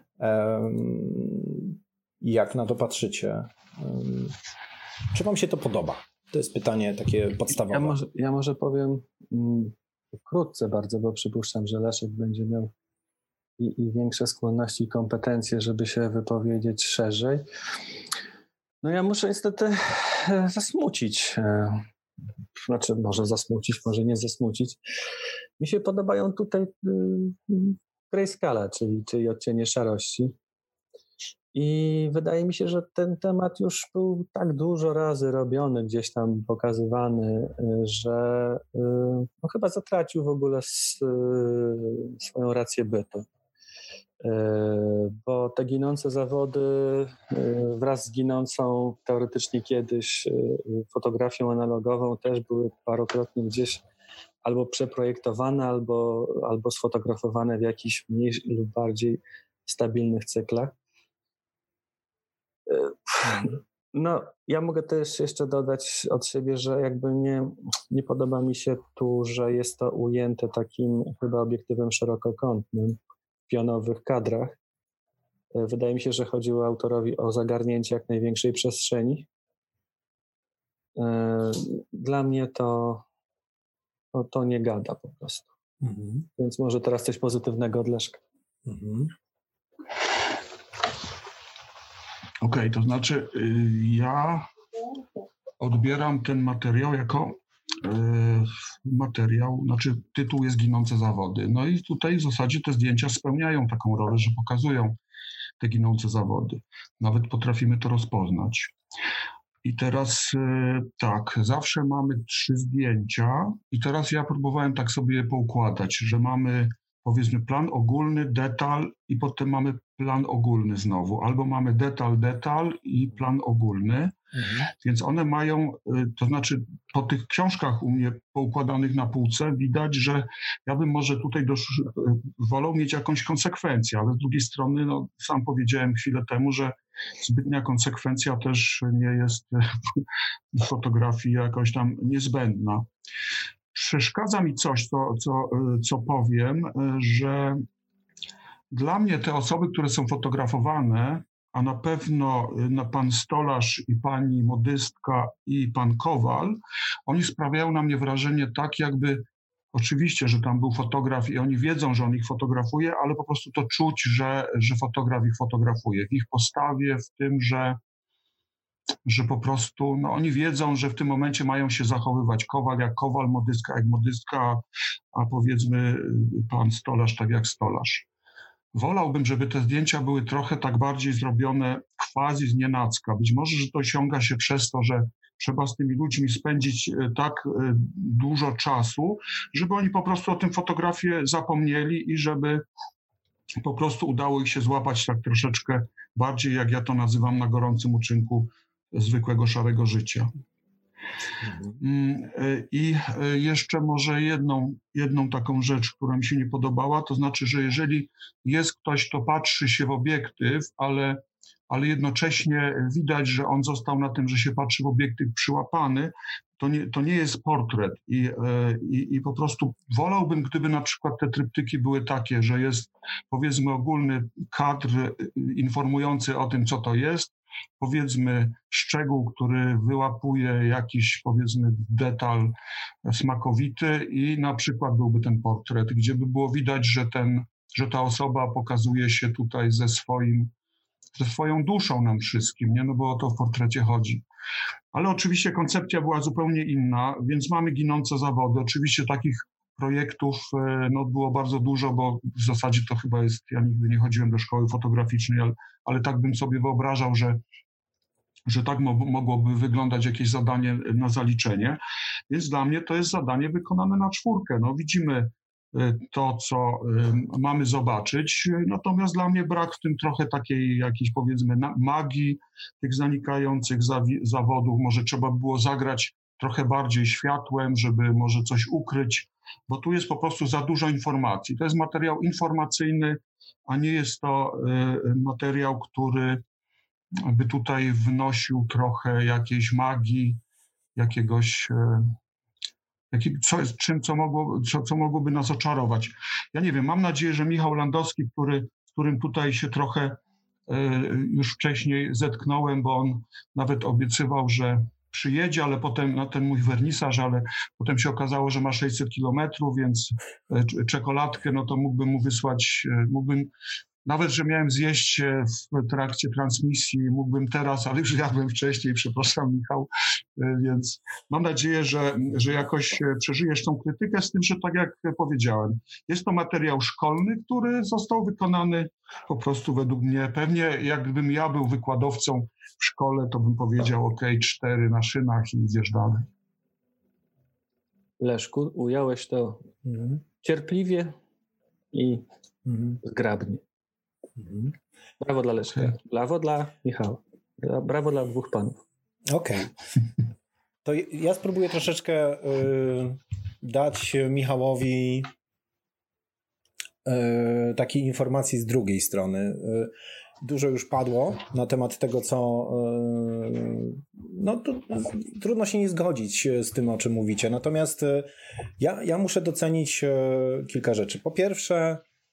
Jak na to patrzycie? Czy wam się to podoba? To jest pytanie takie podstawowe. Ja może powiem wkrótce bardzo, bo przypuszczam, że Leszek będzie miał i większe skłonności i kompetencje, żeby się wypowiedzieć szerzej. No ja muszę niestety zasmucić. Znaczy może zasmucić, może nie zasmucić. Mi się podobają tutaj grayscale, czyli odcienie szarości. I wydaje mi się, że ten temat już był tak dużo razy robiony, gdzieś tam pokazywany, że no chyba zatracił w ogóle swoją rację bytu. Bo te ginące zawody wraz z ginącą teoretycznie kiedyś fotografią analogową też były parokrotnie gdzieś albo przeprojektowane, albo sfotografowane w jakichś mniej lub bardziej stabilnych cyklach. No, ja mogę też jeszcze dodać od siebie, że jakby nie podoba mi się tu, że jest to ujęte takim chyba obiektywem szerokokątnym w pionowych kadrach. Wydaje mi się, że chodziło autorowi o zagarnięcie jak największej przestrzeni. Dla mnie to nie gada po prostu. Więc może teraz coś pozytywnego od Leszka. Okej, to znaczy ja odbieram ten materiał jako znaczy tytuł jest Ginące zawody. No i tutaj w zasadzie te zdjęcia spełniają taką rolę, że pokazują te ginące zawody. Nawet potrafimy to rozpoznać. I teraz tak, zawsze mamy 3 zdjęcia i teraz ja próbowałem tak sobie poukładać, że mamy powiedzmy plan ogólny, detal i potem mamy plan ogólny znowu. Albo mamy detal i plan ogólny. Więc one mają, to znaczy po tych książkach u mnie poukładanych na półce widać, że ja bym może tutaj wolał mieć jakąś konsekwencję, ale z drugiej strony, no, sam powiedziałem chwilę temu, że zbytnia konsekwencja też nie jest w fotografii jakoś tam niezbędna. Przeszkadza mi coś, co powiem, że dla mnie te osoby, które są fotografowane, a na pewno pan stolarz i pani modystka i pan Kowal, oni sprawiają na mnie wrażenie tak, jakby oczywiście, że tam był fotograf i oni wiedzą, że on ich fotografuje, ale po prostu to czuć, że fotograf ich fotografuje. W ich postawie, w tym, że po prostu no, oni wiedzą, że w tym momencie mają się zachowywać. Kowal jak kowal, modystka jak modystka, a powiedzmy pan stolarz tak jak stolarz. Wolałbym, żeby te zdjęcia były trochę tak bardziej zrobione quasi znienacka. Być może, że to osiąga się przez to, że trzeba z tymi ludźmi spędzić tak dużo czasu, żeby oni po prostu o tym fotografię zapomnieli i żeby po prostu udało ich się złapać tak troszeczkę bardziej, jak ja to nazywam, na gorącym uczynku zwykłego szarego życia. I jeszcze może jedną taką rzecz, która mi się nie podobała, to znaczy, że jeżeli jest ktoś, kto patrzy się w obiektyw, ale jednocześnie widać, że on został na tym, że się patrzy w obiektyw przyłapany, to nie jest portret. I po prostu wolałbym, gdyby na przykład te tryptyki były takie, że jest powiedzmy ogólny kadr informujący o tym, co to jest, powiedzmy szczegół, który wyłapuje jakiś powiedzmy detal smakowity i na przykład byłby ten portret, gdzie by było widać, że ta osoba pokazuje się tutaj ze swoją duszą nam wszystkim, nie? No bo o to w portrecie chodzi. Ale oczywiście koncepcja była zupełnie inna, więc mamy ginące zawody. Oczywiście takich projektów no, było bardzo dużo, bo w zasadzie to chyba jest, ja nigdy nie chodziłem do szkoły fotograficznej, ale tak bym sobie wyobrażał, że tak mogłoby wyglądać jakieś zadanie na zaliczenie. Więc dla mnie to jest zadanie wykonane na 4. No, widzimy to, co mamy zobaczyć, natomiast dla mnie brak w tym trochę takiej jakiejś powiedzmy magii tych zanikających zawodów. Może trzeba było zagrać trochę bardziej światłem, żeby może coś ukryć, bo tu jest po prostu za dużo informacji. To jest materiał informacyjny, a nie jest to materiał, który by tutaj wnosił trochę jakiejś magii, jakiegoś co mogłoby nas oczarować. Ja nie wiem, mam nadzieję, że Michał Landowski, z którym tutaj się trochę już wcześniej zetknąłem, bo on nawet obiecywał, że przyjedzie, ale potem na ten mój wernisaż, ale potem się okazało, że ma 600 kilometrów, więc czekoladkę, no to mógłbym mu wysłać, nawet, że miałem zjeść w trakcie transmisji, mógłbym teraz, ale już jadłem wcześniej, przepraszam Michał, więc mam nadzieję, że jakoś przeżyjesz tą krytykę, z tym, że tak jak powiedziałem, jest to materiał szkolny, który został wykonany po prostu według mnie, pewnie jakbym ja był wykładowcą w szkole, to bym powiedział OK, 4 na szynach i idziesz dalej. Leszku, ująłeś to cierpliwie i zgrabnie. Brawo dla Leszka, brawo dla Michała, brawo dla 2 panów. Okej. To ja spróbuję troszeczkę dać Michałowi takiej informacji z drugiej strony. Dużo już padło na temat tego, co no trudno się nie zgodzić z tym, o czym mówicie. Natomiast ja muszę docenić kilka rzeczy. Po pierwsze,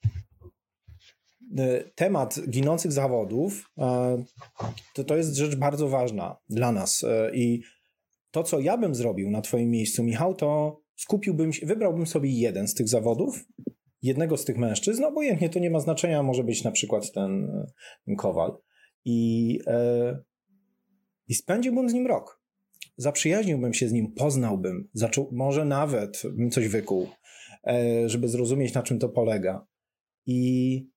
temat ginących zawodów to jest rzecz bardzo ważna dla nas i to, co ja bym zrobił na twoim miejscu, Michał, to wybrałbym sobie jeden z tych zawodów, jednego z tych mężczyzn, obojętnie, to nie ma znaczenia, może być na przykład ten Kowal i spędziłbym z nim rok. Zaprzyjaźniłbym się z nim, poznałbym, może nawet bym coś wykuł, żeby zrozumieć, na czym to polega. I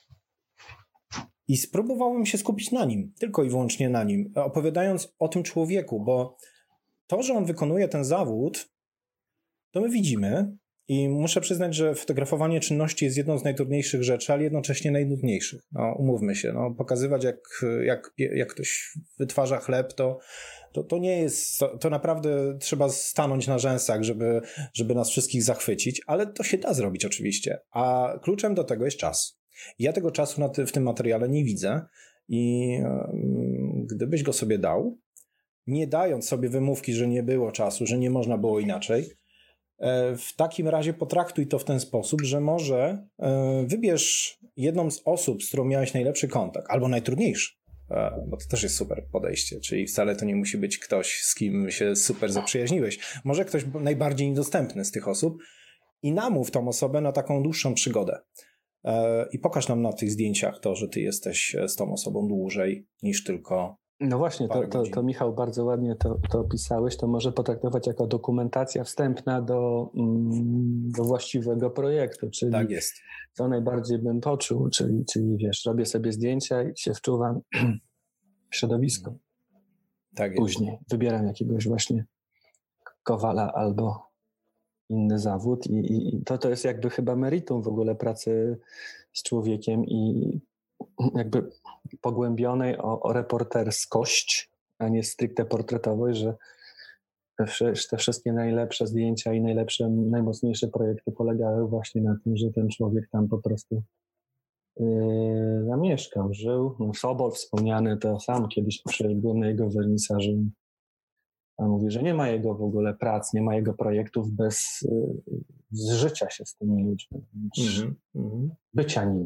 spróbowałem się skupić na nim, tylko i wyłącznie na nim, opowiadając o tym człowieku, bo to, że on wykonuje ten zawód, to my widzimy I muszę przyznać, że fotografowanie czynności jest jedną z najtrudniejszych rzeczy, ale jednocześnie najnudniejszych. No, umówmy się, no, pokazywać jak ktoś wytwarza chleb, to nie jest, to naprawdę trzeba stanąć na rzęsach, żeby nas wszystkich zachwycić, ale to się da zrobić oczywiście, a kluczem do tego jest czas. Ja tego czasu w tym materiale nie widzę i gdybyś go sobie dał, nie dając sobie wymówki, że nie było czasu, że nie można było inaczej, w takim razie potraktuj to w ten sposób, że może wybierz jedną z osób, z którą miałeś najlepszy kontakt, albo najtrudniejszy, bo to też jest super podejście, czyli wcale to nie musi być ktoś, z kim się super zaprzyjaźniłeś. Może ktoś najbardziej niedostępny z tych osób i namów tą osobę na taką dłuższą przygodę. I pokaż nam na tych zdjęciach to, że ty jesteś z tą osobą dłużej niż tylko... No właśnie, to Michał bardzo ładnie to opisałeś. To może potraktować jako dokumentacja wstępna do właściwego projektu, czyli tak jest. Co najbardziej bym poczuł, czyli wiesz, robię sobie zdjęcia i się wczuwam w środowisko. Tak jest. Później wybieram jakiegoś właśnie kowala albo inny zawód i to jest jakby chyba meritum w ogóle pracy z człowiekiem i jakby pogłębionej o reporterskość, a nie stricte portretowość, że te wszystkie najlepsze zdjęcia i najmocniejsze projekty polegały właśnie na tym, że ten człowiek tam po prostu zamieszkał, żył. No, Sobol wspomniany, to sam kiedyś przecież byłem na jego wernisażu. On mówi, że nie ma jego w ogóle prac, nie ma jego projektów bez zżycia się z tymi ludźmi, bycia nimi.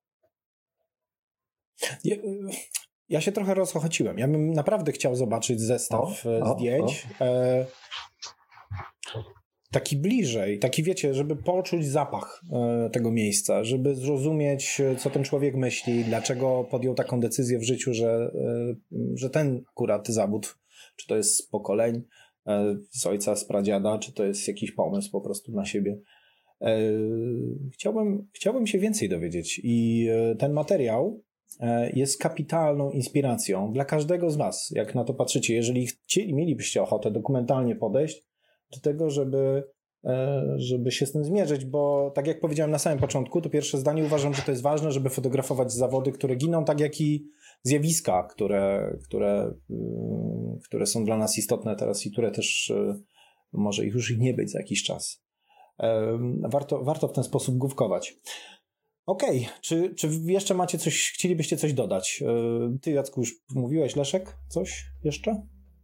Ja się trochę rozchochociłem. Ja bym naprawdę chciał zobaczyć zestaw zdjęć. Taki bliżej, taki wiecie, żeby poczuć zapach tego miejsca, żeby zrozumieć, co ten człowiek myśli, dlaczego podjął taką decyzję w życiu, że ten akurat zawód, czy to jest z pokoleń, z ojca, z pradziada, czy to jest jakiś pomysł po prostu na siebie. Chciałbym się więcej dowiedzieć i ten materiał jest kapitalną inspiracją dla każdego z was, jak na to patrzycie. Jeżeli mielibyście ochotę dokumentalnie podejść do tego, żeby się z tym zmierzyć, bo tak jak powiedziałem na samym początku, to pierwsze zdanie, uważam, że to jest ważne, żeby fotografować zawody, które giną, tak jak i zjawiska, które są dla nas istotne teraz i które też może ich już nie być za jakiś czas. Warto w ten sposób główkować. Okej, czy jeszcze macie coś, chcielibyście coś dodać? Ty, Jacku, już mówiłeś, Leszek, coś jeszcze?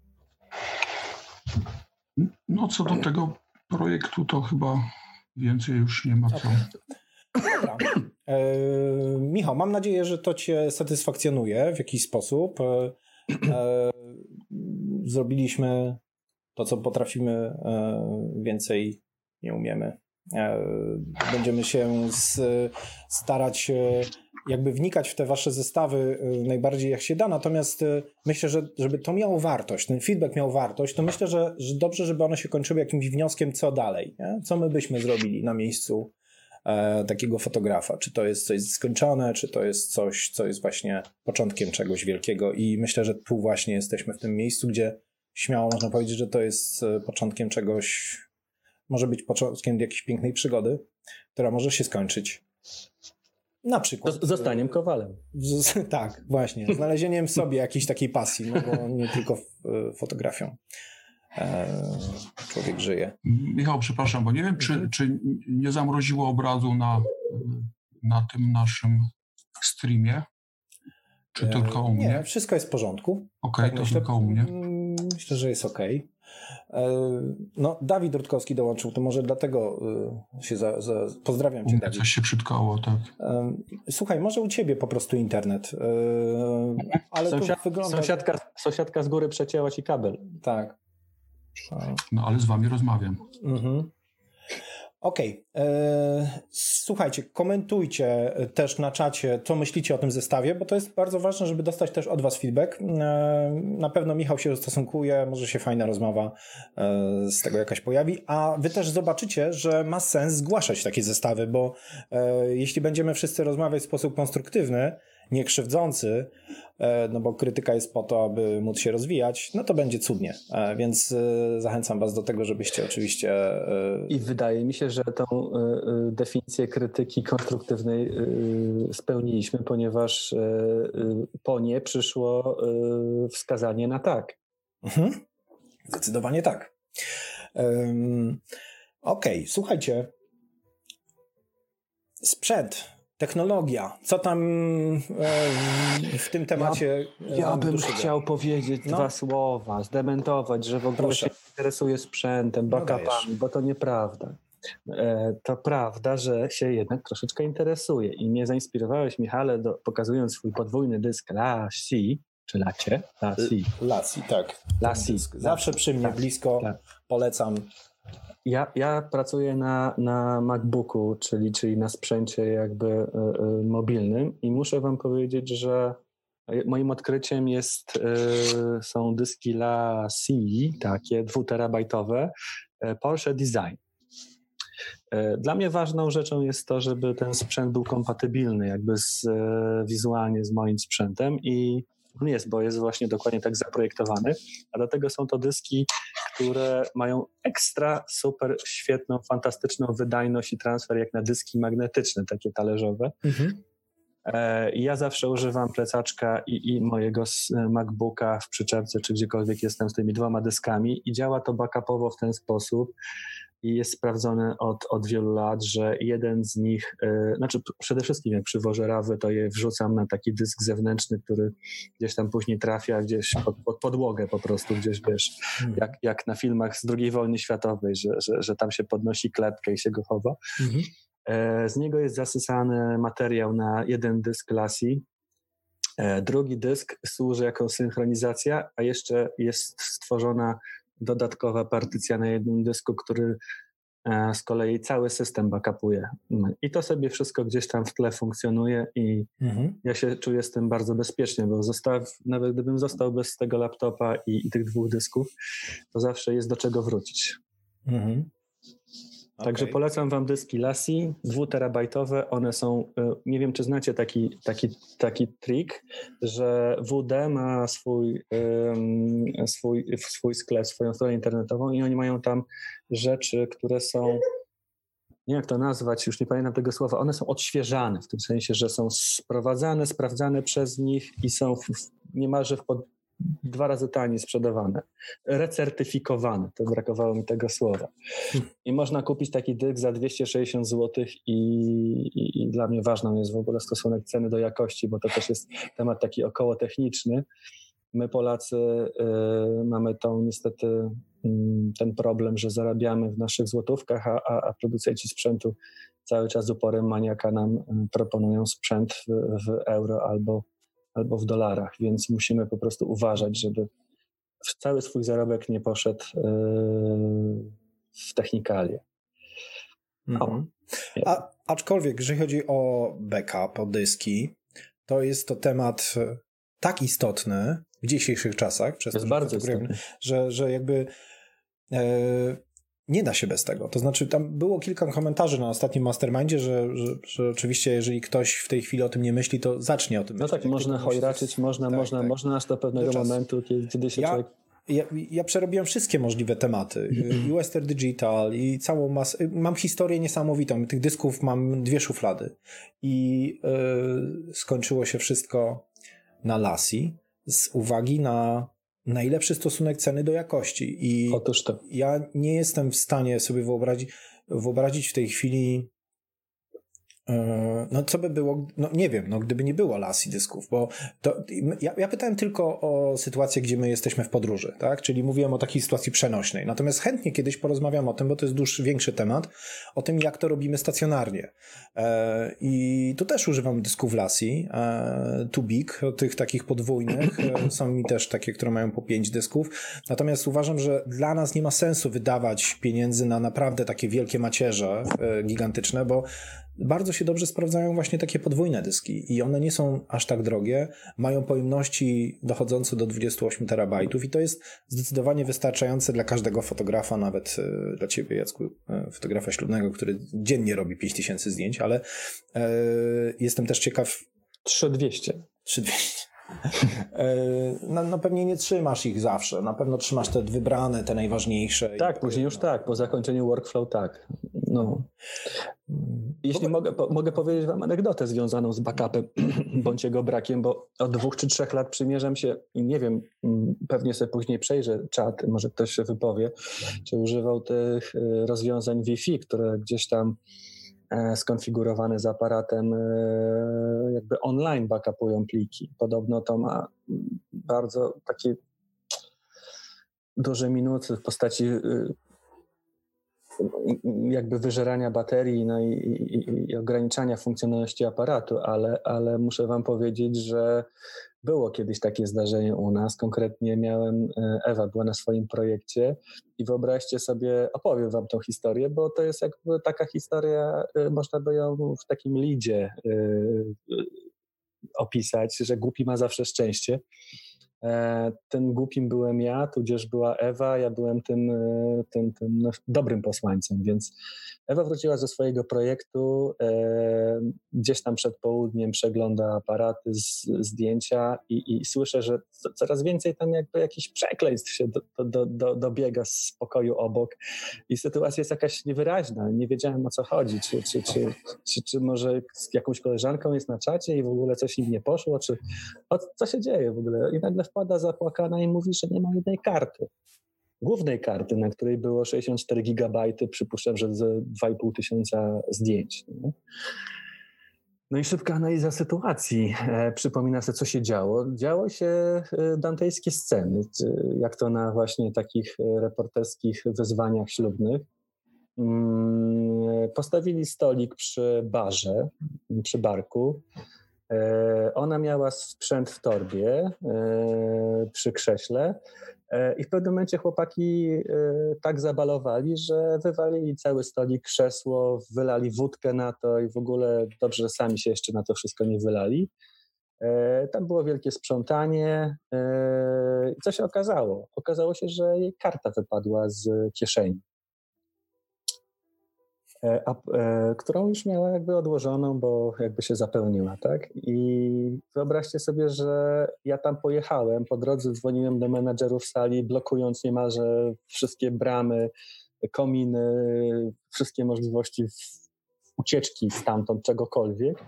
No co do tego projektu, to chyba więcej już nie ma co. Dobra. Michał, mam nadzieję, że to cię satysfakcjonuje w jakiś sposób. Zrobiliśmy to, co potrafimy, więcej nie umiemy. Będziemy się starać jakby wnikać w te wasze zestawy najbardziej jak się da, natomiast myślę, że żeby to miało wartość, ten feedback miał wartość, to myślę, że dobrze, żeby one się kończyły jakimś wnioskiem, co dalej, nie? Co my byśmy zrobili na miejscu takiego fotografa, czy to jest coś skończone, czy to jest coś, co jest właśnie początkiem czegoś wielkiego i myślę, że tu właśnie jesteśmy w tym miejscu, gdzie śmiało można powiedzieć, że to jest początkiem czegoś, może być początkiem jakiejś pięknej przygody, która może się skończyć na przykład... Zostaniem kowalem. Tak, właśnie. Znalezieniem w sobie jakiejś takiej pasji, no bo nie tylko fotografią człowiek żyje. Michał, przepraszam, bo nie wiem, czy nie zamroziło obrazu na tym naszym streamie, czy tylko u mnie? Nie, wszystko jest w porządku. Okej, to myślę, tylko u mnie. Myślę, że jest okej. No, Dawid Rutkowski dołączył, to może dlatego się pozdrawiam cię, Dawid. Coś się przytkało, tak. Słuchaj, może u ciebie po prostu internet, ale to wygląda... Sąsiadka z góry przecięła ci kabel. Tak. No, ale z wami rozmawiam. Okej. Słuchajcie, komentujcie też na czacie, co myślicie o tym zestawie, bo to jest bardzo ważne, żeby dostać też od was feedback. Na pewno Michał się ustosunkuje, może się fajna rozmowa z tego jakaś pojawi, a wy też zobaczycie, że ma sens zgłaszać takie zestawy, bo jeśli będziemy wszyscy rozmawiać w sposób konstruktywny nie krzywdzący, no bo krytyka jest po to, aby móc się rozwijać, no to będzie cudnie. Więc zachęcam was do tego, żebyście oczywiście... I wydaje mi się, że tą definicję krytyki konstruktywnej spełniliśmy, ponieważ po nie przyszło wskazanie na tak. Zdecydowanie tak. Okej, słuchajcie. Sprzęt, technologia, co tam w tym temacie? Ja bym chciał powiedzieć dwa słowa, zdementować, że w ogóle się interesuje sprzętem, backupami, bo to nieprawda. To prawda, że się jednak troszeczkę interesuje i mnie zainspirowałeś, Michale, pokazując swój podwójny dysk LaCie, czy LaCie? LaCie, tak. LaCie. Zawsze przy mnie, blisko, polecam. Ja pracuję na MacBooku, czyli na sprzęcie jakby mobilnym i muszę wam powiedzieć, że moim odkryciem są dyski LaCie, takie 2-terabajtowe, Porsche Design. Dla mnie ważną rzeczą jest to, żeby ten sprzęt był kompatybilny jakby wizualnie z moim sprzętem i on jest, bo jest właśnie dokładnie tak zaprojektowany, a do tego są to dyski, które mają ekstra, super, świetną, fantastyczną wydajność i transfer jak na dyski magnetyczne, takie talerzowe. I ja zawsze używam plecaczka i mojego MacBooka w przyczepce, czy gdziekolwiek jestem z tymi 2 dyskami i działa to backupowo w ten sposób i jest sprawdzone od wielu lat, że jeden z nich, przede wszystkim jak przywożę rawy, to je wrzucam na taki dysk zewnętrzny, który gdzieś tam później trafia gdzieś pod podłogę po prostu, gdzieś wiesz, jak na filmach z II wojny światowej, że tam się podnosi klepkę i się go chowa. Z niego jest zasysany materiał na jeden dysk LaCie. Drugi dysk służy jako synchronizacja, a jeszcze jest stworzona dodatkowa partycja na jednym dysku, który z kolei cały system backupuje. I to sobie wszystko gdzieś tam w tle funkcjonuje i ja się czuję z tym bardzo bezpiecznie, bo nawet gdybym został bez tego laptopa i tych 2 dysków, to zawsze jest do czego wrócić. Także polecam wam dyski LaCie, 2-terabajtowe. One są, nie wiem czy znacie taki trik, że WD ma swój sklep, swoją stronę internetową i oni mają tam rzeczy, które są, nie wiem jak to nazwać, już nie pamiętam tego słowa, one są odświeżane, w tym sensie, że są sprowadzane, sprawdzane przez nich i są niemalże 2 razy taniej sprzedawane. Recertyfikowane, to brakowało mi tego słowa. I można kupić taki dysk za 260 zł i dla mnie ważną jest w ogóle stosunek ceny do jakości, bo to też jest temat taki około techniczny. My Polacy mamy niestety ten problem, że zarabiamy w naszych złotówkach, a producenci sprzętu cały czas z uporem maniaka nam proponują sprzęt w euro albo w dolarach, więc musimy po prostu uważać, żeby cały swój zarobek nie poszedł w technikalie. Aczkolwiek, jeżeli chodzi o backup, o dyski, to jest to temat tak istotny w dzisiejszych czasach, przez jest bardzo istotny, że jakby nie da się bez tego. To znaczy tam było kilka komentarzy na ostatnim Mastermindzie, że oczywiście jeżeli ktoś w tej chwili o tym nie myśli, to zacznie o tym myśleć. No tak, można chojraczyć, można aż do pewnego momentu, kiedy się człowiek... Ja przerobiłem wszystkie możliwe tematy. I Western Digital, i całą masę. Mam historię niesamowitą. Tych dysków mam 2 szuflady. I skończyło się wszystko na LaCie z uwagi na najlepszy stosunek ceny do jakości. I otóż to. Ja nie jestem w stanie sobie wyobrazić w tej chwili co by było, nie wiem, gdyby nie było LaCie dysków, bo ja pytałem tylko o sytuację, gdzie my jesteśmy w podróży, tak? Czyli mówiłem o takiej sytuacji przenośnej. Natomiast chętnie kiedyś porozmawiam o tym, bo to jest większy temat, o tym, jak to robimy stacjonarnie. I tu też używam dysków LaCie, Too Big, tych takich podwójnych. Są mi też takie, które mają po 5 dysków. Natomiast uważam, że dla nas nie ma sensu wydawać pieniędzy na naprawdę takie wielkie macierze gigantyczne, bo bardzo się dobrze sprawdzają właśnie takie podwójne dyski i one nie są aż tak drogie, mają pojemności dochodzące do 28 terabajtów i to jest zdecydowanie wystarczające dla każdego fotografa, nawet dla ciebie, Jacku, fotografa ślubnego, który dziennie robi 5000 zdjęć, ale jestem też ciekaw, 3200. 3200. No pewnie nie trzymasz ich zawsze. Na pewno trzymasz te wybrane, te najważniejsze. Tak, później już tak. Po zakończeniu workflow tak. No. Jeśli mogę powiedzieć wam anegdotę związaną z backupem bądź jego brakiem, bo od 2 czy 3 lat przymierzam się i nie wiem, pewnie sobie później przejrzę czat, może ktoś się wypowie, czy używał tych rozwiązań Wi-Fi, które gdzieś tam skonfigurowane z aparatem jakby online backupują pliki. Podobno to ma bardzo takie duże minusy w postaci jakby wyżerania baterii, no i ograniczania funkcjonalności aparatu, ale muszę wam powiedzieć, że było kiedyś takie zdarzenie u nas. Konkretnie Ewa była na swoim projekcie i wyobraźcie sobie, opowiem wam tą historię, bo to jest jakby taka historia, można by ją w takim lidzie opisać, że głupi ma zawsze szczęście. Tym głupim byłem ja, tudzież była Ewa, ja byłem tym dobrym posłańcem, więc Ewa wróciła ze swojego projektu, gdzieś tam przed południem przegląda aparaty, zdjęcia i słyszę, że coraz więcej tam jakby jakichś przekleństw się dobiega z pokoju obok i sytuacja jest jakaś niewyraźna, nie wiedziałem o co chodzi, czy może z jakąś koleżanką jest na czacie i w ogóle coś im nie poszło, co się dzieje w ogóle i nagle wpada zapłakana i mówi, że nie ma jednej karty. Głównej karty, na której było 64 gigabajty, przypuszczam, że z 2500 zdjęć. Nie? No i szybka analiza sytuacji. Przypomina sobie, co się działo. Działo się dantejskie sceny, jak to na właśnie takich reporterskich wyzwaniach ślubnych. Postawili stolik przy barze, przy barku. Ona miała sprzęt w torbie przy krześle i w pewnym momencie chłopaki tak zabalowali, że wywalili cały stolik, krzesło, wylali wódkę na to i w ogóle dobrze, że sami się jeszcze na to wszystko nie wylali. Tam było wielkie sprzątanie i co się okazało? Okazało się, że jej karta wypadła z kieszeni. Którą już miała jakby odłożoną, bo jakby się zapełniła, tak? I wyobraźcie sobie, że ja tam pojechałem, po drodze dzwoniłem do menadżerów sali, blokując niemalże wszystkie bramy, kominy, wszystkie możliwości ucieczki stamtąd, czegokolwiek.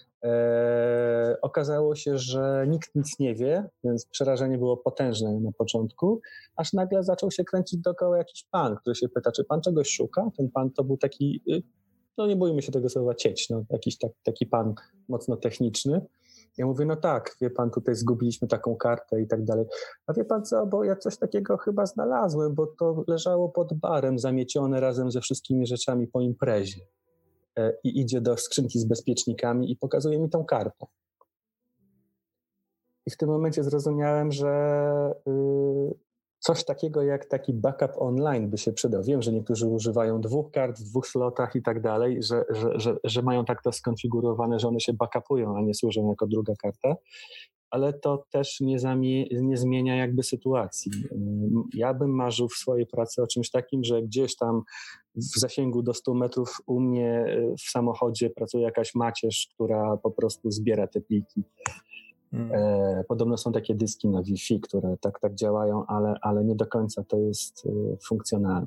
Okazało się, że nikt nic nie wie, więc przerażenie było potężne na początku, aż nagle zaczął się kręcić dookoła jakiś pan, który się pyta, czy pan czegoś szuka? Ten pan to był taki, no nie bójmy się tego słowa, cieć, no, jakiś taki pan mocno techniczny. Ja mówię, no tak, wie pan, tutaj zgubiliśmy taką kartę i tak dalej. A wie pan co, bo ja coś takiego chyba znalazłem, bo to leżało pod barem zamiecione razem ze wszystkimi rzeczami po imprezie. I idzie do skrzynki z bezpiecznikami i pokazuje mi tą kartę. I w tym momencie zrozumiałem, że coś takiego jak taki backup online by się przydał. Wiem, że niektórzy używają 2 kart w 2 slotach i tak dalej, że mają tak to skonfigurowane, że one się backupują, a nie służą jako druga karta, ale to też nie zmienia jakby sytuacji. Ja bym marzył w swojej pracy o czymś takim, że gdzieś tam w zasięgu do 100 metrów u mnie w samochodzie pracuje jakaś macierz, która po prostu zbiera te pliki. Podobno są takie dyski na Wi-Fi, które tak działają, ale nie do końca to jest funkcjonalne.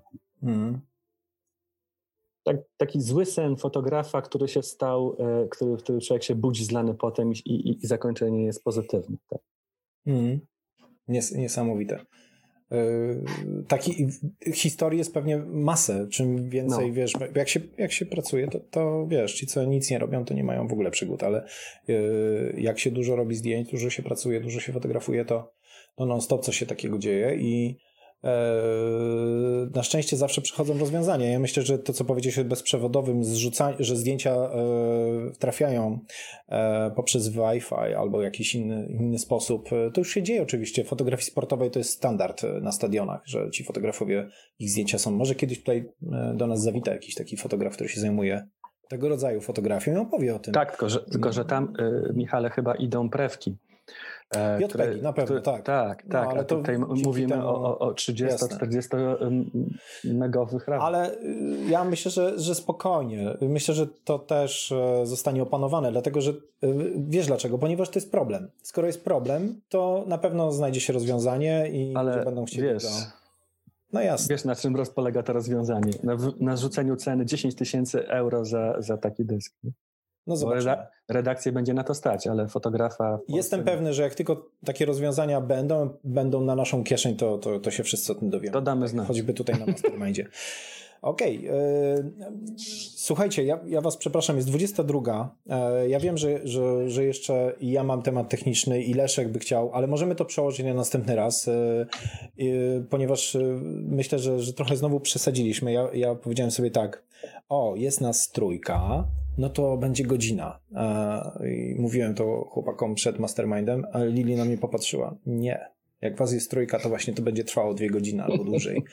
Taki zły sen fotografa, który się stał, który człowiek się budzi zlany potem i zakończenie jest pozytywne. Tak? Niesamowite. Takiej historii jest pewnie masę. Czym więcej, wiesz, jak się pracuje, to wiesz, ci co nic nie robią, to nie mają w ogóle przygód, ale jak się dużo robi zdjęć, dużo się pracuje, dużo się fotografuje, to non-stop coś się takiego dzieje i na szczęście zawsze przychodzą rozwiązania. Ja myślę, że to, co powiedziałeś o bezprzewodowym, że zdjęcia trafiają poprzez Wi-Fi albo jakiś inny sposób, to już się dzieje oczywiście. W fotografii sportowej to jest standard na stadionach, że ci fotografowie, ich zdjęcia są. Może kiedyś tutaj do nas zawita jakiś taki fotograf, który się zajmuje tego rodzaju fotografią i opowie o tym. Tak, tylko że tam, Michale, chyba idą prewki. JPEGi, na pewno, tak. Tak, No, ale a tutaj mówimy o 30-40 megowych ramach. Ale ja myślę, że spokojnie. Myślę, że to też zostanie opanowane, dlatego że wiesz dlaczego? Ponieważ to jest problem. Skoro jest problem, to na pewno znajdzie się rozwiązanie i ludzie będą chcieli wiesz, No jasne. Wiesz, na czym polega to rozwiązanie? Na rzuceniu ceny 10 000 euro za taki dysk. No zobaczymy. Redakcję będzie na to stać, ale fotografa... Jestem pewny, że jak tylko takie rozwiązania będą na naszą kieszeń, to się wszyscy o tym dowiemy. To damy znać. Choćby tutaj na Mastermindzie. Okej. Słuchajcie, ja was przepraszam, jest 22. Ja wiem, że jeszcze ja mam temat techniczny i Leszek by chciał, ale możemy to przełożyć na następny raz, ponieważ myślę, że trochę znowu przesadziliśmy. Ja powiedziałem sobie tak, jest nas 3, no to będzie godzina. I mówiłem to chłopakom przed Mastermindem, ale Lili na mnie popatrzyła. Nie. Jak was jest 3, to właśnie to będzie trwało 2 godziny albo dłużej.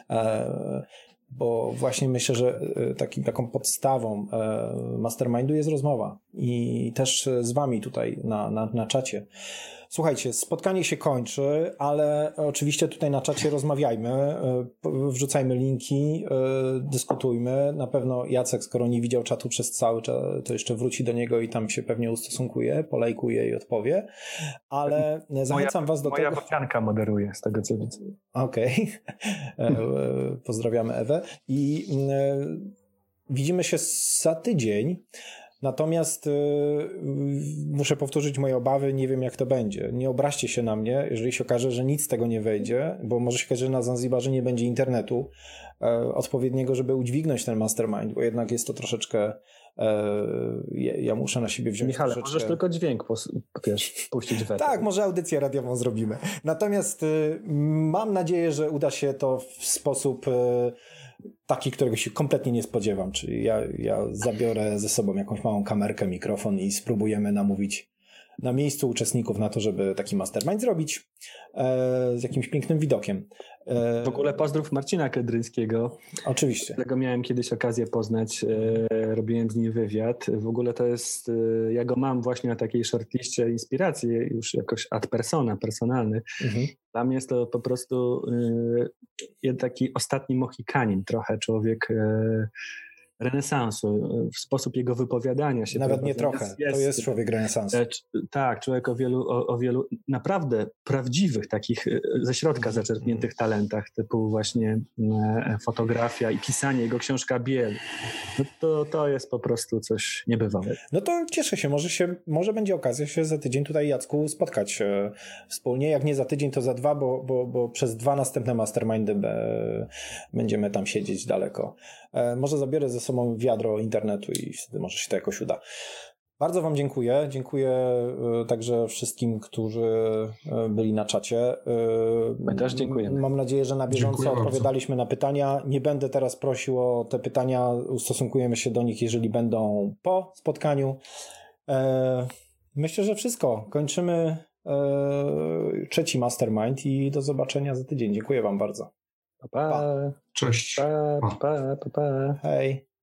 Bo właśnie myślę, że taką podstawą Mastermindu jest rozmowa i też z wami tutaj na czacie. Słuchajcie, spotkanie się kończy, ale oczywiście tutaj na czacie rozmawiajmy, wrzucajmy linki, dyskutujmy. Na pewno Jacek, skoro nie widział czatu przez cały czas, to jeszcze wróci do niego i tam się pewnie ustosunkuje, polajkuje i odpowie, ale zachęcam was do tego... Moja bocianka moderuje, z tego co widzę. Okej. Pozdrawiamy Ewę i widzimy się za tydzień. Natomiast muszę powtórzyć moje obawy, nie wiem jak to będzie. Nie obraźcie się na mnie, jeżeli się okaże, że nic z tego nie wejdzie, bo może się okazać, że na Zanzibarze nie będzie internetu odpowiedniego, żeby udźwignąć ten Mastermind, bo jednak jest to troszeczkę... ja muszę na siebie wziąć Michale, troszeczkę... możesz tylko dźwięk puścić w eter. Tak, może audycję radiową zrobimy. Natomiast mam nadzieję, że uda się to w sposób... taki, którego się kompletnie nie spodziewam, czyli ja zabiorę ze sobą jakąś małą kamerkę, mikrofon i spróbujemy namówić na miejscu uczestników na to, żeby taki mastermind zrobić z jakimś pięknym widokiem. W ogóle pozdrów Marcina Kedryńskiego. Oczywiście. Którego miałem kiedyś okazję poznać, robiłem z nim wywiad. W ogóle to jest, ja go mam właśnie na takiej shortliście inspiracji, już jakoś ad persona, personalny. Mhm. Dla mnie jest to po prostu taki ostatni Mohikanin, trochę człowiek renesansu, w sposób jego wypowiadania się. Nawet nie trochę, to jest człowiek renesansu. Tak, człowiek o wielu naprawdę prawdziwych takich ze środka zaczerpniętych talentach, typu właśnie fotografia i pisanie, jego książka Biel. No to jest po prostu coś niebywałego. No to cieszę się, może będzie okazja się za tydzień tutaj, Jacku, spotkać wspólnie. Jak nie za tydzień, to za 2, bo przez 2 następne mastermindy będziemy tam siedzieć daleko. Może zabiorę ze sobą wiadro internetu i wtedy może się to jakoś uda. Bardzo wam dziękuję. Dziękuję także wszystkim, którzy byli na czacie. My też dziękujemy. Mam nadzieję, że na bieżąco odpowiadaliśmy na pytania. Nie będę teraz prosił o te pytania. Ustosunkujemy się do nich, jeżeli będą po spotkaniu. Myślę, że wszystko. Kończymy 3. Mastermind i do zobaczenia za tydzień. Dziękuję wam bardzo. Pa. Cześć. Pa. Hej.